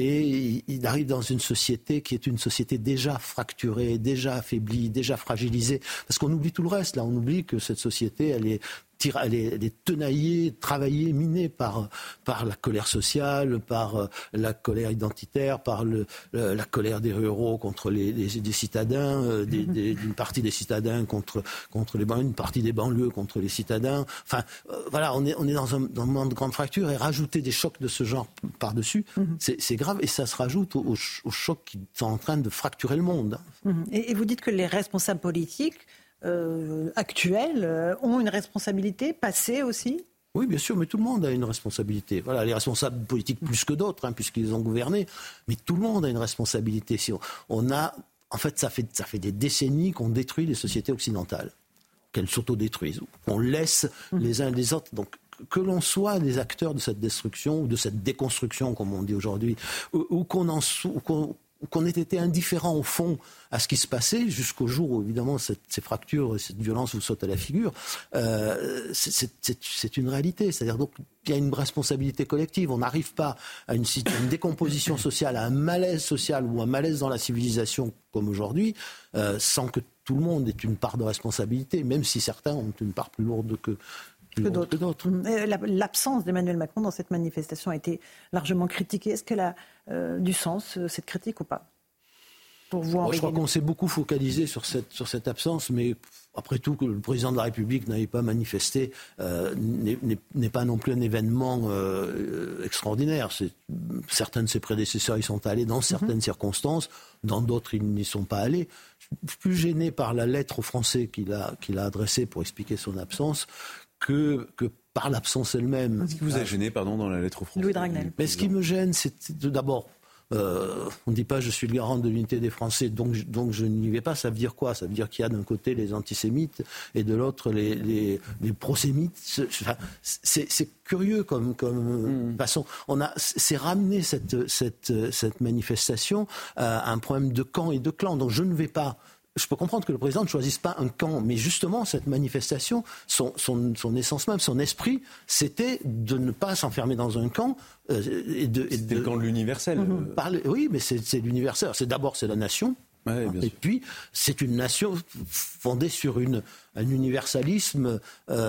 Et il arrive dans une société qui est une société déjà fracturée, déjà affaiblie, déjà fragilisée. Parce qu'on oublie tout le reste, là. On oublie que cette société, elle est, elle est, elle est tenaillée, travaillée, minée par, par la colère sociale, par la colère identitaire, par le, la colère des ruraux contre les, les, les citadins, euh, des, des, d'une partie des citadins contre, contre les banlieues, une partie des banlieues contre les citadins. Enfin, euh, voilà, on est, on est dans, un, dans un moment de grande fracture, et rajouter des chocs de ce genre par-dessus, mm-hmm. c'est, c'est grave, et ça se rajoute aux, aux chocs qui sont en train de fracturer le monde. Mm-hmm. Et, et vous dites que les responsables politiques Euh, actuels euh, ont une responsabilité, passée aussi ? Oui, bien sûr, mais tout le monde a une responsabilité. Voilà, les responsables politiques plus que d'autres, hein, puisqu'ils ont gouverné, mais tout le monde a une responsabilité. Si on, on a, en fait, ça fait, ça fait des décennies qu'on détruit les sociétés occidentales, qu'elles s'autodétruisent, qu'on laisse les uns les autres. Donc, que l'on soit des acteurs de cette destruction ou de cette déconstruction, comme on dit aujourd'hui, ou, ou qu'on en soit, ou qu'on, qu'on ait été indifférent au fond à ce qui se passait, jusqu'au jour où, évidemment, cette, ces fractures et cette violence vous sautent à la figure, euh, c'est, c'est, c'est, c'est une réalité. C'est-à-dire donc il y a une responsabilité collective. On n'arrive pas à une, une décomposition sociale, à un malaise social ou un malaise dans la civilisation comme aujourd'hui, euh, sans que tout le monde ait une part de responsabilité, même si certains ont une part plus lourde que... Que d'autres. que d'autres. L'absence d'Emmanuel Macron dans cette manifestation a été largement critiquée. Est-ce qu'elle a euh, du sens, cette critique, ou pas ? Pour vous, bon, je crois qu'on s'est beaucoup focalisé sur cette, sur cette absence, mais après tout, que le président de la République n'avait pas manifesté euh, n'est, n'est, n'est pas non plus un événement euh, extraordinaire. C'est, certains de ses prédécesseurs y sont allés dans certaines mm-hmm. circonstances, dans d'autres ils n'y sont pas allés. Je suis plus gêné par la lettre aux Français qu'il a, qu'il a adressée pour expliquer son absence que, que par l'absence elle-même. Qu'est-ce qui vous a gêné, pardon, dans la lettre aux Français ? Louis Dragnel. Mais ce qui me gêne, c'est d'abord, euh, on ne dit pas je suis le garant de l'unité des Français, donc, donc je n'y vais pas. Ça veut dire quoi ? Ça veut dire qu'il y a d'un côté les antisémites et de l'autre les, les, les prosémites. Enfin, c'est, c'est curieux comme, comme mmh. façon. On a, c'est ramener cette, cette, cette manifestation à un problème de camp et de clan. Donc je ne vais pas... Je peux comprendre que le président ne choisisse pas un camp, mais justement, cette manifestation, son, son, son essence même, son esprit, c'était de ne pas s'enfermer dans un camp. Euh, et de, et c'était de, le camp de l'universel. Mmh, parler, oui, mais c'est, c'est l'universel. C'est, d'abord, c'est la nation. Ouais, bien et sûr. puis, c'est une nation fondée sur une, un universalisme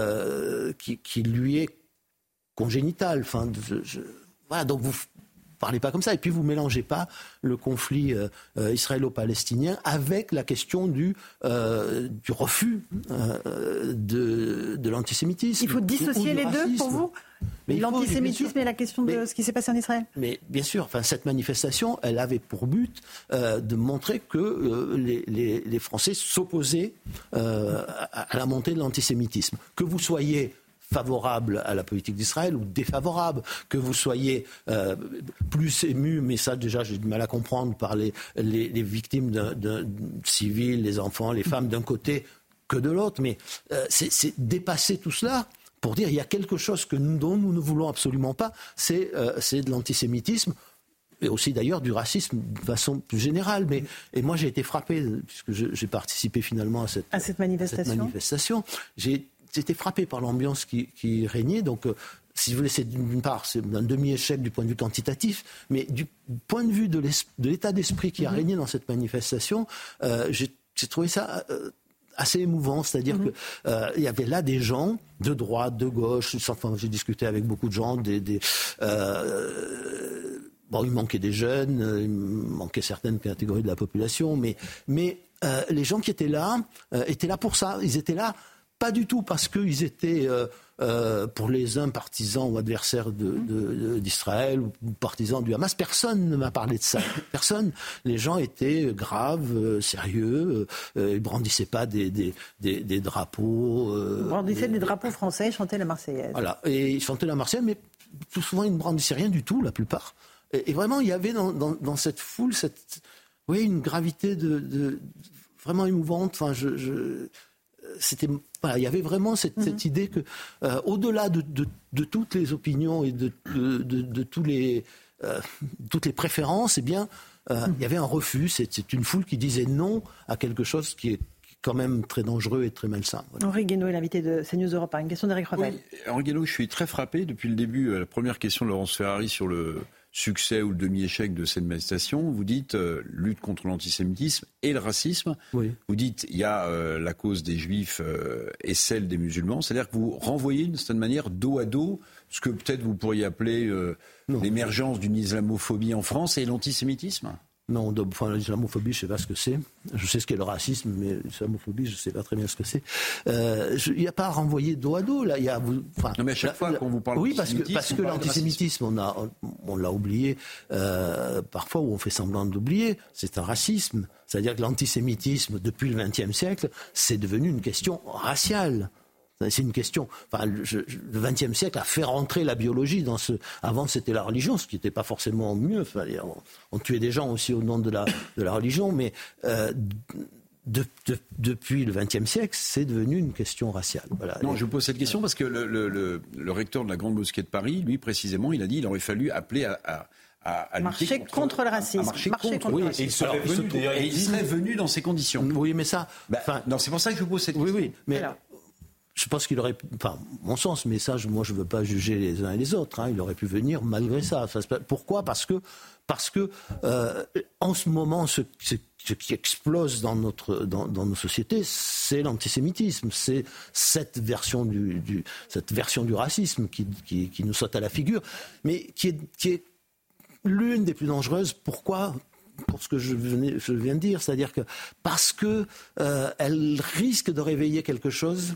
euh, qui, qui lui est congénital. Enfin, je, je, voilà, donc vous... Parlez pas comme ça, et puis vous mélangez pas le conflit euh, euh, israélo-palestinien avec la question du, euh, du refus euh, de, de l'antisémitisme. Il faut dissocier les deux pour vous ? Mais l'antisémitisme et la question de mais, ce qui s'est passé en Israël ? Mais bien sûr, enfin, cette manifestation, elle avait pour but euh, de montrer que euh, les, les, les Français s'opposaient euh, à, à la montée de l'antisémitisme. Que vous soyez favorable à la politique d'Israël ou défavorable, que vous soyez euh, plus ému, mais ça déjà j'ai du mal à comprendre, par les, les, les victimes d'un, d'un, civiles, les enfants, les femmes d'un côté que de l'autre, mais euh, c'est, c'est dépasser tout cela pour dire il y a quelque chose que nous, dont nous ne voulons absolument pas, c'est, euh, c'est de l'antisémitisme, et aussi d'ailleurs du racisme de façon plus générale. Mais, et moi j'ai été frappé, puisque je, j'ai participé finalement à cette, à cette manifestation, cette manifestation. J'ai été frappé par l'ambiance qui, qui régnait, donc euh, si vous voulez, c'est d'une part, c'est un demi-échec du point de vue quantitatif, mais du point de vue de, de l'état d'esprit qui a régné dans cette manifestation, euh, j'ai, j'ai trouvé ça euh, assez émouvant, c'est-à-dire mmh. qu'il euh, y avait là des gens de droite, de gauche, enfin, j'ai discuté avec beaucoup de gens, des... des euh, bon, il manquait des jeunes, il manquait certaines catégories de la population, mais, mais euh, les gens qui étaient là euh, étaient là pour ça, ils étaient là pas du tout parce qu'ils étaient, euh, euh, pour les uns, partisans ou adversaires de, de, d'Israël ou partisans du Hamas. Personne ne m'a parlé de ça. Personne. Les gens étaient graves, euh, sérieux. Euh, ils brandissaient pas des, des, des, des drapeaux. Euh, ils brandissaient des, des drapeaux français, ils chantaient la Marseillaise. Voilà. Et ils chantaient la Marseillaise, mais tout souvent, ils ne brandissaient rien du tout, la plupart. Et, et vraiment, il y avait dans, dans, dans cette foule cette, oui, une gravité de, de, vraiment émouvante. Enfin, je... je C'était, voilà, il y avait vraiment cette, mmh. cette idée que, euh, au-delà de, de, de toutes les opinions et de, de, de, de tous les, euh, toutes les préférences, eh bien, euh, mmh. il y avait un refus. C'est, c'est une foule qui disait non à quelque chose qui est quand même très dangereux et très malsain. Voilà. Henri Guénaud est l'invité de CNews Europe. Une question d'Éric Revel. Oui, Henri Guénaud, je suis très frappé depuis le début. La première question de Laurence Ferrari sur le succès ou le demi-échec de cette manifestation, vous dites euh, lutte contre l'antisémitisme et le racisme. Oui. Vous dites il y a euh, la cause des juifs euh, et celle des musulmans. C'est-à-dire que vous renvoyez d'une certaine manière dos à dos ce que peut-être vous pourriez appeler euh, l'émergence d'une islamophobie en France et l'antisémitisme. Non, enfin, l'islamophobie, je ne sais pas ce que c'est. Je sais ce qu'est le racisme, mais l'islamophobie, je ne sais pas très bien ce que c'est. Euh, il n'y a pas à renvoyer dos à dos. Là, il y a, vous, non, mais à chaque la, fois qu'on vous parle oui, parce que, parce que l'antisémitisme, on, a, on, on l'a oublié euh, parfois, ou on fait semblant de l'oublier. C'est un racisme. C'est-à-dire que l'antisémitisme, depuis le vingtième siècle, c'est devenu une question raciale. C'est une question. Enfin, le, le vingtième siècle a fait rentrer la biologie dans ce. Avant, c'était la religion, ce qui n'était pas forcément mieux. Enfin, on, on tuait des gens aussi au nom de la, de la religion, mais euh, de, de, depuis le vingtième siècle, c'est devenu une question raciale. Voilà. Non, je vous pose cette question parce que le, le, le, le recteur de la Grande Mosquée de Paris, lui, précisément, il a dit qu'il aurait fallu appeler à. à À, à marcher contre, contre le racisme. Marcher marcher contre, contre oui, le racisme. Et il serait, Alors, venu, et il serait venu dans ces conditions. Oui, mais ça. Bah, non, c'est pour ça que je vous pose cette question. Oui, oui, mais. Alors, je pense qu'il aurait, enfin, mon sens, mais ça, moi, je ne veux pas juger les uns et les autres. Hein, il aurait pu venir malgré ça. ça pourquoi ? Parce que, parce que, euh, en ce moment, ce, ce, ce qui explose dans notre, dans, dans nos sociétés, c'est l'antisémitisme, c'est cette version du, du cette version du racisme qui, qui, qui nous saute à la figure, mais qui est, qui est l'une des plus dangereuses. Pourquoi ? Pour ce que je, venais, je viens de dire, c'est-à-dire que parce que euh, elle risque de réveiller quelque chose.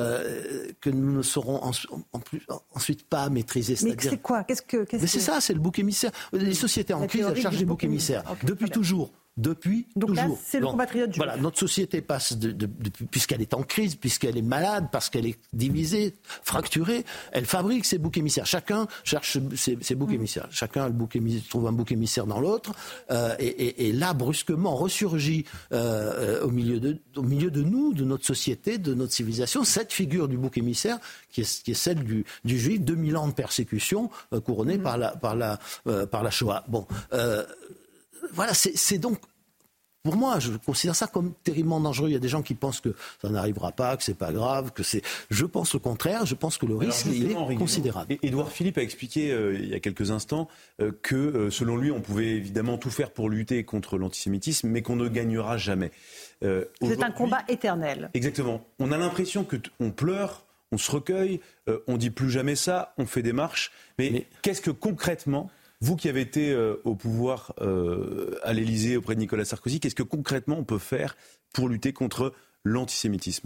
Euh, que nous ne saurons en, en plus, ensuite pas maîtriser. Mais c'est quoi ? Qu'est-ce que, qu'est-ce Mais c'est que... ça, c'est le bouc émissaire. Les sociétés en crise, elles cherchent des boucs émissaires. Okay, depuis toujours. Depuis Donc toujours. Là, c'est le Donc, compatriote juif. Voilà, notre société passe, de, de, de, puisqu'elle est en crise, puisqu'elle est malade, parce qu'elle est divisée, fracturée, elle fabrique ses boucs émissaires. Chacun cherche ses, ses boucs mmh. émissaires. Chacun a le bouc émissaire, trouve un bouc émissaire dans l'autre. Euh, et, et, et là, brusquement, ressurgit euh, au, milieu de, au milieu de nous, de notre société, de notre civilisation, cette figure du bouc émissaire, qui est, qui est celle du, du juif, deux mille ans de persécution euh, couronnée mmh. par, la, par, la, euh, par la Shoah. Bon. Euh, Voilà, c'est, c'est donc, pour moi, je considère ça comme terriblement dangereux. Il y a des gens qui pensent que ça n'arrivera pas, que c'est pas grave, que c'est. Je pense au contraire. Je pense que le risque il est Henri considérable. Et Édouard Philippe a expliqué euh, il y a quelques instants euh, que, euh, selon lui, on pouvait évidemment tout faire pour lutter contre l'antisémitisme, mais qu'on ne gagnera jamais. Euh, c'est un combat éternel. Exactement. On a l'impression que t- on pleure, on se recueille, euh, on dit plus jamais ça, on fait des marches. Mais, mais... qu'est-ce que concrètement? Vous qui avez été euh, au pouvoir euh, à l'Élysée auprès de Nicolas Sarkozy, qu'est-ce que concrètement on peut faire pour lutter contre l'antisémitisme ?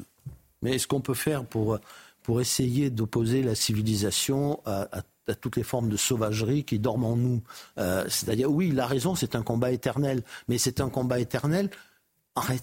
Mais est-ce qu'on peut faire pour, pour essayer d'opposer la civilisation à, à, à toutes les formes de sauvagerie qui dorment en nous ? euh, C'est-à-dire, oui, il a raison, c'est un combat éternel, mais c'est un combat éternel, en réalité,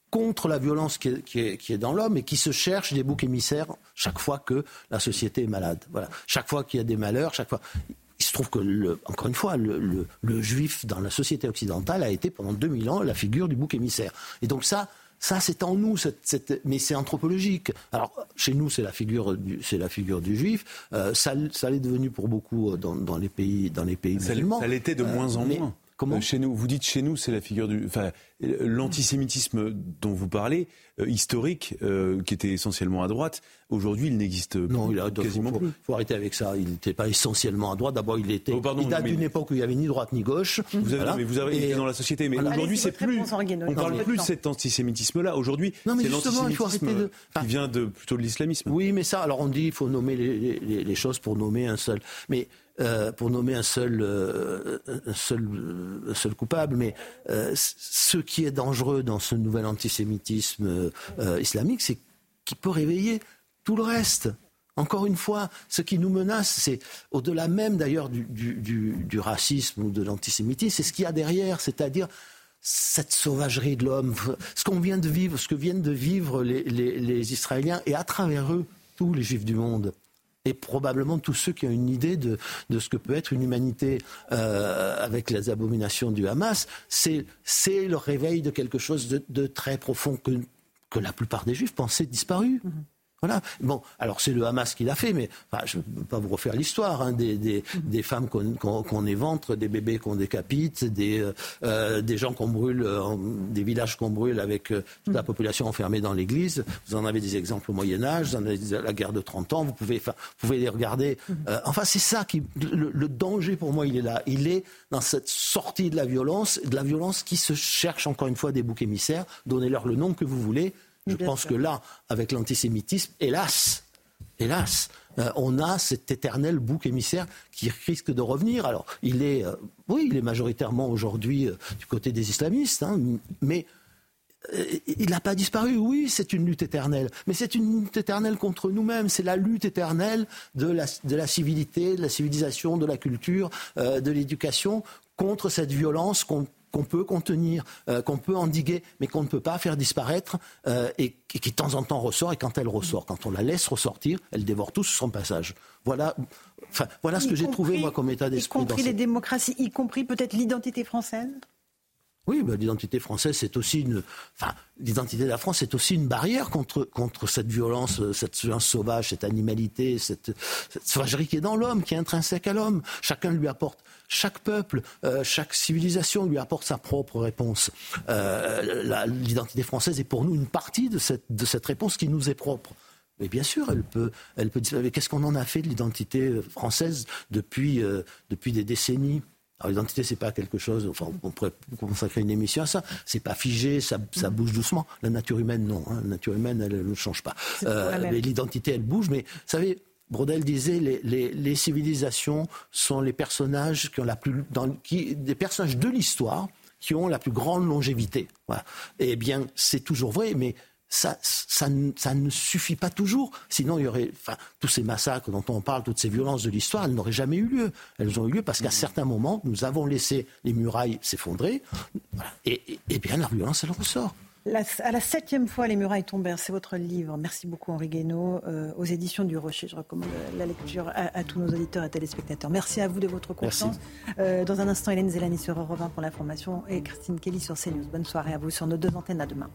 contre la violence qui est, qui est, qui est dans l'homme et qui se cherche des boucs émissaires chaque fois que la société est malade. Voilà. Chaque fois qu'il y a des malheurs, chaque fois... Il se trouve que, le, encore une fois, le, le, le juif dans la société occidentale a été pendant deux mille ans la figure du bouc émissaire. Et donc ça... Ça, c'est en nous, cette, cette, mais c'est anthropologique. Alors, chez nous, c'est la figure du, c'est la figure du juif. Euh, ça, ça l'est devenu pour beaucoup dans, dans les pays, dans les pays ça musulmans. Ça l'était de moins en euh, mais, moins. Comment euh, chez nous, vous dites chez nous, c'est la figure du, enfin, l'antisémitisme dont vous parlez, euh, historique, euh, qui était essentiellement à droite. Aujourd'hui, il n'existe non, il a, quasiment faut, plus. Il faut arrêter avec ça. Il n'était pas essentiellement à droite. D'abord, il était. Oh, pardon, il date mais... d'une époque où il n'y avait ni droite ni gauche. Vous avez, voilà. mais vous avez été dans la société. Mais voilà. aujourd'hui, Allez, c'est plus. On parle non, plus de cet antisémitisme-là. Aujourd'hui, non, mais c'est justement, il faut arrêter de. Qui vient de plutôt de l'islamisme. Oui, mais ça. Alors, on dit, il faut nommer les, les, les choses pour nommer un seul. Mais. Euh, pour nommer un seul, euh, un seul, un seul coupable, mais euh, ce qui est dangereux dans ce nouvel antisémitisme euh, islamique, c'est qu'il peut réveiller tout le reste. Encore une fois, ce qui nous menace, c'est au-delà même d'ailleurs du, du, du, du racisme ou de l'antisémitisme, c'est ce qu'il y a derrière, c'est-à-dire cette sauvagerie de l'homme, ce qu'on vient de vivre, ce que viennent de vivre les, les, les Israéliens et à travers eux tous les Juifs du monde. Et probablement tous ceux qui ont une idée de, de ce que peut être une humanité euh, avec les abominations du Hamas, c'est, c'est le réveil de quelque chose de, de très profond que, que la plupart des Juifs pensaient disparu. Mm-hmm. Voilà. Bon, alors c'est le Hamas qui l'a fait, mais enfin, je ne peux pas vous refaire l'histoire hein, des, des, mmh. des femmes qu'on, qu'on, qu'on éventre, des bébés qu'on décapite, des, euh, des gens qu'on brûle, euh, des villages qu'on brûle avec euh, toute mmh. la population enfermée dans l'église. Vous en avez des exemples au Moyen-Âge, vous en avez la guerre de trente ans, vous pouvez, enfin, vous pouvez les regarder. Mmh. Euh, enfin, c'est ça qui. Le, le danger pour moi, il est là. Il est dans cette sortie de la violence, de la violence qui se cherche encore une fois des boucs émissaires. Donnez-leur le nom que vous voulez. Je pense que là, avec l'antisémitisme, hélas, hélas, euh, on a cet éternel bouc émissaire qui risque de revenir. Alors, il est, euh, oui, il est majoritairement aujourd'hui euh, du côté des islamistes, hein, mais euh, il n'a pas disparu. Oui, c'est une lutte éternelle, mais c'est une lutte éternelle contre nous-mêmes. C'est la lutte éternelle de la, de la civilité, de la civilisation, de la culture, euh, de l'éducation contre cette violence qu'on qu'on peut contenir, euh, qu'on peut endiguer, mais qu'on ne peut pas faire disparaître, euh, et, et qui de temps en temps ressort, et quand elle ressort, quand on la laisse ressortir, elle dévore tout sur son passage. Voilà, enfin, voilà ce que j'ai trouvé, moi, comme état d'esprit. Y compris dans les cette... démocraties, y compris peut-être l'identité française ? Oui, ben, l'identité française, c'est aussi une... Enfin, l'identité de la France, c'est aussi une barrière contre, contre cette violence, cette violence sauvage, cette animalité, cette, cette sauvagerie qui est dans l'homme, qui est intrinsèque à l'homme. Chacun lui apporte... Chaque peuple, euh, chaque civilisation lui apporte sa propre réponse. Euh, la, l'identité française est pour nous une partie de cette, de cette réponse qui nous est propre. Mais bien sûr, elle peut, elle peut. Mais qu'est-ce qu'on en a fait de l'identité française depuis, euh, depuis des décennies ? Alors l'identité, c'est pas quelque chose. Enfin, on pourrait consacrer une émission à ça. C'est pas figé, ça, ça bouge doucement. La nature humaine, non. Hein. La nature humaine, elle ne change pas. Euh, mais l'identité, elle bouge. Mais vous savez. Brodel disait les, les, les civilisations sont les personnages qui ont la plus, dans, qui, des personnages de l'histoire qui ont la plus grande longévité. Voilà. Eh bien, c'est toujours vrai, mais ça, ça, ça ne suffit pas toujours. Sinon, il y aurait, enfin, tous ces massacres dont on parle, toutes ces violences de l'histoire, elles n'auraient jamais eu lieu. Elles ont eu lieu parce qu'à certains moments, nous avons laissé les murailles s'effondrer. Voilà. Et, et, et bien, la violence, elle ressort. La, à la septième fois, les murailles tombèrent. C'est votre livre. Merci beaucoup, Henri Guénaud, euh, aux éditions du Rocher. Je recommande la lecture à, à tous nos auditeurs et téléspectateurs. Merci à vous de votre confiance. Euh, dans un instant, Hélène Zélani sur Europe un pour l'information et Christine Kelly sur CNews. Bonne soirée à vous sur nos deux antennes. À demain.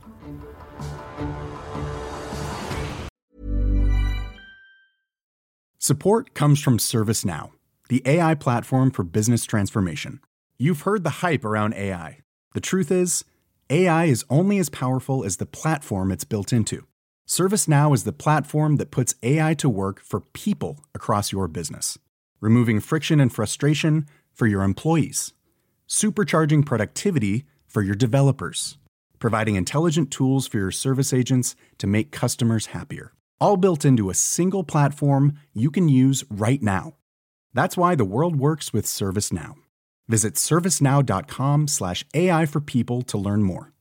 Support comes from ServiceNow, the A I platform for business transformation. You've heard the hype around A I. The truth is, A I is only as powerful as the platform it's built into. ServiceNow is the platform that puts A I to work for people across your business, removing friction and frustration for your employees, supercharging productivity for your developers, providing intelligent tools for your service agents to make customers happier, all built into a single platform you can use right now. That's why the world works with ServiceNow. Visit servicenow.com slash AI for people to learn more.